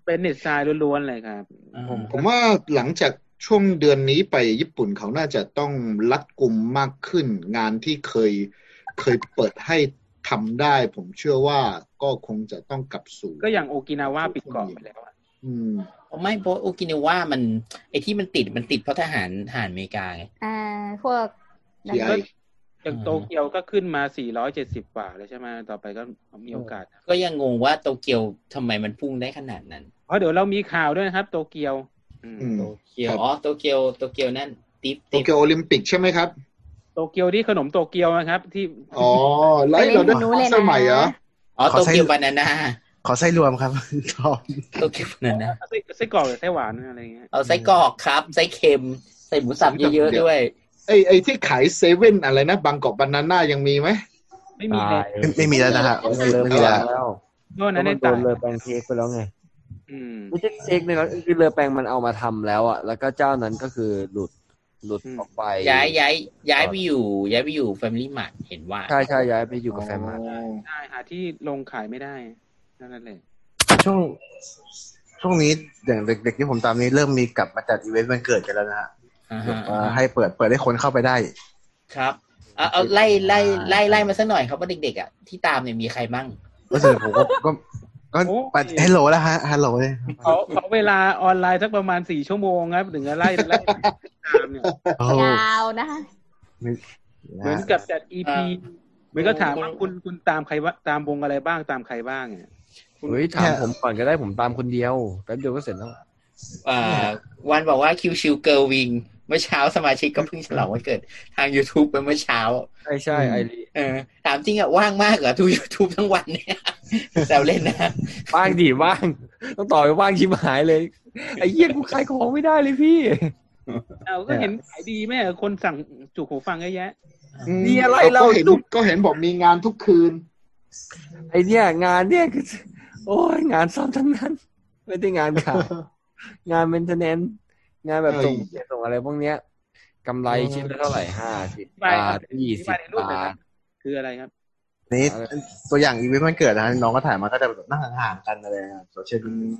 เป็นเน็ตไซด์ล้วนๆเลยครับผมผมว่าหลังจากช่วงเดือนนี้ไปญี่ปุ่นเขาน่าจะต้องรัดกุมมากขึ้นงานที่เคยเคยเปิดให้ทำได้ผมเชื่อว่าก็คงจะต้องกลับสู่ก็อย่างโอกินาวาปิดเกาะไปแล้วอ่ะอืมไม่เพราะโอกินาวามันไอ้ที่มันติดมันติดเพราะทหารทหารอเมริกาไงอ่าพวกอย่างโตเกียวก็ขึ้นมาสี่ร้อยเจ็ดสิบกว่าเลยใช่ไหมต่อไปก็มีโอกาสก็ยังงงว่าโตเกียวทำไมมันพุ่งได้ขนาดนั้นเพราะเดี๋ยวเรามีข่าวด้วยนะครับโตเกียวโตเกียวอ๋อโตเกียวโตเกียวนั่นติ๊บโตเกียวโอลิมปิกใช่ไหมครับโตเกียวที่ขนมโตเกียวนะครับที่อ๋อแล้วเราได้สมัยเหรออ๋อโตเกียวบานาน่าขอไส้รวมครับโตเกียวบานาน่าไส้กรอกหรือไส้หวานอะไรเงี้ยเอาไส้กรอกครับไส้เค็มใส่หมูสับเยอะๆด้วยไอ้ไอ้ที่ขายเซเว่นอะไรนะบางกอกบานาน่ายังมีไหมไม่มีเลยไม่มีแล้วนะฮะเลิกแล้วโน่นนั่นโดนเลอแปงเค้กไปแล้วไงไม่ใช่เค้กเลยนะคือเลอแปงมันเอามาทำแล้วอ่ะแล้วก็เจ้านั้นก็คือหลุดหลุดออกไปย้ายย้ายย้ายไปอยู่ย้ายไปอยู่ Family Mart เห็นว่าใช่ใช่ย้ายไปอยู่กับ Family Mart ใช่หาที่ลงขายไม่ได้นั่นแหละช่วงช่วงนี้อย่างเด็กๆที่ผมตามนี้เริ่มมีกลับมาจัดอีเวนต์วันเกิดกันแล้วนะฮะให้เปิดเปิดให้คนเข้าไปได้ครับเอาเอาไล่ไล่ไล่ไล่มาสักหน่อยครับว่าเด็กๆอ่ะที่ตามเนี่ยมีใครมั่งก็คือผมก็ก็ก็ฮัลโหลแล้วฮะฮัลโหลเลยเขาเขาเวลาออนไลน์สักประมาณสี่ชั่วโมงครับถึงจะไล่ไล่ตามเนี่ยยาวนะคะเหมือนกับจัด อี พี เหมือนก็ถามว่าคุณคุณตามใครว่าตามวงอะไรบ้างตามใครบ้างเนี่ยเฮ้ยถามผมก่อนก็ได้ผมตามคนเดียวแป๊บเดียวก็เสร็จแล้วอ่าวันบอกว่าคิวชิวเกิร์ลวิงเมื่อเช้าสมาชิกก็เพิ่งฉลองวันเกิดทาง YouTube ไปเมื่อเช้าใช่ใช่ไอรีเออถามจริงอ่ะว่างมากเหรอดู YouTube ทั้งวันเนี่ยแซวเล่นนะว่างดิว่างต้องต่อไปว่างชิบหายเลยไอ้เหี้ยกูขายของไม่ได้เลยพี่เอาก็เห็นขายดีแม่คนสั่งจุกหูฟังเยอะแยะนี่อะไรเราเห็นก็เห็นบอกมีงานทุกคืนไอเนี่ยงานเนี่ยคือโอ้ยงานซ้ำทั้งนั้นไม่ได้งานขายงานเมนเทนแนนซ์งานแบบส่งส่งอะไรพวกเนี้ยกำไรชิ้นละเท่าไหร่ห้าสิบบาทยี่สิบบาทคืออะไรครับนี่ตัวอย่างอีเวนต์วันเกิดนะน้องก็ถ่ายมาก็จะแบบนั่งห่างๆกันอะไรโซเชียล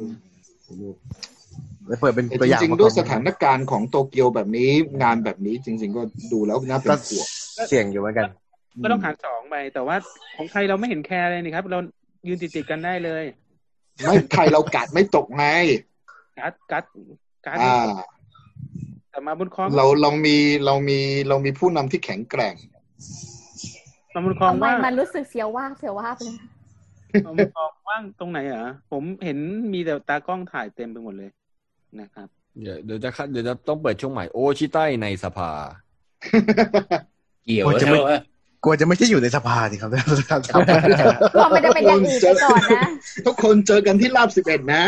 แล้วเปิดเป็นตัวอย่างจริงๆด้วยสถานการณ์ของโตเกียวแบบนี้งานแบบนี้จริงๆก็ดูแล้วน่าเป็นห่วงเสี่ยงอยู่เหมือนกันก็ต้องหารสองไปแต่ว่าของไทยเราไม่เห็นแคร์เลยนี่ครับเรายืนติดๆกันได้เลยไม่ไทยเรากัดไม่ตกไงกัดกัดกัดแต่มาบุญครองเราเรามีเรามีเรามีผู้นำที่แข็งแกร่งมาบุญครองว่ามันรู้สึกเสียวว่าเสียวว่าเลยมาบุญครองว่างตรงไหนเหรอผมเห็นมีแต่ตากล้องถ่ายเต็มไปหมดเลยนะครับเดี๋ยวเดี๋ยวจะเดี๋ยวจะต้องเปิดช่วงใหม่โอชิไต้ในสภาเกี่ยวจะไม่กลัวจะไม่ใช่อยู่ในสภาสิครับกลัวไม่ได้เป็นอย่างอื่นไปก่อนนะทุกคนเจอกันที่ลาบสิบเอ็ดนะ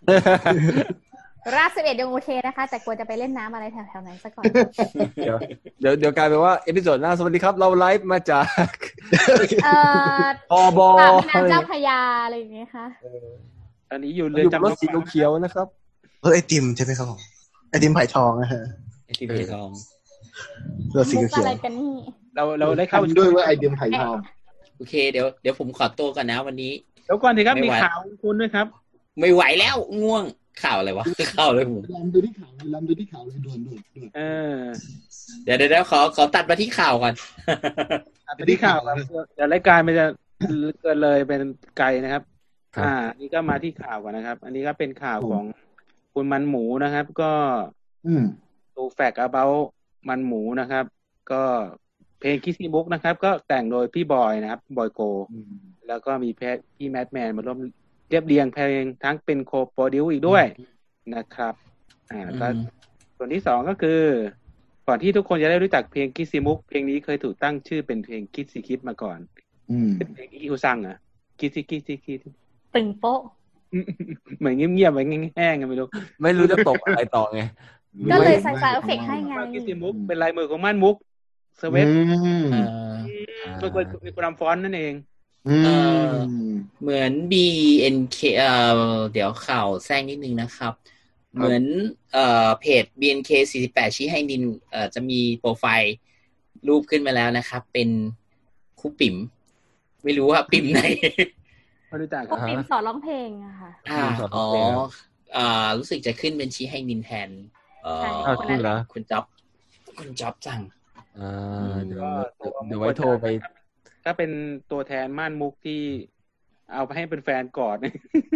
ราบสิบเอ็ดยังโอเคนะคะแต่กลัวจะไปเล่นน้ำอะไรแถวๆไหนซะก่อนเดี๋ยวเดี๋ยวเดี๋ยวกลายเป็นว่าเอพิโซดหน้าสวัสดีครับเราไลฟ์มาจากเอ่ออบอแม่น้ำเจ้าพระยาอะไรอย่างเงี้ยค่ะอันนี้อยู่เรือนจำรถสีเขียวนะครับเออไอติมใช่ไหมครับไอติมไผ่ทองนะฮะไอติมไผ่ทองรถสีเขียวอะไรกันนี่เราเราได้เข้าด้วยว่าไอติมไผ่ทองโอเคเดี๋ยวเดี๋ยวผมขอตัวก่อนนะวันนี้เดี๋ยวก่อนสิครับมีข่าวคุณด้วยครับไม่ไหวแล้วง่วงข่าวอะไรวะข่าวอะไรผมลำดูที่ข่าวลำดูที่ข่าวเลยด่วนด่วนเออเดี๋ยวเดี๋ยวขอขอตัดมาที่ข่าวก่อนตัดไปที่ข่าวครับเดี๋ยวรายการมันจะเกินเลยเป็นไกลนะครับอ่านี่ก็มาที่ข่าวก่อนนะครับ อันนี้ก็เป็นข่าวของคุณมันหมูนะครับ ก็ดูแฟกต์ about มันหมูนะครับ ก็เพลงคิสซี่บุ๊กนะครับก็แต่งโดยพี่บอยนะครับบอยโกแล้วก็มีพี่แมทแมนมาร่วมเรียบเรียงเพลงทั้งเป็นโคโปรดิวอีกด้วยนะครับอ่าก็ส่วนที่สองก็คือก่อนที่ทุกคนจะได้รู้จักเพลงคิสซี่บุ๊กเพลงนี้เคยถูกตั้งชื่อเป็นเพลงคิสซี่คิดมาก่อนเป็นเพลงอิคุซังอ่ะคิสซี่คิสซี่คิดตึงโป๊ะเหมือนเงียบๆไว้แห้งๆกันไม่รู้ไม่รู้จะตบอะไรต่อไงก็เลยใส่ไฟเอฟเฟกต์ให้ไงคิสซี่บุ๊กเป็นลายมือของม่านมุกเซเวตตัวมีความฟอนต์นั่นเองเหมือน บี เอ็น เค เอ่อเดี๋ยวข่าวแทรกนิดนึงนะครับเหมือนเอ่อเพจ บี เอ็น เค สี่สิบแปดชี้ให้นินเอ่อจะมีโปรไฟล์รูปขึ้นมาแล้วนะครับเป็นคู่ปิ๋มไม่รู้ว่าปิ๋มไหนไม่รู้จักพวกทีมสอนร้องเพลงอะค่ะอ่าอ๋ออ่ารู้สึกจะขึ้นเป็นชี้ให้นินแทนเอ่อคนนั้นคุณจ๊อบคุณจ๊อบจังอ่าเดี๋ยวเดี๋ยวไว้โทรไปก็เป็นตัวแทนม่านมุกที่เอาไปให้เป็นแฟนก่อน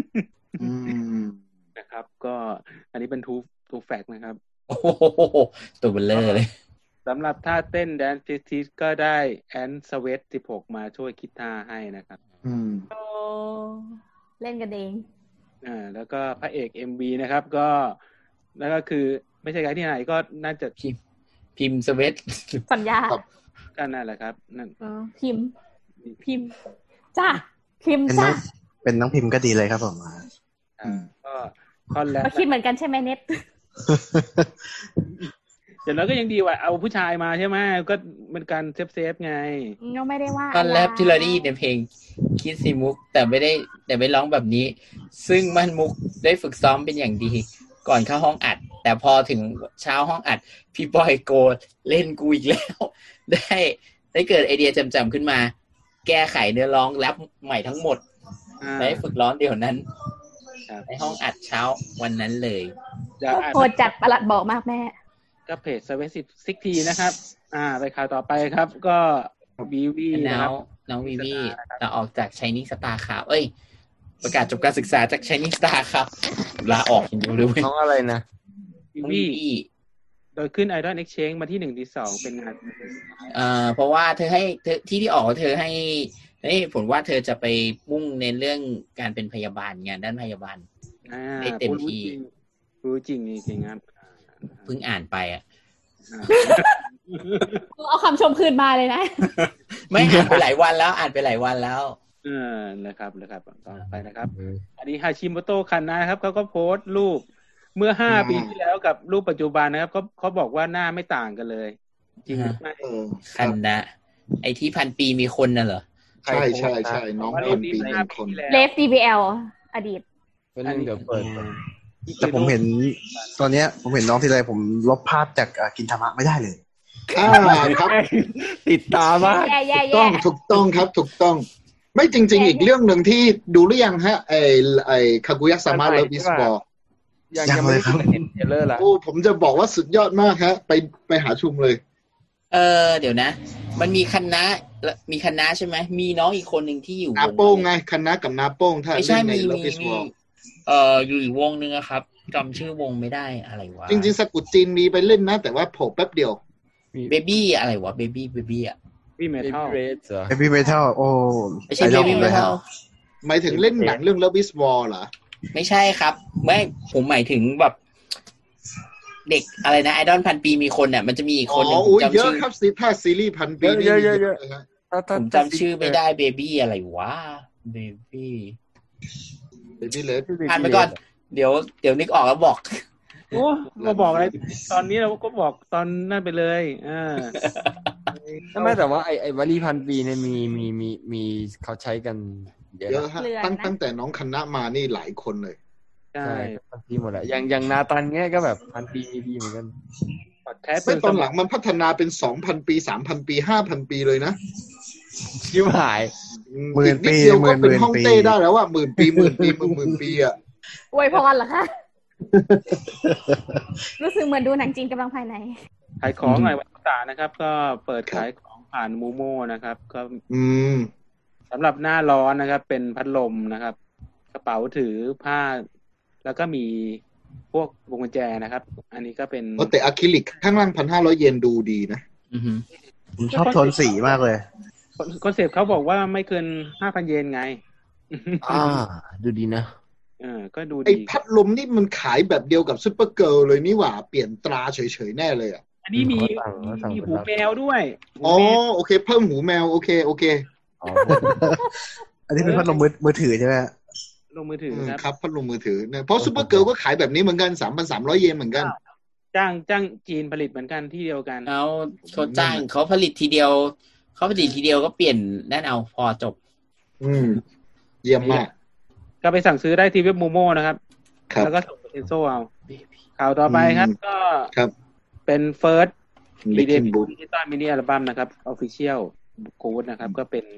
นะครับก็อันนี้เป็นทูทูแฟกต์นะครับโอ้โหตัวเบลเลอร์เลยสำหรับท่าเต้นแดนซ์ทิสก็ได้แอนสเวตสิบหกมาช่วยคิดท่าให้นะครับอืมโอ้เล่นกันเองอ่าแล้วก็พระเอก เอ็ม วี นะครับก็แล้วก็คือไม่ใช่ใครที่ไหนก็น่าจะพิมพิมสเวตสัญญาก็นั่นแหละครับนั่นอ๋อพิมพิมจ้าพิมจ้าเป็นน้องพิมก็ดีเลยครับผมอ่าก็คอนแล้วคิดเหมือนกันใช่ไหมเน็ตเดี๋ยวเราก็ยังดีว่าเอาผู้ชายมาใช่ไหมก็เป็นการเซฟเซฟไงก็ไม่ได้ว่าตอนแรกที่เราได้ยินในเพลงคิดซีมุกแต่ไม่ได้แต่ไม่ร้องแบบนี้ซึ่งมันมุกได้ฝึกซ้อมเป็นอย่างดีก่อนเข้าห้องอัดแต่พอถึงเช้าห้องอัดพี่บอยโกรธเล่นกูอีกแล้วได้ได้เกิดไอเดียจำๆขึ้นมาแก้ไขเนื้อร้องแรปใหม่ทั้งหมดได้ฝึกร้องเดี๋ยวนั้นในห้องอัดเช้าวันนั้นเลยโหดจัดประหลัดบอกมากแม่ก็เพจเซเว่นสิบซิกทีนะครับอ่าไปข่าวต่อไปครับก็วีวีนะครับน้องวีวีจะออกจาก Shining Star ครับเอ้ยประกาศจบการศึกษาจาก Shining Star ครับลาออกอย่างเดียวเลยน้องอะไรนะวีวีโดยขึ้น Idol Exchange มาที่หนึ่งที่สองเป็นงานเอ่อเพราะว่าเธอให้เธอที่ที่ออกเธอให้ให้ผลว่าเธอจะไปมุ่งในเรื่องการเป็นพยาบาลงานด้านพยาบาลได้เต็มที่รู้จริงจริงครับเพิ่งอ่านไปอ่ะเอาคำชมคืนมาเลยนะไม่อ่านไปหลายวันแล้วอ่านไปหลายวันแล้วเออนะครับนะครับต่อไปนะครับอันนี้ฮาชิโมโตะคันนะครับเขาก็โพสต์รูปเมื่อห้าปีที่แล้วกับรูปปัจจุบันนะครับเขาเขาบอกว่าหน้าไม่ต่างกันเลยจริงไหมคันนะไอที่พันปีมีคนน่ะเหรอใช่ใช่ใช่น้องพันปีมีคนเลฟ ดี บี แอล อดีตอันนี้เดี๋ยวเปิดแต่ผมเห็นตอนเนี้ยผมเห็นน้องทีไรผมลบภาพจากกินธรรมะไม่ได้เลยอ่าครับติดตามากถูกต้องถูกต้องครับถูกต้องไม่จริงๆอีกเรื่องหนึ่งที่ดูหรือยังฮะไอไอคากุยะซามะเลิฟบิสบอลยังเลยครับโอ้ผมจะบอกว่าสุดยอดมากฮะไปไปหาชมเลยเออเดี๋ยวนะมันมีคณะมีคณะใช่ไหมมีน้องอีกคนหนึ่งที่อยู่นาโป้งไงคณะกับนาโป้งถ้าไม่ใช่มีมีมีเอ่ออยู่อีกวงนึงอะครับจำชื่อวงไม่ได้อะไรวะจริงๆสกุลจีนมีไปเล่นนะแต่ว่าโผล่แป๊บเดียวเบบี้อะไรวะเบบี้เบบี้อะเบบี้เมทัลเบบี้เมทัลโอ้ไม่ใช่เบบี้เมทัลหมายถึงเล่นหนังเรื่อง Love is War เหรอไม่ใช่ครับไม่ผมหมายถึงแบบเด็กอะไรนะไอดอลพันปีมีคนเนี่ยมันจะมีอีกคนนึงจำชื่อเยอะครับซีภาคซีรีส์พันปีนี่เยอะๆผมจำชื่อไม่ได้เบบี้อะไรวะเบบี้เบบี้เลฟผ่านไปก่อนเดี๋ยวเดี๋ยวนึกออกแล้วบอกโอ้มาบอกอะไรตอนนี้เราก็บอกตอนนั่นไปเลยอ่าไม่แต่ว่าไอไอวลีพันปีเนี่ยมีมีมีมีเขาใช้กันเยอะฮะตั้งตั้งแต่น้องคณะมานี่หลายคนเลยใช่พันปีหมดแหละอย่างอย่างนาตันเงี้ยก็แบบพันปีมีดีเหมือนกันแต่ตอนหลังมันพัฒนาเป็นสองพันปีสามพันปีห้าพันปีเลยนะชิบหายหมื่นปีหมื่นเป็นห้องเต้ได้แล้วว่าหมื่นปีหมื่นปีหมื่นหมื่นปีอ่ะอวยพรเหรอคะรู้สึกเหมือนดูหนังจีนกำลังภายในขายของหน่อยวันตานะครับก็เปิดขายของผ่านมูโม่นะครับก็อืมสำหรับหน้าร้อนนะครับเป็นพัดลมนะครับกระเป๋าถือผ้าแล้วก็มีพวกวงกุญแจนะครับอันนี้ก็เป็นแต่อะคริลิกข้างล่าง หนึ่งพันห้าร้อย เยนดูดีนะอือฮึผมชอบโทนสีมากเลยคอนเซ็ปต์เขาบอกว่าไม่เกิน ห้าพัน เยนไงอ่าดูดีนะเออก็ดูดีไอ้พัดลมนี่มันขายแบบเดียวกับซุปเปอร์เกิร์ลเลยนี่หว่าเปลี่ยนตราเฉยๆแน่เลยอ่ะอันนี้มีมีหูแมวด้วยอ๋อโอเคเพิ่มหูแมวโอเคโอเคอันนี้เป็นพัดลมมือถือใช่ไหมลงมือถือครับพัดลมมือถือเนี่ยเพราะซุปเปอร์เกิร์ลก็ขายแบบนี้เหมือนกัน สามพันสามร้อย เยนเหมือนกันจ้างจ้างจีนผลิตเหมือนกันที่เดียวกันเอาเขาจ้างเขาผลิตทีเดียวเขาผลิตทีเดียวก็เปลี่ยนนั่นเอาพอจบอืมเยี่ยมมากก็ไปสั่งซื้อได้ที่เว็บมูโม่นะครับแล้วก็ส่งไปเอ็นโซเอาข่าวต่อไปครับก็เป็นเฟิร์สมีเดบิวต์ดิจิตอลมินิอัลบั้มนะครับออฟฟิเชียลโค้ดนะครับก็เป็น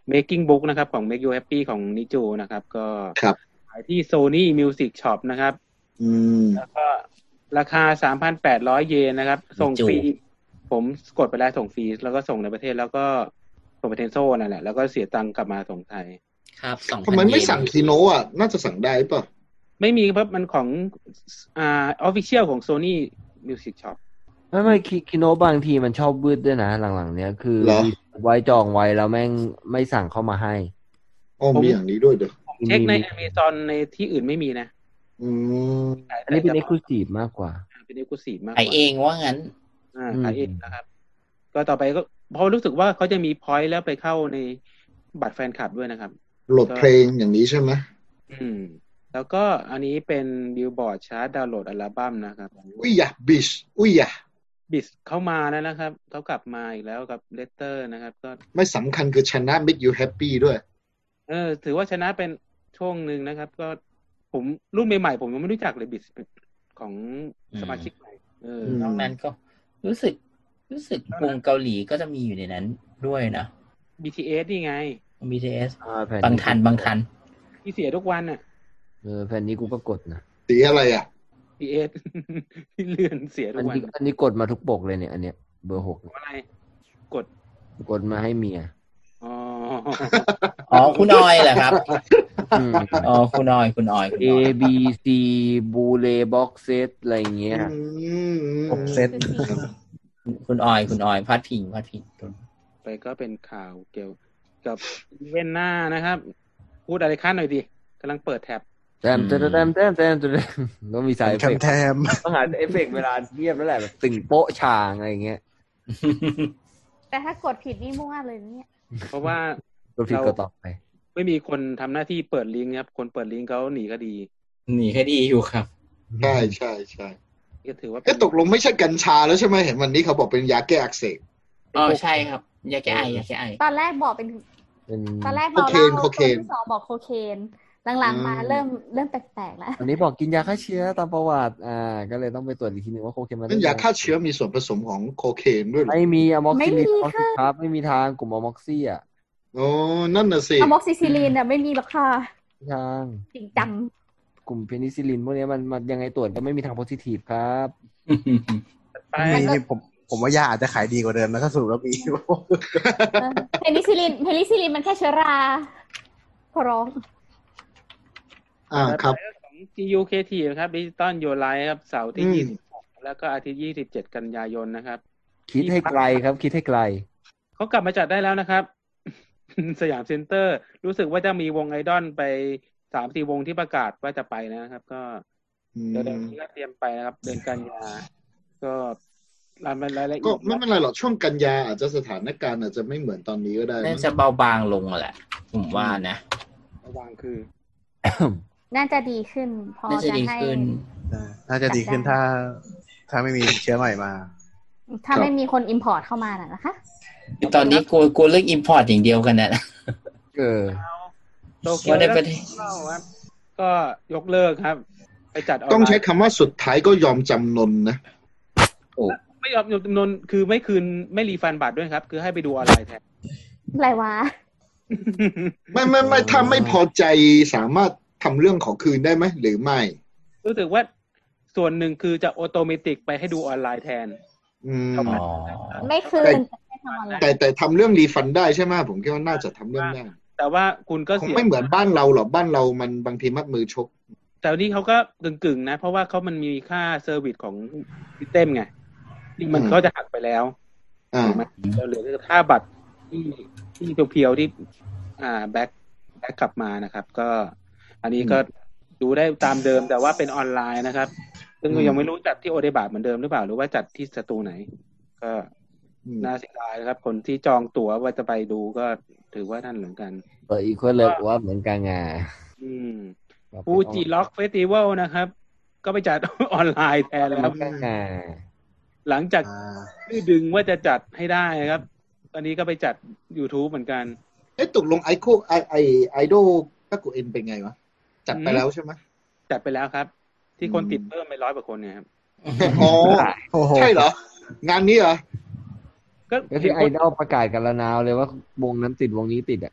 Making Book นะครับของ Make You Happy ของนิจูนะครับก็ครับขายที่ Sony Music Shop นะครับอืมแล้วก็ราคา สามพันแปดร้อย เยนนะครับส่งฟรีผมกดไปแล้วส่งฟรีแล้วก็ส่งในประเทศแล้วก็ส่งไปเทนโซนั่นแหละแล้วก็เสียตังค์กลับมาส่งไทยครับสองพันทำไมไม่สั่งคีโนอ่ะน่าจะสั่งได้ป่ะไม่มีครับมันของอ่า Official ของ Sony Music Shop ไม่ไม่คิโนบางทีมันชอบวืดด้วยนะหลังๆเนี้ยคือไว้จองไว้แล้วแม่งไม่สั่งเข้ามาให้อ๋อมีอย่างนี้ด้วยเด้อเช็คใน Amazon ในที่อื่นไม่มีนะอืมอันนี้เป็น Exclusive มากกว่าเป็น Exclusive มากกว่าขายเองว่างั้นอ่าขายเองนะครับก็ต่อไปก็เพราะรู้สึกว่าเขาจะมี point แล้วไปเข้าในบัตรแฟนคลับด้วยนะครับโหลดเพลงอย่างนี้ใช่ไหมอืมแล้วก็อันนี้เป็นบิลบอร์ดชาร์ตดาวน์โหลดอัลบั้มนะครับอุ้ยยะบิชอุ้ยยะบิชเข้ามาแล้วนะครับเขากลับมาอีกแล้วกับเลตเตอร์นะครับก็ไม่สำคัญคือชนะ Make You Happy ด้วยเออถือว่าชนะเป็นช่วงหนึ่งนะครับก็ผมรุ่นใหม่ๆผมยังไม่รู้จักเลยบิชของสมาชิกใหม่เออนอกนั้นก็รู้สึกรู้สึกวงเกาหลีก็จะมีอยู่ในนั้นด้วยนะบี ที เอส นี่ไงบี ที เอส บางทันบางทันที่เสียทุกวันน่ะเออแผ่นนี้กูก็กดนะสีอะไรอ่ะบี ที เอส ที่เลื่อนเสียทุกวันอันนี้กดมาทุกปกเลยเนี่ยอันเนี้ยเบอร์หกอะไรกดกดมาให้เมียอ๋ออ๋อคุณออยเหรอครับอ๋อคุณออยคุณออย A B C บูเลบ็อกเซตอะไรเงี้ยบ็อกเซตคุณออยคุณออยพาดพิงพาดพิงไปก็เป็นข่าวเกี่ยวกับเว้นหน้านะครับพูดอะไรขั้นหน่อยดิกำลังเปิดแท็บแต้มแต้มแต้มแต้มแต้มต้องมีสายเอฟเฟกต์ต้องหาเอฟเฟกต์เวลาเงียบแล้วแหละแบบตึงโป๊ะชางอะไรเงี้ยแต่ถ้ากดผิดนี่มั่วเลยเนี่ยเพราะว่าตัวผิดก็ต่อไปไม่มีคนทำหน้าที่เปิดลิงก์ครับคนเปิดลิงก์เขาหนีคดีหนีคดีอยู่ครับใช่ใช่ใช่ก็ถือว่าก็ตกลงไม่ใช่กัญชาแล้วใช่ไหมเห็นวันนี้เขาบอกเป็นยาแก้อักเสบอ๋อใช่ครับยาแก้ไอยาแก้ไอตอนแรกบอกเป็นตอนแรกบอกเล่าโคเคนสองบอกโคเคนหลังๆมาเริ่มเริ่มแปลกๆแล้วอันนี้บอกกินยาฆ่าเชื้อตามประวัติอ่าก็เลยต้องไปตรวจอีกทีนึงว่าโคเคนมันยาฆ่าเชื้อมีส่วนผสมของโคเคนด้วยหรอไม่มีอะม็อกซิลินครับไม่มีทางกลุ่มอะม็อกซี่อ่ะโอ้นั่นน่ะสิอะม็อกซิซิลินอ่ะไม่มีหรอกค่ะทางจริงจังกลุ่มเพนิซิลินพวกนี้มันมันยังไงตรวจก็ไม่มีทางโพซิทีฟครับไปนี่ผมผมว่ายาอาจจะขายดีกว่าเดิมนะถ้าสูบแล้วมีเพนิซิลินเพนิซิลินมันแค่เชื้อราขอร้องอ่าครับของ จี ยู เค ที ครับ Digital Your Life ครับเสาร์ที่ยี่สิบหกแล้วก็อาทิตย์ยี่สิบเจ็ดกันยายนนะครับคิดให้ไกลครับคิดให้ไกลเขากลับมาจัดได้แล้วนะครับ สยามเซ็นเตอร์รู้สึกว่าจะมีวงไอดอลไป สามสี่ วงที่ประกาศว่าจะไปนะครับก็เดี๋ยวเดือนนี้ก็เตรียมไปนะครับเดือนกันยาก็รายละเอียดก็ไม่เป็นไรหรอกช่วงกันยาอาจจะสถานการณ์อาจจะไม่เหมือนตอนนี้ก็ได้น่าจะเบาบางลงแหละผมว่านะเบาบางคือน่าจะดีขึ้นพอจะให้น่าจะดีขึ้นถ้าถ้าไม่มีเชื้อใหม่มาถ้าไม่มีคนอิมพอร์ตเข้ามาน่ะนะคะตอนนี้กูกูเลิกอิมพอร์ตอย่างเดียวกันนะเออโตเกียวแล้วก็ยกเลิกครับไปจัดต้องใช้คำว่าสุดท้ายก็ยอมจำนนนะโอ้ไม่ยอมจำนนคือไม่คืนไม่รีฟันบัตรด้วยครับคือให้ไปดูออนไลน์แทนอะไรวะไม่ไม่ไม่ถ้าไม่พอใจสามารถทำเรื่องขอคืนได้ไหมหรือไม่รู้สึกว่าส่วนหนึ่งคือจะออโตเมติกไปให้ดูออนไลน์แทนอืมไม่คืนแต่แต่ทำเรื่องรีฟันได้ใช่ไหมผมคิดว่าน่าจะทำเรื่องได้แต่ว่าคุณก็เสียไม่เหมือนบ้านเราหรอกบ้านเรามันบางทีมัดมือชกแต่นี่เขาก็กึ่งๆนะเพราะว่าเขามันมีค่าเซอร์วิสของซิสเต็มไงที่มันก็จะหักไปแล้วถูกไหมเราเหลือแค่ค่าบัตรที่ที่เพียวๆที่อ่าแบ็คแบ็คกลับมานะครับก็อันนี้ก็ดูได้ตามเดิมแต่ว่าเป็นออนไลน์นะครับซึ่งยังไม่รู้จัดที่โอเดบะเหมือนเดิมหรือเปล่าหรือว่าจัดที่สตูไหนก็น่าเสียดายนะครับคนที่จองตั๋วว่าจะไปดูก็ถือว่านั่นเหมือนกันเอออีกคนเลยว่าเหมือนกันไงอืมฟูจิล็อกเฟสติวัลนะครับก็ไปจัดออนไลน์แทนแล้วหลังจากดื้อดึงว่าจะจัดให้ได้ครับตอนนี้ก็ไปจัด YouTube เหมือนกันเอ๊ะตกลงไอโคไอไอไอดอลก็กูเอ็นเป็นไงวะจัดไปแล้วใช่ไหมจัดไปแล้วครับที่คนติดเพิ่มไปร้อยกว่าคนเนี่ยครับอ๋อใช่เหรองานนี้เหรอก็ที่ไอดอลประกาศกันแล้วนาวเลยว่าวงนั้นติดวงนี้ติดอ่ะ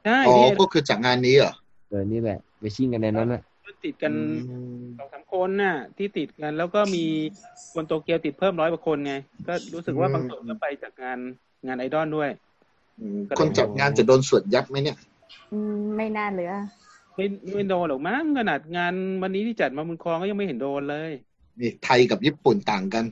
ใช่อ๋อที่ก็คือจากงานนี้เหรอเออนี่แหละไปชิ่งกันในนั้นแหละติดกันอืมสองสามคนน่ะ ที่ติดกันแล้วก็มีคนโตเกียวติดเพิ่มร้อยกว่าคนไง ก็รู้สึกว่าบางส่วนก็ไปจากงานงานไอดอลด้วยอืมคนจัดงานจะโดนสวดยับไหมเนี่ยอืมไม่น่าเหลือไม่ไม่โดนหรอกมั้งขนาดงานวันนี้ที่จัดมาบุญครองก็ยังไม่เห็นโดนเลยนี่ไทยกับญี่ปุ่นต่างกัน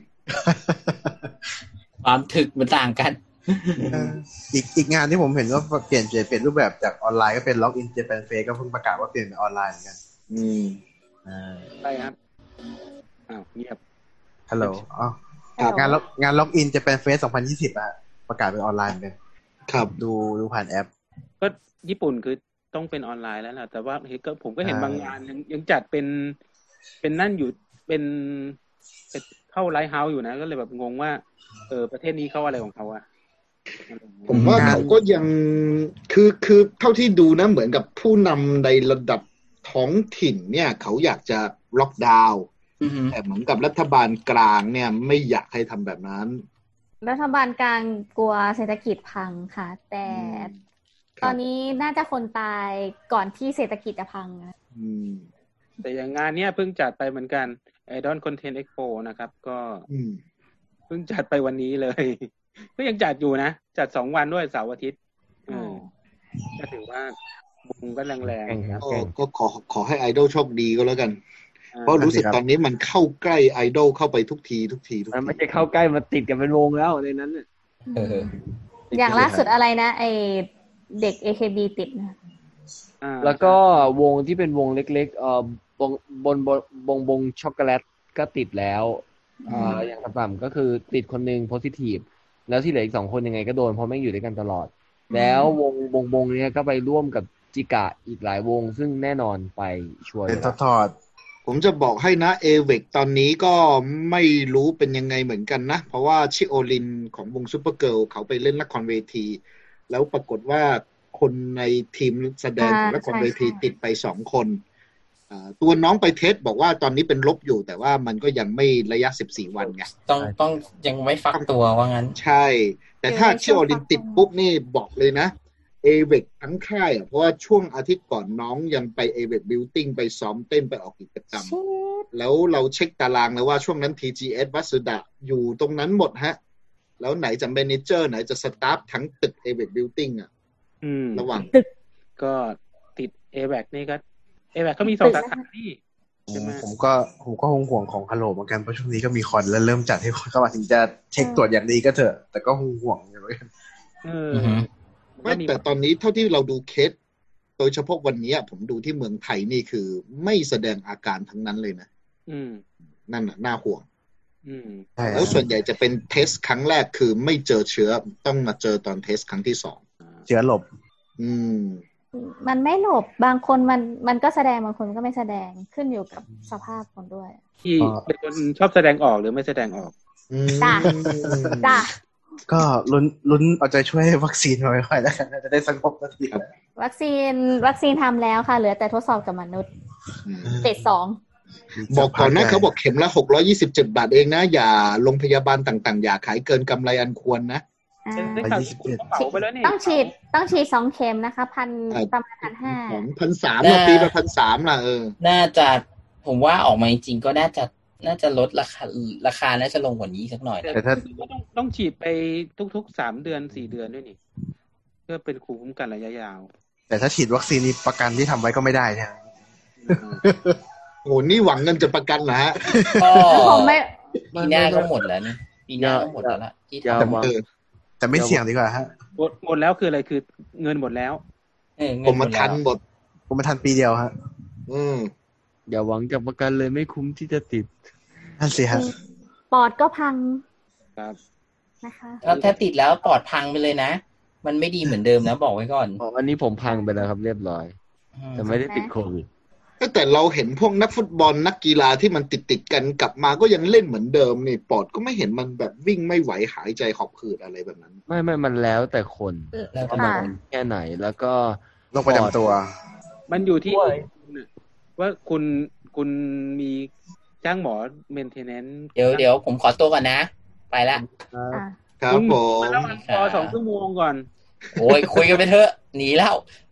ความถึกมันต่างกันอีกอีกงานที่ผมเห็นว่าเปลี่ยนเปลี่ยนเปลี่ยนรูปแบบจากออนไลน์ก็เป็นล็อกอินเจแปนเฟสก็เพิ่งประกาศว่าเปลี่ยนเป็นออนไลน์เหมือนกันอืมอ่าใช่ครับอ้าวเงียบฮัลโหลอ๋อครับงานล็อกงานล็อกอินเจแปนเฟสสองพันยี่สิบอะประกาศเป็นออนไลน์เหมือนกันครับดูดูผ่านแอปก็ญี่ปุ่นคือต้องเป็นออนไลน์แล้วนะแต่ว่าเห็นก็ผมก็เห็นอ่าบางงานยังยังจัดเป็นเป็นนั่นอยู่เป็นเป็นเข้าไลฟ์เฮาส์อยู่นะ ก็เลยแบบงงว่า เออประเทศนี้เขาอะไรของเขาอะผมว่าเขาก็ยังคือคือเท่าที่ดูนะเหมือนกับผู้นำในระดับท้องถิ่นเนี่ย เขาอยากจะล็อกดาวน์อือฮึแต่เหมือนกับรัฐบาลกลางเนี่ยไม่อยากให้ทำแบบนั้นรัฐบาลกลางกลัวเศรษฐกิจพังค่ะ แต่ครับตอนนี้น่าจะคนตายก่อนที่เศรษฐกิจจะพังนะอืมแต่อย่างงานเนี้ยเพิ่งจัดไปเหมือนกัน Idol Content Expo นะครับ ก็อืมเพิ่งจัดไปวันนี้เลย ก็ยังจัดอยู่นะ จัดสองวันด้วยเสาร์อาทิตย์เออก็ถือว่าบุงก็แรงๆครับก็ก็ขอขอให้ไอดอลโชคดีก็แล้วกัน เพราะรู้สึกตอนนี้มันเข้าใกล้ไอดอลเข้าไปทุกทีทุกทีทุกมันทีไม่ใช่เข้าใกล้มาติดกันเป็นวงแล้วในนั้นน่ะเอออย่างล่าสุดอะไรนะ ไอเด็ก เอ เค บี ติดนะอ่าแล้วก็วงที่เป็นวงเล็กๆเอ่อบงบนบนบงบงช็อกโกแลตก็ติดแล้วเอ่ออย่างต่ำๆก็คือติดคนหนึ่งโพซิทีฟแล้วที่เหลืออีกสองคนยังไงก็โดนเพราะแม่งอยู่ด้วยกันตลอด แล้ววงวงวงเนี้ยก็ไปร่วมกับจิกะอีกหลายวงซึ่งแน่นอนไปช่วยเป็นทอดผมจะบอกให้นะเอเวกตอนนี้ก็ไม่รู้เป็นยังไงเหมือนกันนะ เพราะว่าชิโอลินของวงซูเปอร์เกิร์ลเขาไปเล่นละครเวที แล้วปรากฏว่าคนในทีมแสดงของละครเวทีติดไปสองคนอ่าตัวน้องไปเทสบอกว่าตอนนี้เป็นลบอยู่แต่ว่ามันก็ยังไม่ระยะสิบสี่วันไงต้องต้องยังไม่ฟักตัวว่างั้นใช่ แต่ถ้าชิโอลินติดปุ๊บนี่บอกเลยนะเอเวกทั้งค่ายอ่ะเพราะว่าช่วงอาทิตย์ก่อนน้องยังไปเอเวกบิวติ้งไปซ้อมเต้นไปออกกิจกรรม แล้วเราเช็คตารางเลยว่าช่วงนั้น ที จี เอส วัสดะอยู่ตรงนั้นหมดฮะ แล้วไหนจะแมเนเจอร์ไหนจะสตาฟทั้งตึกเอเวกบิวติ้งอ่ะอืมระหว่างก็ติด เอ แบค นี่ก็ เอ แบค เขามีสองสาขาที่ใช่ไหมๆผมก็ผมก็ห่วงห่วงของฮัลโหลเหมือนกันเพราะช่วงนี้ก็มีคอนแล้วเริ่มจัดให้คนเข้ามาถึงจะเช็คตรวจอย่างดีก็เถอะ แต่ก็ห่วงห่วงอยู่เหมือนกันเอออือฮึไม่แต่ตอนนี้เท่าที่เราดูเคสโดยเฉพาะวันนี้ผมดูที่เมืองไทยนี่คือไม่แสดงอาการทั้งนั้นเลยนะอืมนั่นน่ะน่าห่วงอืมใช่แล้วส่วนใหญ่จะเป็นเทสครั้งแรกคือไม่เจอเชื้อต้องมาเจอตอนเทสครั้งที่สองเชื้อหลบอืมมันไม่หลบบางคนมันมันก็แสดงบางคนก็ไม่แสดงขึ้นอยู่กับสภาพคนด้วยที่เป็นคนชอบแสดงออกหรือไม่แสดงออกจ้าจ้าก็ลุ้นลุ้นเอาใจช่วยวัคซีนมาไว้ค่อยแล้วกันจะได้สงบนาทีวัคซีนวัคซีนทำแล้วค่ะ เหลือแต่ทดสอบกับมนุษย์เฟสสองบอกก่อนนะเขาบอกเข็มละหกร้อยยี่สิบเจ็ดบาทเองนะอย่าโรงพยาบาลต่างๆอย่าขายเกินกำไรอันควรนะอ่าได้ข่าวญี่ปุ่นเขาเหมาไปแล้วนี่ต้องฉีดต้องฉีดสองเข็มนะคะพันประมาณพันห้าของพันสามละปีละพันสามละเออน่าจะผมว่าออกมาจริงๆก็น่าจะน่าจะลดราคาราคาน่าจะลงกว่านี้สักหน่อยนะแต่ถ้าต้องต้องฉีดไปทุกๆสามเดือนสี่เดือนด้วยนี่เพื่อเป็นภูมิคุ้มกันระยะยาวแต่ถ้าฉีดวัคซีนนี้ประกันที่ทำไว้ก็ไม่ได้ใช่ไหมโอ้นี่หวังเงินจะประกันนะฮะก็ผมไม่ปีหน้าก็หมดแล้วนี่ปีหน้าก็หมดแล้วล่ะที่ยาวทำมาเออแต่ไม่เสี่ยงดีกว่าฮะหมดหมดแล้วคืออะไรคือเงินหมดแล้วเออเงิผมนหมมาดทัแล้วนหมดผมมาทันปีเดียวฮะอืมอย่าหวังกับประกันเลยไม่คุ้มที่จะติดนั่นสิฮะปอดก็พังครับนะคะถ้าถ้าติดแล้วปอดพังไปเลยนะ มันไม่ดีเหมือนเดิมนะบอกไว้ก่อนอ๋ออันนี้ผมพังไปแล้วครับเรียบร้อยอืมแต่ไม่ได้ติดโควิดแต่เราเห็นพวกนักฟุตบอลนักกีฬาที่มันติดติดๆกันกลับมาก็ยังเล่นเหมือนเดิมนี่ปอดก็ไม่เห็นมันแบบวิ่งไม่ไหวหายใจหอบหืดอะไรแบบนั้นไม่ไม่มันแล้วแต่คนแล้วว่าก็มันค่ะเป็นแค่ไหนแล้วก็โรคประจำตัวมันอยู่ที่ด้วยว่าคุณคุณมีจ้างหมอเมนเทนแนนซ์เดี๋ยวเดี๋ยวผมขอตัวก่อนนะ ไปละครับอ่ะครับผมมาแล้วมันพอสองชั่วโมงก่อนโอ้ยคุยกันไปเถอะหนีแล้ว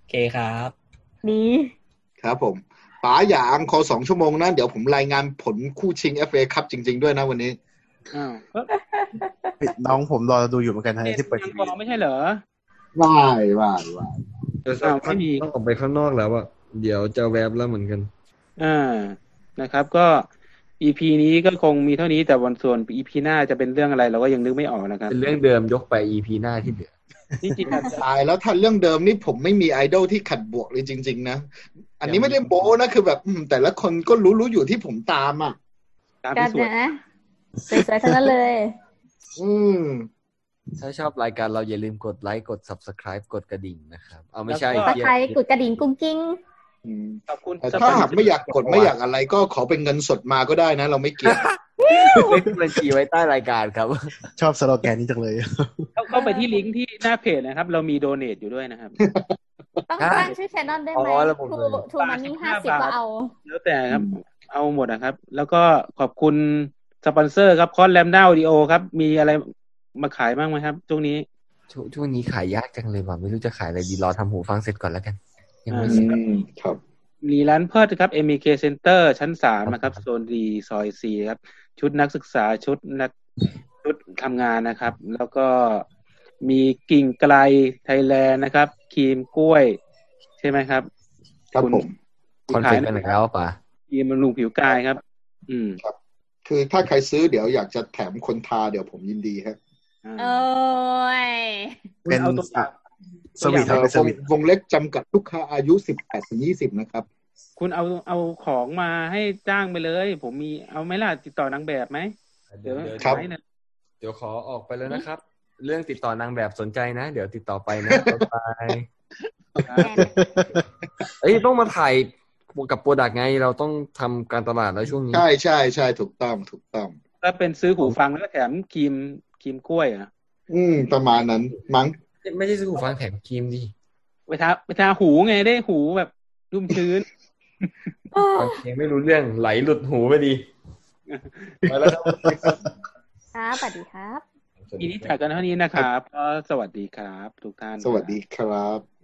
เคครับดีครับผมป๋าอย่าอังคอสองชั่วโมงนะเดี๋ยวผมรายงานผลคู่ชิง เอฟ เอ คัพจริงๆด้วยนะวันนี้อ้าวน้องผมรอดูอยู่เหมือนกันฮะที่เปิดทีวีไม่ใช่เหรอว่ายว่ายว่ายแต่สักพักต้องออกไปข้างนอกแล้วอะเดี๋ยวจะแวบแล้วเหมือนกันอ่านะครับก็ อี พี นี้ก็คงมีเท่านี้แต่วันส่วน อี พี หน้าจะเป็นเรื่องอะไรเราก็ยังนึกไม่ออกนะครับเป็นเรื่องเดิมยกไป อี พี หน้าที่เหลือที่จริงตายแล้วถ้าเรื่องเดิมนี่ผมไม่มีไอดอลที่ขัดบวกเลยจริงๆนะอันนี้ไม่ได้โบ้นะคือแบบแต่ละคนก็รู้ๆอยู่ที่ผมตามอ่ะตามที่สวยนะสวยๆทั้งนั้นเลยอืมถ้าชอบรายการเราอย่าลืมกดไลค์กด Subscribe กดกระดิ่งนะครับเอาไม่ใช่ Subscribe กดกระดิ่งกุ้งกิ้งขอบคุณถ้าหากไม่อยากกดไม่อยากอะไรก็ขอเป็นเงินสดมาก็ได้นะเราไม่เกี่ยวเลขบัญชีไว้ใต้รายการครับชอบสโลแกนนี้จังเลยเข้าไปที่ลิงก์ที่หน้าเพจนะครับเรามีโดเนทอยู่ด้วยนะครับต้องตั้งชื่อ channel ได้ไหมทูทูมันนี่ห้าสิบก็เอาแล้วแต่ครับเอาหมดนะครับแล้วก็ขอบคุณสปอนเซอร์ครับคอนแลมด้าออดิโอครับมีอะไรมาขายบ้างไหมครับช่วงนี้ช่วงนี้ขายยากจังเลยว่ะไม่รู้จะขายอะไรดีรอทำหูฟังเสร็จก่อนแล้วกันยังไม่เสร็จครับมีร้านเพิร์ทครับ เอ็ม อี เค Center ชั้นสามนะครับโซนดีซอยสี่ครับชุดนักศึกษาชุดนักชุดทำงานนะครับแล้วก็มีกิ่งไกลไทยแลนด์นะครับครีมกล้วยใช่ไหมครับครับผมคอนเฟกต์กันแล้วป่ะครีมบำรุงผิวกายครับอืมครับคือถ้าใครซื้อเดี๋ยวอยากจะแถมคนทาเดี๋ยวผมยินดีครับโอ้ยเป็นสวิตวงเล็กจำกัดลูกค้าอายุสิบแปดถึงยี่สิบนะครับคุณเอาเอาของมาให้จ้างไปเลยผมมีเอาไหมล่ะติดต่อนางแบบไหมเดี๋ยวเดี๋ยวขอออกไปแล้วนะครับเรื่องติดต่อนางแบบสนใจนะเดี๋ยวติดต่อไปนะไปเอ้ยต้องมาถ่ายกับโปรดักต์ไงเราต้องทำการตลาดแล้วช่วงนี้ใช่ใช่ใช่ถูกต้องถูกต้องถ้าเป็นซื้อหูฟังแล้วแถมครีมครีมกล้วยอ่ะอืมประมาณนั้นมั้งไม่ใช่ซื้อหูฟังแถมครีมดิไปทาไปทาหูไงได้หูแบบชุ่มชื้นโอเคไม่รู้เรื่องไหลหลุดหูไปดีไปแล้วครับครับสวัสดีครับทีนี้จากกันเท่านี้นะครับก็สวัสดีครับทุกท่านสวัสดีครับ